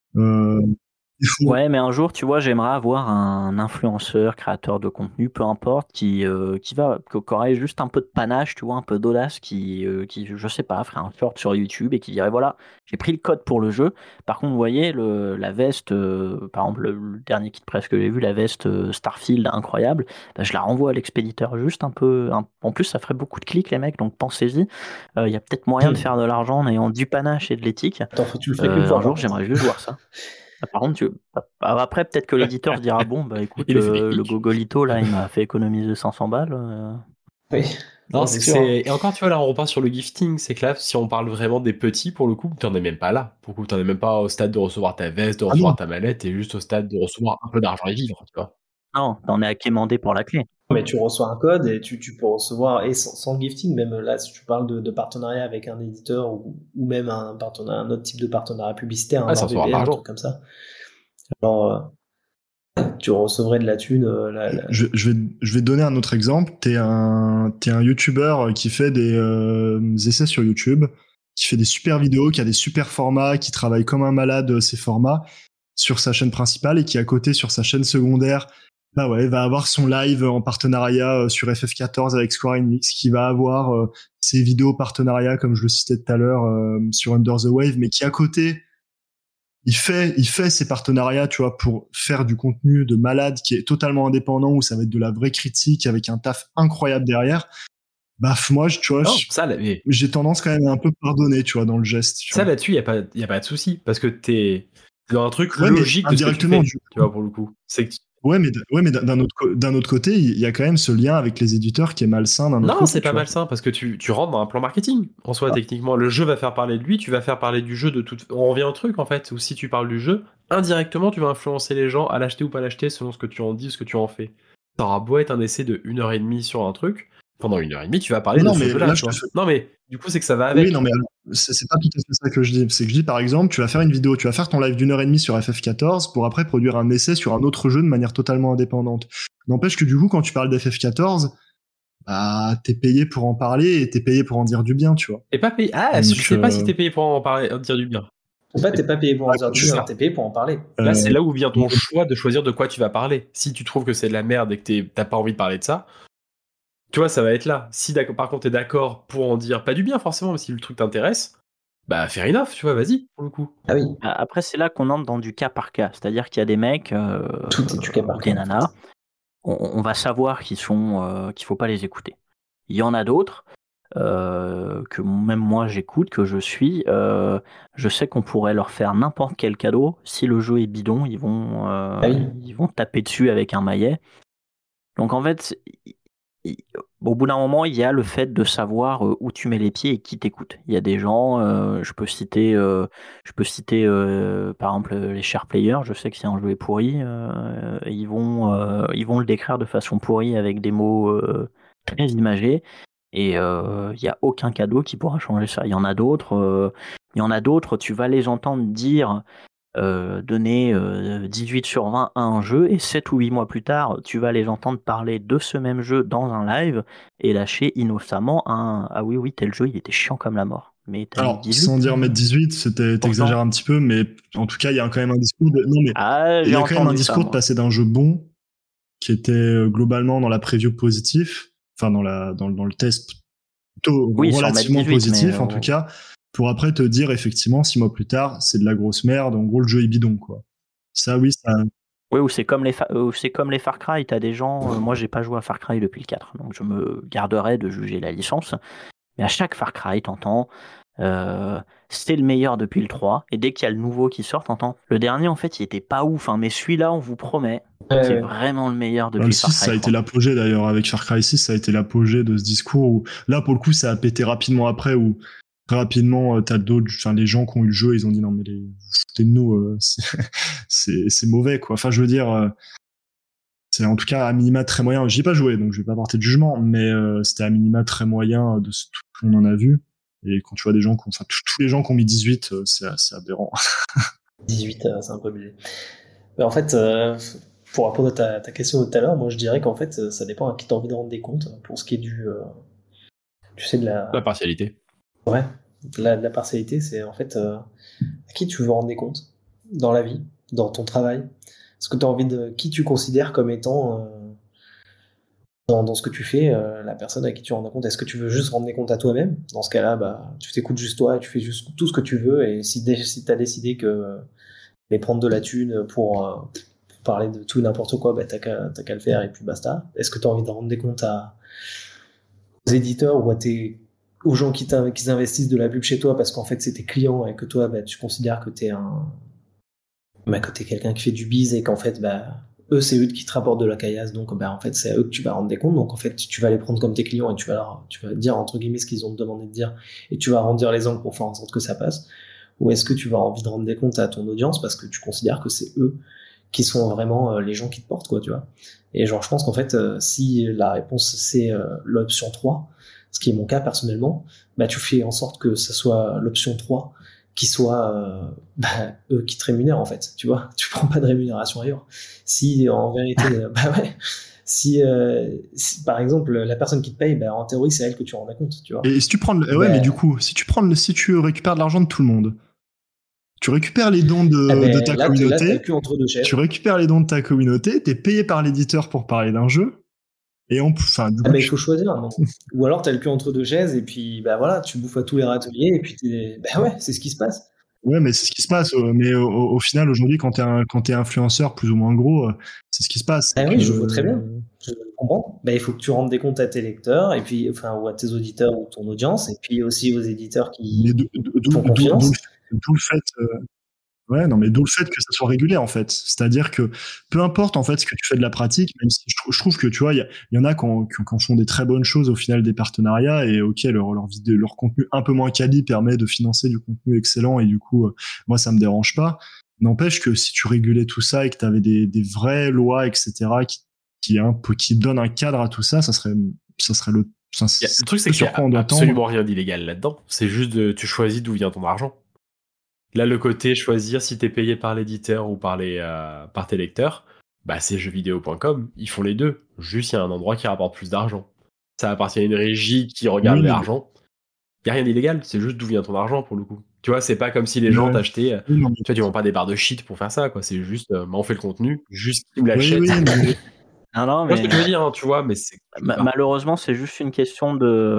Ouais, mais un jour, tu vois, j'aimerais avoir un influenceur, créateur de contenu, peu importe, qui aurait juste un peu de panache, tu vois, un peu d'audace, qui, je sais pas, ferait un short sur YouTube et qui dirait, voilà, j'ai pris le code pour le jeu. Par contre, vous voyez, la veste, par exemple, le dernier kit presse que j'ai vu, la veste Starfield, incroyable, bah, je la renvoie à l'expéditeur juste un peu. En plus, ça ferait beaucoup de clics, les mecs, donc pensez-y. Il y a peut-être moyen de faire de l'argent en ayant du panache et de l'éthique. Attends, tu le fais qu'une fois. Un jour, j'aimerais juste voir ça. Par contre, après, peut-être que l'éditeur se dira, bon, bah écoute, Il a fait des le clics. Gogolito, là, il m'a fait économiser 500 balles. Oui. Non, c'est c'est sûr. Et encore, tu vois, là, on repart sur le gifting. C'est que là, si on parle vraiment des petits, pour le coup, t'en es même pas là. Pour le coup, t'en es même pas au stade de recevoir ta veste, de recevoir ta mallette, t'es juste au stade de recevoir un peu d'argent et vivre, tu vois. Non, t'en es à quémander pour la clé. Mais tu reçois un code et tu peux recevoir, et sans gifting, même là, si tu parles de partenariat avec un éditeur ou même un autre type de partenariat publicitaire, un sans recevoir VPN, un l'argent. truc comme ça. Alors, tu recevrais de la thune. Je vais te donner un autre exemple. T'es un YouTuber qui fait des essais sur YouTube, qui fait des super vidéos, qui a des super formats, qui travaille comme un malade ces formats sur sa chaîne principale et qui à côté sur sa chaîne secondaire, bah ouais, va avoir son live en partenariat sur FF14 avec Square Enix, qui va avoir ses vidéos partenariat comme je le citais tout à l'heure sur Under the Wave, mais qui à côté il fait ses partenariats, tu vois, pour faire du contenu de malade qui est totalement indépendant, où ça va être de la vraie critique avec un taf incroyable derrière. Bah, moi, tu vois, j'ai tendance quand même à un peu pardonner, tu vois, dans le geste. Ça, là-dessus, y a pas de souci, parce que t'es dans un truc logique de ce que tu fais, tu vois, pour le coup. Ouais, mais d'un autre côté, il y a quand même ce lien avec les éditeurs qui est malsain d'un autre côté. Non, c'est pas malsain, parce que tu rentres dans un plan marketing. En soi, techniquement, le jeu va faire parler de lui, tu vas faire parler du jeu On revient au truc, en fait, où si tu parles du jeu, indirectement, tu vas influencer les gens à l'acheter ou pas l'acheter selon ce que tu en dis, ce que tu en fais. T'auras beau être un essai de 1h30 sur un truc, pendant 1h30, tu vas parler de ce jeu-là, tu vois. Non, mais du coup, c'est que ça va avec. Oui, non, mais c'est pas tout à fait ça que je dis. C'est que je dis, par exemple, tu vas faire une vidéo, tu vas faire ton live d'1h30 sur FF14 pour après produire un essai sur un autre jeu de manière totalement indépendante. N'empêche que du coup, quand tu parles d'FF14, bah, t'es payé pour en parler et t'es payé pour en dire du bien, tu vois. T'es pas payé. Ah, donc, je sais pas si t'es payé pour en parler, dire du bien. En fait, t'es pas payé pour en dire du bien, t'es payé pour en parler. Là, c'est là où vient ton choix de choisir de quoi tu vas parler. Si tu trouves que c'est de la merde et que t'as pas envie de parler de ça, tu vois, ça va être là. Si par contre t'es d'accord pour en dire pas du bien forcément, mais si le truc t'intéresse, bah fair enough, tu vois, vas-y, pour le coup. Ah oui. Après, c'est là qu'on entre dans du cas par cas. C'est-à-dire qu'il y a des mecs, tout est du cas par cas, des nanas, on va savoir qu'il faut pas les écouter. Il y en a d'autres que même moi j'écoute, que je suis. Je sais qu'on pourrait leur faire n'importe quel cadeau. Si le jeu est bidon, ils vont taper dessus avec un maillet. Donc en fait, au bout d'un moment, il y a le fait de savoir où tu mets les pieds et qui t'écoute. Il y a des gens, je peux citer par exemple les share players. Je sais que si un jeu est pourri, ils vont le décrire de façon pourrie avec des mots très imagés. Et il n'y a aucun cadeau qui pourra changer ça. Il y en a d'autres, tu vas les entendre dire donner 18 sur 20 à un jeu, et 7 ou 8 mois plus tard, tu vas les entendre parler de ce même jeu dans un live et lâcher innocemment un « Ah oui, tel jeu, il était chiant comme la mort ». Mais alors, 18, sans dire mettre 18, t'exagères un petit peu, mais en tout cas, il y a quand même un discours il y a quand même un discours de passer d'un jeu bon, qui était globalement dans la preview positif, enfin dans le test plutôt relativement 18, positif en tout cas, pour après te dire effectivement 6 mois plus tard c'est de la grosse merde, en gros le jeu est bidon quoi. Ça oui, ça. Oui, ou c'est comme les Far Cry, t'as des gens, moi j'ai pas joué à Far Cry depuis le 4, donc je me garderai de juger la licence, Mais à chaque Far Cry, t'entends, c'est le meilleur depuis le 3. Et dès qu'il y a le nouveau qui sort, t'entends, le dernier, en fait, il était pas ouf, hein, mais celui-là, on vous promet, c'est Ouais. vraiment le meilleur Le depuis 6, Far ça Cry a été 3. l'apogée d'ailleurs, avec Far Cry 6, ça a été l'apogée de ce discours où, là, pour le coup, ça a pété rapidement après, où très rapidement, t'as d'autres, enfin, les gens qui ont eu le jeu, ils ont dit non, mais vous foutez de nous, c'est mauvais, quoi. Enfin, je veux dire, c'est en tout cas à minima très moyen. J'y ai pas joué, donc je vais pas porter de jugement, mais c'était à minima très moyen de ce tout qu'on en a vu. Et quand tu vois des gens qui ont, enfin, tous les gens qui ont mis 18, c'est aberrant. 18, c'est un peu abusé. Mais en fait, pour répondre à ta question de tout à l'heure, moi je dirais qu'en fait, ça dépend à qui t'as envie de rendre des comptes pour ce qui est tu sais, de La partialité. ouais, de la partialité, c'est en fait à qui tu veux rendre des comptes dans la vie, dans ton travail. Est-ce que tu as envie de qui tu considères comme étant dans ce que tu fais, la personne à qui tu rends compte. Est-ce que tu veux juste rendre des comptes à toi-même? Dans ce cas-là, bah, tu t'écoutes juste toi, et tu fais juste tout ce que tu veux. Et si tu as décidé que les prendre de la thune pour parler de tout et n'importe quoi, bah, t'as qu'à le faire et puis basta. Est-ce que tu as envie de rendre des comptes aux éditeurs ou aux gens qui investissent de la pub chez toi parce qu'en fait c'est tes clients et que toi bah, tu considères que que t'es quelqu'un qui fait du biz et qu'en fait bah eux c'est eux qui te rapportent de la caillasse, donc bah en fait c'est à eux que tu vas rendre des comptes, donc en fait tu vas les prendre comme tes clients et tu vas dire entre guillemets ce qu'ils ont demandé de dire et tu vas arrondir les angles pour faire en sorte que ça passe. Ou est-ce que tu vas avoir envie de rendre des comptes à ton audience parce que tu considères que c'est eux qui sont vraiment les gens qui te portent, quoi, tu vois. Et genre, je pense qu'en fait, si la réponse c'est l'option 3, ce qui est mon cas personnellement, bah tu fais en sorte que ça soit l'option 3 qui soit eux qui te rémunèrent, en fait, tu vois. Tu prends pas de rémunération ailleurs. Si en vérité, bah ouais, si par exemple la personne qui te paye, bah en théorie c'est elle que tu rends compte, tu vois. Et si tu prends ouais, mais du coup, si tu récupères de l'argent de tout le monde, tu récupères les dons de ta là, communauté, t'as le cul entre deux chaises. tu récupères les dons de ta communauté, t'es payé par l'éditeur pour parler d'un jeu, et enfin, du coup, mais il faut choisir. Non. Ou alors t'as le cul entre deux chaises et puis bah voilà, tu bouffes à tous les râteliers et puis bah ouais, c'est ce qui se passe. ouais, mais c'est ce qui se passe. Mais au final, aujourd'hui, quand t'es influenceur plus ou moins gros, c'est ce qui se passe. Ah oui, je vois très bien. Je comprends. Bah, il faut que tu rendes des comptes à tes lecteurs et puis enfin ou à tes auditeurs ou ton audience et puis aussi aux éditeurs qui Mais font confiance. d'où le fait, ouais, non, mais d'où le fait que ça soit régulier, en fait. C'est-à-dire que peu importe, en fait, ce que tu fais de la pratique, même si je trouve que, tu vois, il y en a qui font des très bonnes choses au final des partenariats et ok, leur contenu un peu moins quali permet de financer du contenu excellent et du coup, moi, ça me dérange pas. N'empêche que si tu régulais tout ça et que tu avais des vraies lois, etc., qui donnent un cadre à tout ça, ça serait le truc, c'est qu'il n'y a absolument rien d'illégal là-dedans. C'est juste tu choisis d'où vient ton argent. Là, le côté choisir si t'es payé par l'éditeur ou par tes lecteurs, bah c'est jeuxvideo.com. Ils font les deux. Juste, il y a un endroit qui rapporte plus d'argent. Ça appartient à une régie qui regarde l'argent. Il n'y a rien d'illégal. C'est juste d'où vient ton argent pour le coup. Tu vois, c'est pas comme si les gens t'achetaient. Tu vois, tu vends pas des barres de shit pour faire ça, quoi. C'est juste, on fait le contenu. Juste, ils me l'achètent. Oui, non, mais... ce que je veux dire, hein, tu vois, mais c'est. Malheureusement, c'est juste une question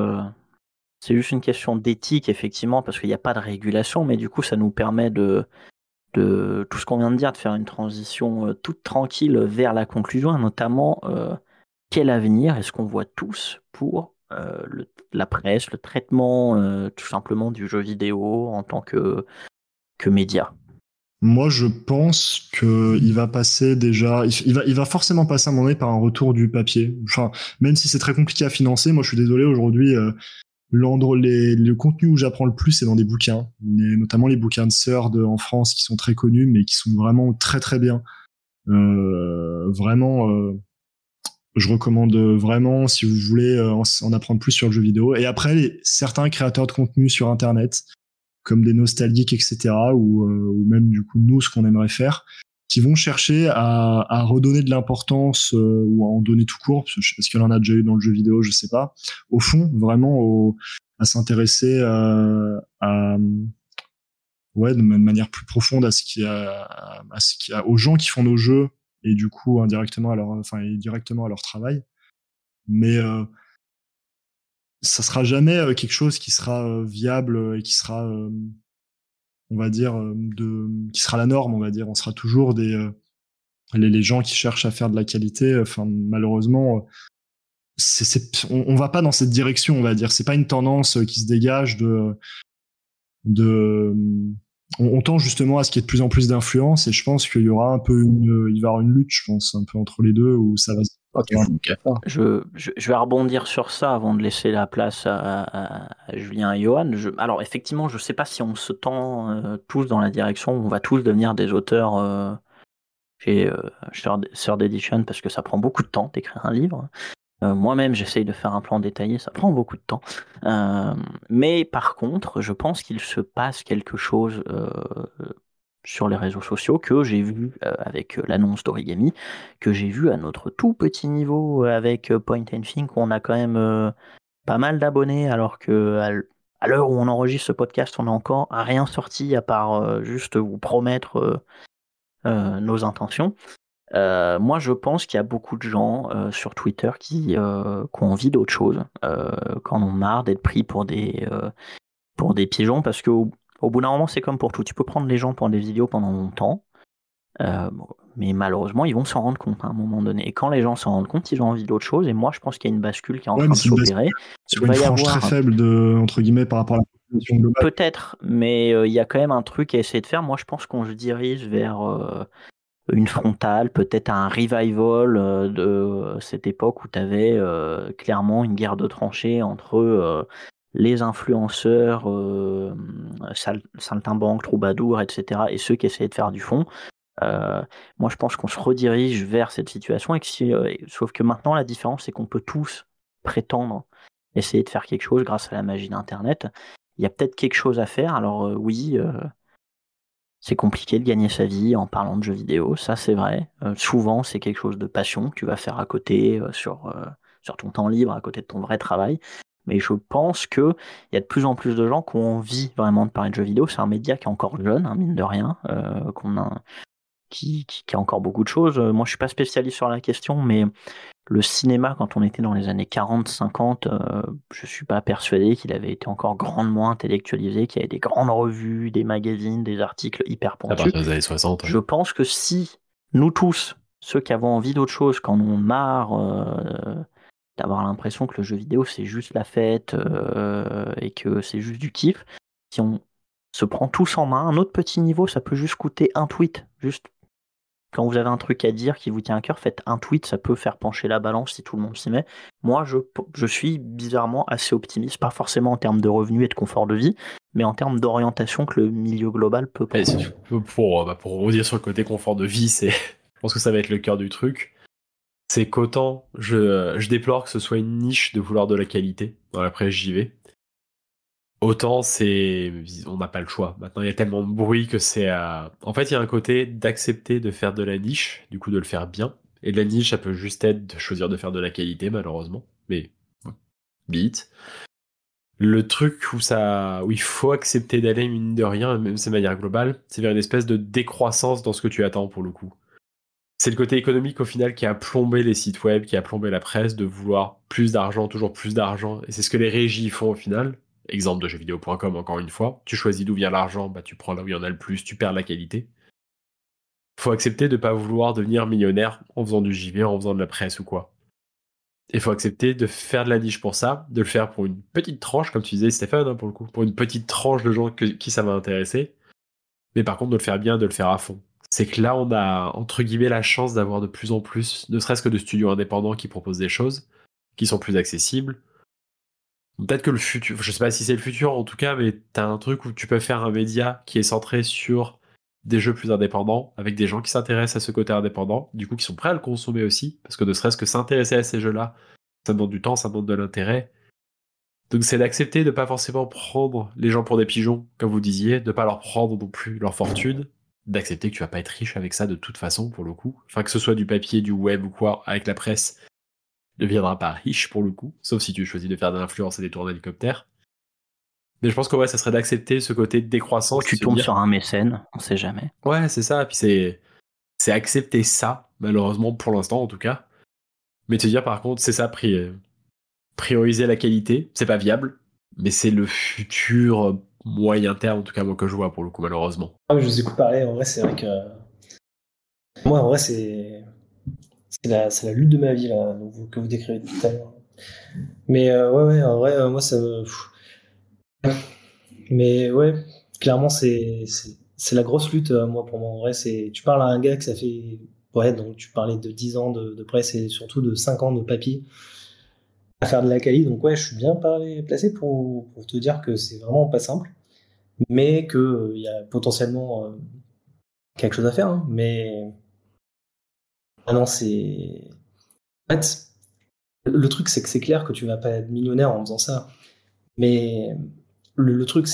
d'éthique, effectivement, parce qu'il n'y a pas de régulation, mais du coup, ça nous permet de tout ce qu'on vient de dire, de faire une transition toute tranquille vers la conclusion, et notamment quel avenir est-ce qu'on voit tous pour la presse, le traitement tout simplement du jeu vidéo en tant que média. Moi, je pense qu'il va passer déjà, il va forcément passer à un moment donné par un retour du papier. Enfin, même si c'est très compliqué à financer, moi, je suis désolé, aujourd'hui, le contenu où j'apprends le plus, c'est dans des bouquins, notamment les bouquins de Third en France qui sont très connus, mais qui sont vraiment très très bien. Je recommande vraiment si vous voulez en apprendre plus sur le jeu vidéo. Et après, certains créateurs de contenu sur Internet, comme des nostalgiques, etc., ou même du coup nous, ce qu'on aimerait faire, qui vont chercher à redonner de l'importance ou à en donner tout court, parce qu'il y en a déjà eu dans le jeu vidéo, je sais pas. Au fond, vraiment à s'intéresser de manière plus profonde à ce qu'il y a aux gens qui font nos jeux et du coup indirectement directement à leur travail. Mais ça sera jamais quelque chose qui sera viable et qui sera on va dire qui sera la norme, on va dire. On sera toujours les gens qui cherchent à faire de la qualité. Enfin, malheureusement, on va pas dans cette direction, on va dire. C'est pas une tendance qui se dégage on tend justement à ce qu'il y ait de plus en plus d'influence, et je pense qu'il y aura il va y avoir une lutte, je pense, un peu entre les deux, où ça va se... Okay. Je vais rebondir sur ça avant de laisser la place à Julien et Johan. Alors effectivement, je sais pas si on se tend tous dans la direction où on va tous devenir des auteurs chez Third Edition, parce que ça prend beaucoup de temps d'écrire un livre. Moi-même, j'essaye de faire un plan détaillé, ça prend beaucoup de temps. Mais par contre, je pense qu'il se passe quelque chose sur les réseaux sociaux que j'ai vu avec l'annonce d'Origami, que j'ai vu à notre tout petit niveau avec Point & Think, où on a quand même pas mal d'abonnés, alors que à l'heure où on enregistre ce podcast, on n'a encore rien sorti à part juste vous promettre nos intentions. Moi, je pense qu'il y a beaucoup de gens sur Twitter qui ont envie d'autre chose, quand on a marre d'être pris pour des pigeons, parce qu'au bout d'un moment, c'est comme pour tout. Tu peux prendre les gens pour des vidéos pendant longtemps, mais malheureusement, ils vont s'en rendre compte à un moment donné. Et quand les gens s'en rendent compte, ils ont envie d'autre chose. Et moi, je pense qu'il y a une bascule qui est en train de s'opérer. Sur une frange très faible entre guillemets par rapport à la population globale. Peut-être, mais il y a quand même un truc à essayer de faire. Moi, je pense qu'on se dirige vers une frontale, peut-être un revival de cette époque où tu avais clairement une guerre de tranchées entre les influenceurs, saltimbanques, troubadours, etc., et ceux qui essayaient de faire du fond. Moi, je pense qu'on se redirige vers cette situation, sauf que maintenant, la différence, c'est qu'on peut tous prétendre essayer de faire quelque chose grâce à la magie d'Internet. Il y a peut-être quelque chose à faire. Alors oui, c'est compliqué de gagner sa vie en parlant de jeux vidéo, ça c'est vrai. Souvent, c'est quelque chose de passion que tu vas faire à côté, sur ton temps libre, à côté de ton vrai travail. Mais je pense qu'il y a de plus en plus de gens qui ont envie vraiment de parler de jeux vidéo. C'est un média qui est encore jeune, hein, mine de rien, qui a encore beaucoup de choses. Moi, je suis pas spécialiste sur la question, mais le cinéma, quand on était dans les années 40-50, je suis pas persuadé qu'il avait été encore grandement intellectualisé, qu'il y avait des grandes revues, des magazines, des articles hyper pointus. À partir des années 60. Je pense que si nous tous, ceux qui avons envie d'autre chose, quand on marre d'avoir l'impression que le jeu vidéo c'est juste la fête et que c'est juste du kiff, si on se prend tous en main, un autre petit niveau, ça peut juste coûter un tweet, juste quand vous avez un truc à dire qui vous tient à cœur, faites un tweet, ça peut faire pencher la balance si tout le monde s'y met. Moi, je suis bizarrement assez optimiste, pas forcément en termes de revenus et de confort de vie, mais en termes d'orientation que le milieu global peut prendre. Pour redire sur le côté confort de vie, je pense que ça va être le cœur du truc. C'est qu'autant je déplore que ce soit une niche de vouloir de la qualité dans la presse JV. Autant on n'a pas le choix. Maintenant, il y a tellement de bruit que en fait, il y a un côté d'accepter de faire de la niche, du coup de le faire bien. Et de la niche, ça peut juste être de choisir de faire de la qualité, malheureusement. Mais, bite. Le truc où il faut accepter d'aller, mine de rien, même de manière globale, c'est vers une espèce de décroissance dans ce que tu attends, pour le coup. C'est le côté économique, au final, qui a plombé les sites web, qui a plombé la presse, de vouloir plus d'argent, toujours plus d'argent. Et c'est ce que les régies font, au final. Exemple de jeuxvideo.com, encore une fois. Tu choisis d'où vient l'argent, tu prends là où il y en a le plus, tu perds la qualité. Faut accepter de pas vouloir devenir millionnaire en faisant du JV, en faisant de la presse ou quoi. Et faut accepter de faire de la niche pour ça, de le faire pour une petite tranche, comme tu disais Stéphane, hein, pour le coup, pour une petite tranche de gens qui ça va intéresser. Mais par contre, de le faire bien, de le faire à fond. C'est que là, on a, entre guillemets, la chance d'avoir de plus en plus, ne serait-ce que de studios indépendants qui proposent des choses, qui sont plus accessibles. Peut-être que le futur, je sais pas si c'est le futur en tout cas, mais t'as un truc où tu peux faire un média qui est centré sur des jeux plus indépendants, avec des gens qui s'intéressent à ce côté indépendant, du coup qui sont prêts à le consommer aussi, parce que ne serait-ce que s'intéresser à ces jeux-là, ça demande du temps, ça demande de l'intérêt. Donc c'est d'accepter de pas forcément prendre les gens pour des pigeons, comme vous disiez, de pas leur prendre non plus leur fortune, d'accepter que tu vas pas être riche avec ça de toute façon, pour le coup. Enfin, que ce soit du papier, du web ou quoi, avec la presse, ne deviendra pas riche pour le coup, sauf si tu choisis de faire de l'influence et des tours d'hélicoptère. Mais je pense que ça serait d'accepter ce côté de décroissance. Tu tombes sur un mécène, on sait jamais. Ouais, c'est ça, puis c'est accepter ça, malheureusement pour l'instant en tout cas. Mais te dire par contre, c'est ça, prioriser la qualité, c'est pas viable, mais c'est le futur moyen terme, en tout cas moi que je vois pour le coup, malheureusement. Ah, mais je vous écoute parler, en vrai c'est vrai que... Moi en vrai c'est la lutte de ma vie là, que vous décrivez tout à l'heure. Mais ouais, en vrai, moi, ça me... Mais ouais, clairement, c'est la grosse lutte, moi, pour moi. En vrai, tu parles à un gars que ça fait... Ouais, donc tu parlais de 10 ans de presse et surtout de 5 ans de papier à faire de la quali. Donc ouais, je suis bien placé pour te dire que c'est vraiment pas simple, mais que il y a potentiellement quelque chose à faire. Hein. Mais ah non, c'est... En fait, le truc, c'est que c'est clair que tu vas pas être millionnaire en faisant ça. Mais le truc,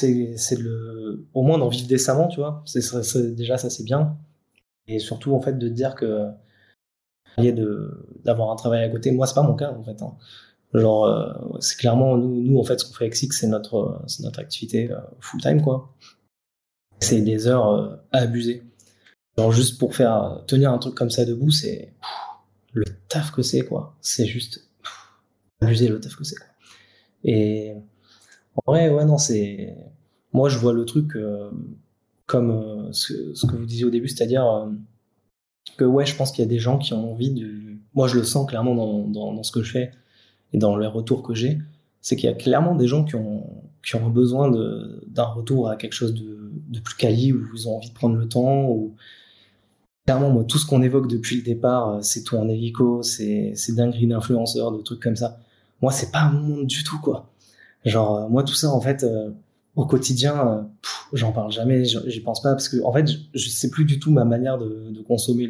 au moins d'en vivre décemment, tu vois. Déjà, ça, c'est bien. Et surtout, en fait, de te dire que d'avoir un travail à côté. Moi, c'est pas mon cas, en fait. Hein. Genre, c'est clairement, nous, en fait, ce qu'on fait avec Six, c'est notre activité full-time, quoi. C'est des heures à abuser. Genre, juste pour faire tenir un truc comme ça debout, c'est le taf que c'est, quoi. C'est juste abuser le taf que c'est, quoi. Et en vrai, ouais, non, c'est... Moi, je vois le truc comme ce que vous disiez au début, c'est-à-dire que, ouais, je pense qu'il y a des gens qui ont envie de... Moi, je le sens clairement dans ce que je fais et dans les retours que j'ai, c'est qu'il y a clairement des gens qui ont besoin d'un retour à quelque chose de plus quali, où ils ont envie de prendre le temps, ou clairement, moi, tout ce qu'on évoque depuis le départ, c'est tout en hélico, c'est dinguerie d'influenceurs, de trucs comme ça. Moi, c'est pas mon monde du tout, quoi. Genre, moi, tout ça, en fait, au quotidien, j'en parle jamais, j'y pense pas, parce que, en fait, je sais plus du tout ma manière de consommer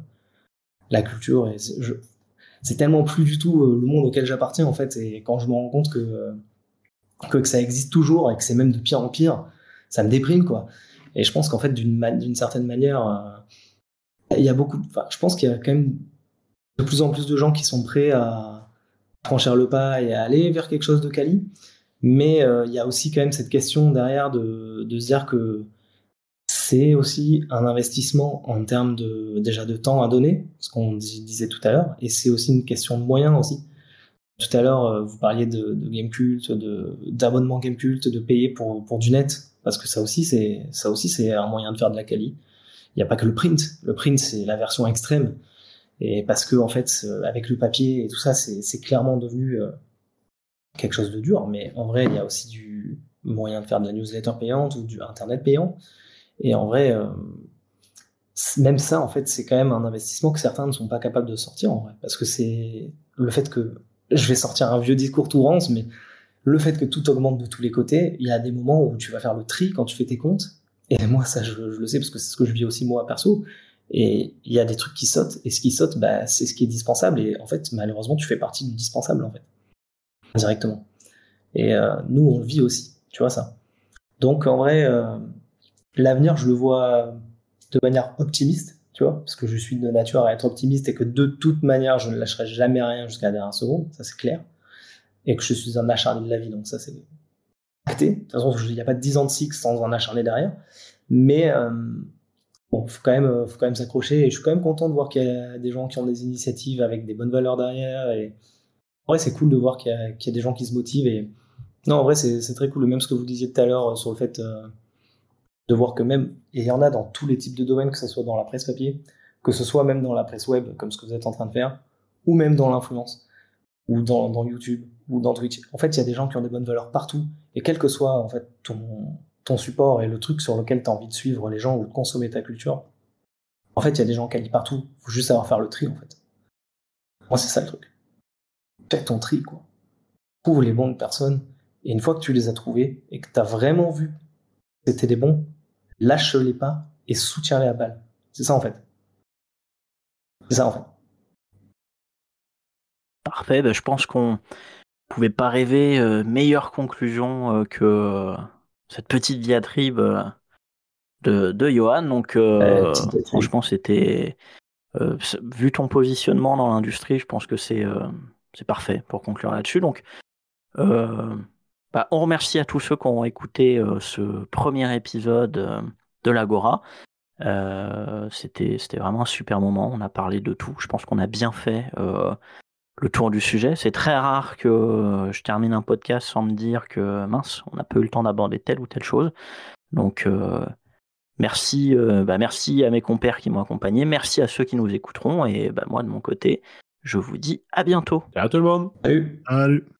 la culture, et c'est tellement plus du tout le monde auquel j'appartiens, en fait, et quand je me rends compte que ça existe toujours, et que c'est même de pire en pire, ça me déprime, quoi. Et je pense qu'en fait, d'une certaine manière, il y a enfin, je pense qu'il y a quand même de plus en plus de gens qui sont prêts à franchir le pas et à aller vers quelque chose de quali. Mais il y a aussi quand même cette question derrière de se dire que c'est aussi un investissement en termes déjà de temps à donner, ce qu'on disait tout à l'heure, et c'est aussi une question de moyens aussi. Tout à l'heure, vous parliez de Gamecult, d'abonnement Gamecult, de payer pour du net, parce que ça aussi c'est un moyen de faire de la quali. Il n'y a pas que le print. Le print, c'est la version extrême. Et parce que, en fait, avec le papier et tout ça, c'est clairement devenu quelque chose de dur. Mais en vrai, il y a aussi du moyen de faire de la newsletter payante ou du internet payant. Et en vrai, même ça, en fait, c'est quand même un investissement que certains ne sont pas capables de sortir, en vrai. Parce que c'est le fait que je vais sortir un vieux discours tout rance, mais le fait que tout augmente de tous les côtés, il y a des moments où tu vas faire le tri quand tu fais tes comptes. Et moi, ça, je le sais parce que c'est ce que je vis aussi moi perso. Et il y a des trucs qui sautent. Et ce qui saute, bah, c'est ce qui est dispensable. Et en fait, malheureusement, tu fais partie du dispensable, en fait. Directement. Et nous, on le vit aussi. Tu vois ça. Donc, en vrai, l'avenir, je le vois de manière optimiste. Tu vois, parce que je suis de nature à être optimiste et que de toute manière, je ne lâcherai jamais rien jusqu'à la dernière seconde. Ça, c'est clair. Et que je suis un acharné de la vie. Donc, ça, c'est acté. De toute façon, il n'y a pas de 10 ans de Six sans un acharné derrière. Mais bon, faut quand même s'accrocher. Et je suis quand même content de voir qu'il y a des gens qui ont des initiatives avec des bonnes valeurs derrière. Et en vrai, c'est cool de voir qu'il y a des gens qui se motivent. Et non, en vrai, c'est très cool. Même ce que vous disiez tout à l'heure sur le fait de voir que même, et il y en a dans tous les types de domaines, que ce soit dans la presse papier, que ce soit même dans la presse web, comme ce que vous êtes en train de faire, ou même dans l'influence, ou dans YouTube, ou dans Twitch. En fait, il y a des gens qui ont des bonnes valeurs partout. Et quel que soit en fait ton support et le truc sur lequel tu as envie de suivre les gens ou de consommer ta culture, en fait, il y a des gens qui allient partout. Il faut juste savoir faire le tri, en fait. Moi, c'est ça le truc. Fais ton tri, quoi. Trouve les bonnes personnes. Et une fois que tu les as trouvées et que tu as vraiment vu que c'était des bons, lâche-les pas et soutiens-les à balle. C'est ça, en fait. C'est ça, en fait. Parfait, je pense qu'on pouvait pas rêver meilleure conclusion que cette petite diatribe de Johan. Donc, franchement, c'était vu ton positionnement dans l'industrie, je pense que c'est parfait pour conclure là-dessus. Donc, on remercie à tous ceux qui ont écouté ce premier épisode de l'Agora. C'était vraiment un super moment. On a parlé de tout. Je pense qu'on a bien fait le tour du sujet. C'est très rare que je termine un podcast sans me dire que mince, on n'a pas eu le temps d'aborder telle ou telle chose. Donc, merci à mes compères qui m'ont accompagné. Merci à ceux qui nous écouteront. Et moi, de mon côté, Je vous dis à bientôt. Ciao tout le monde. Salut. Salut.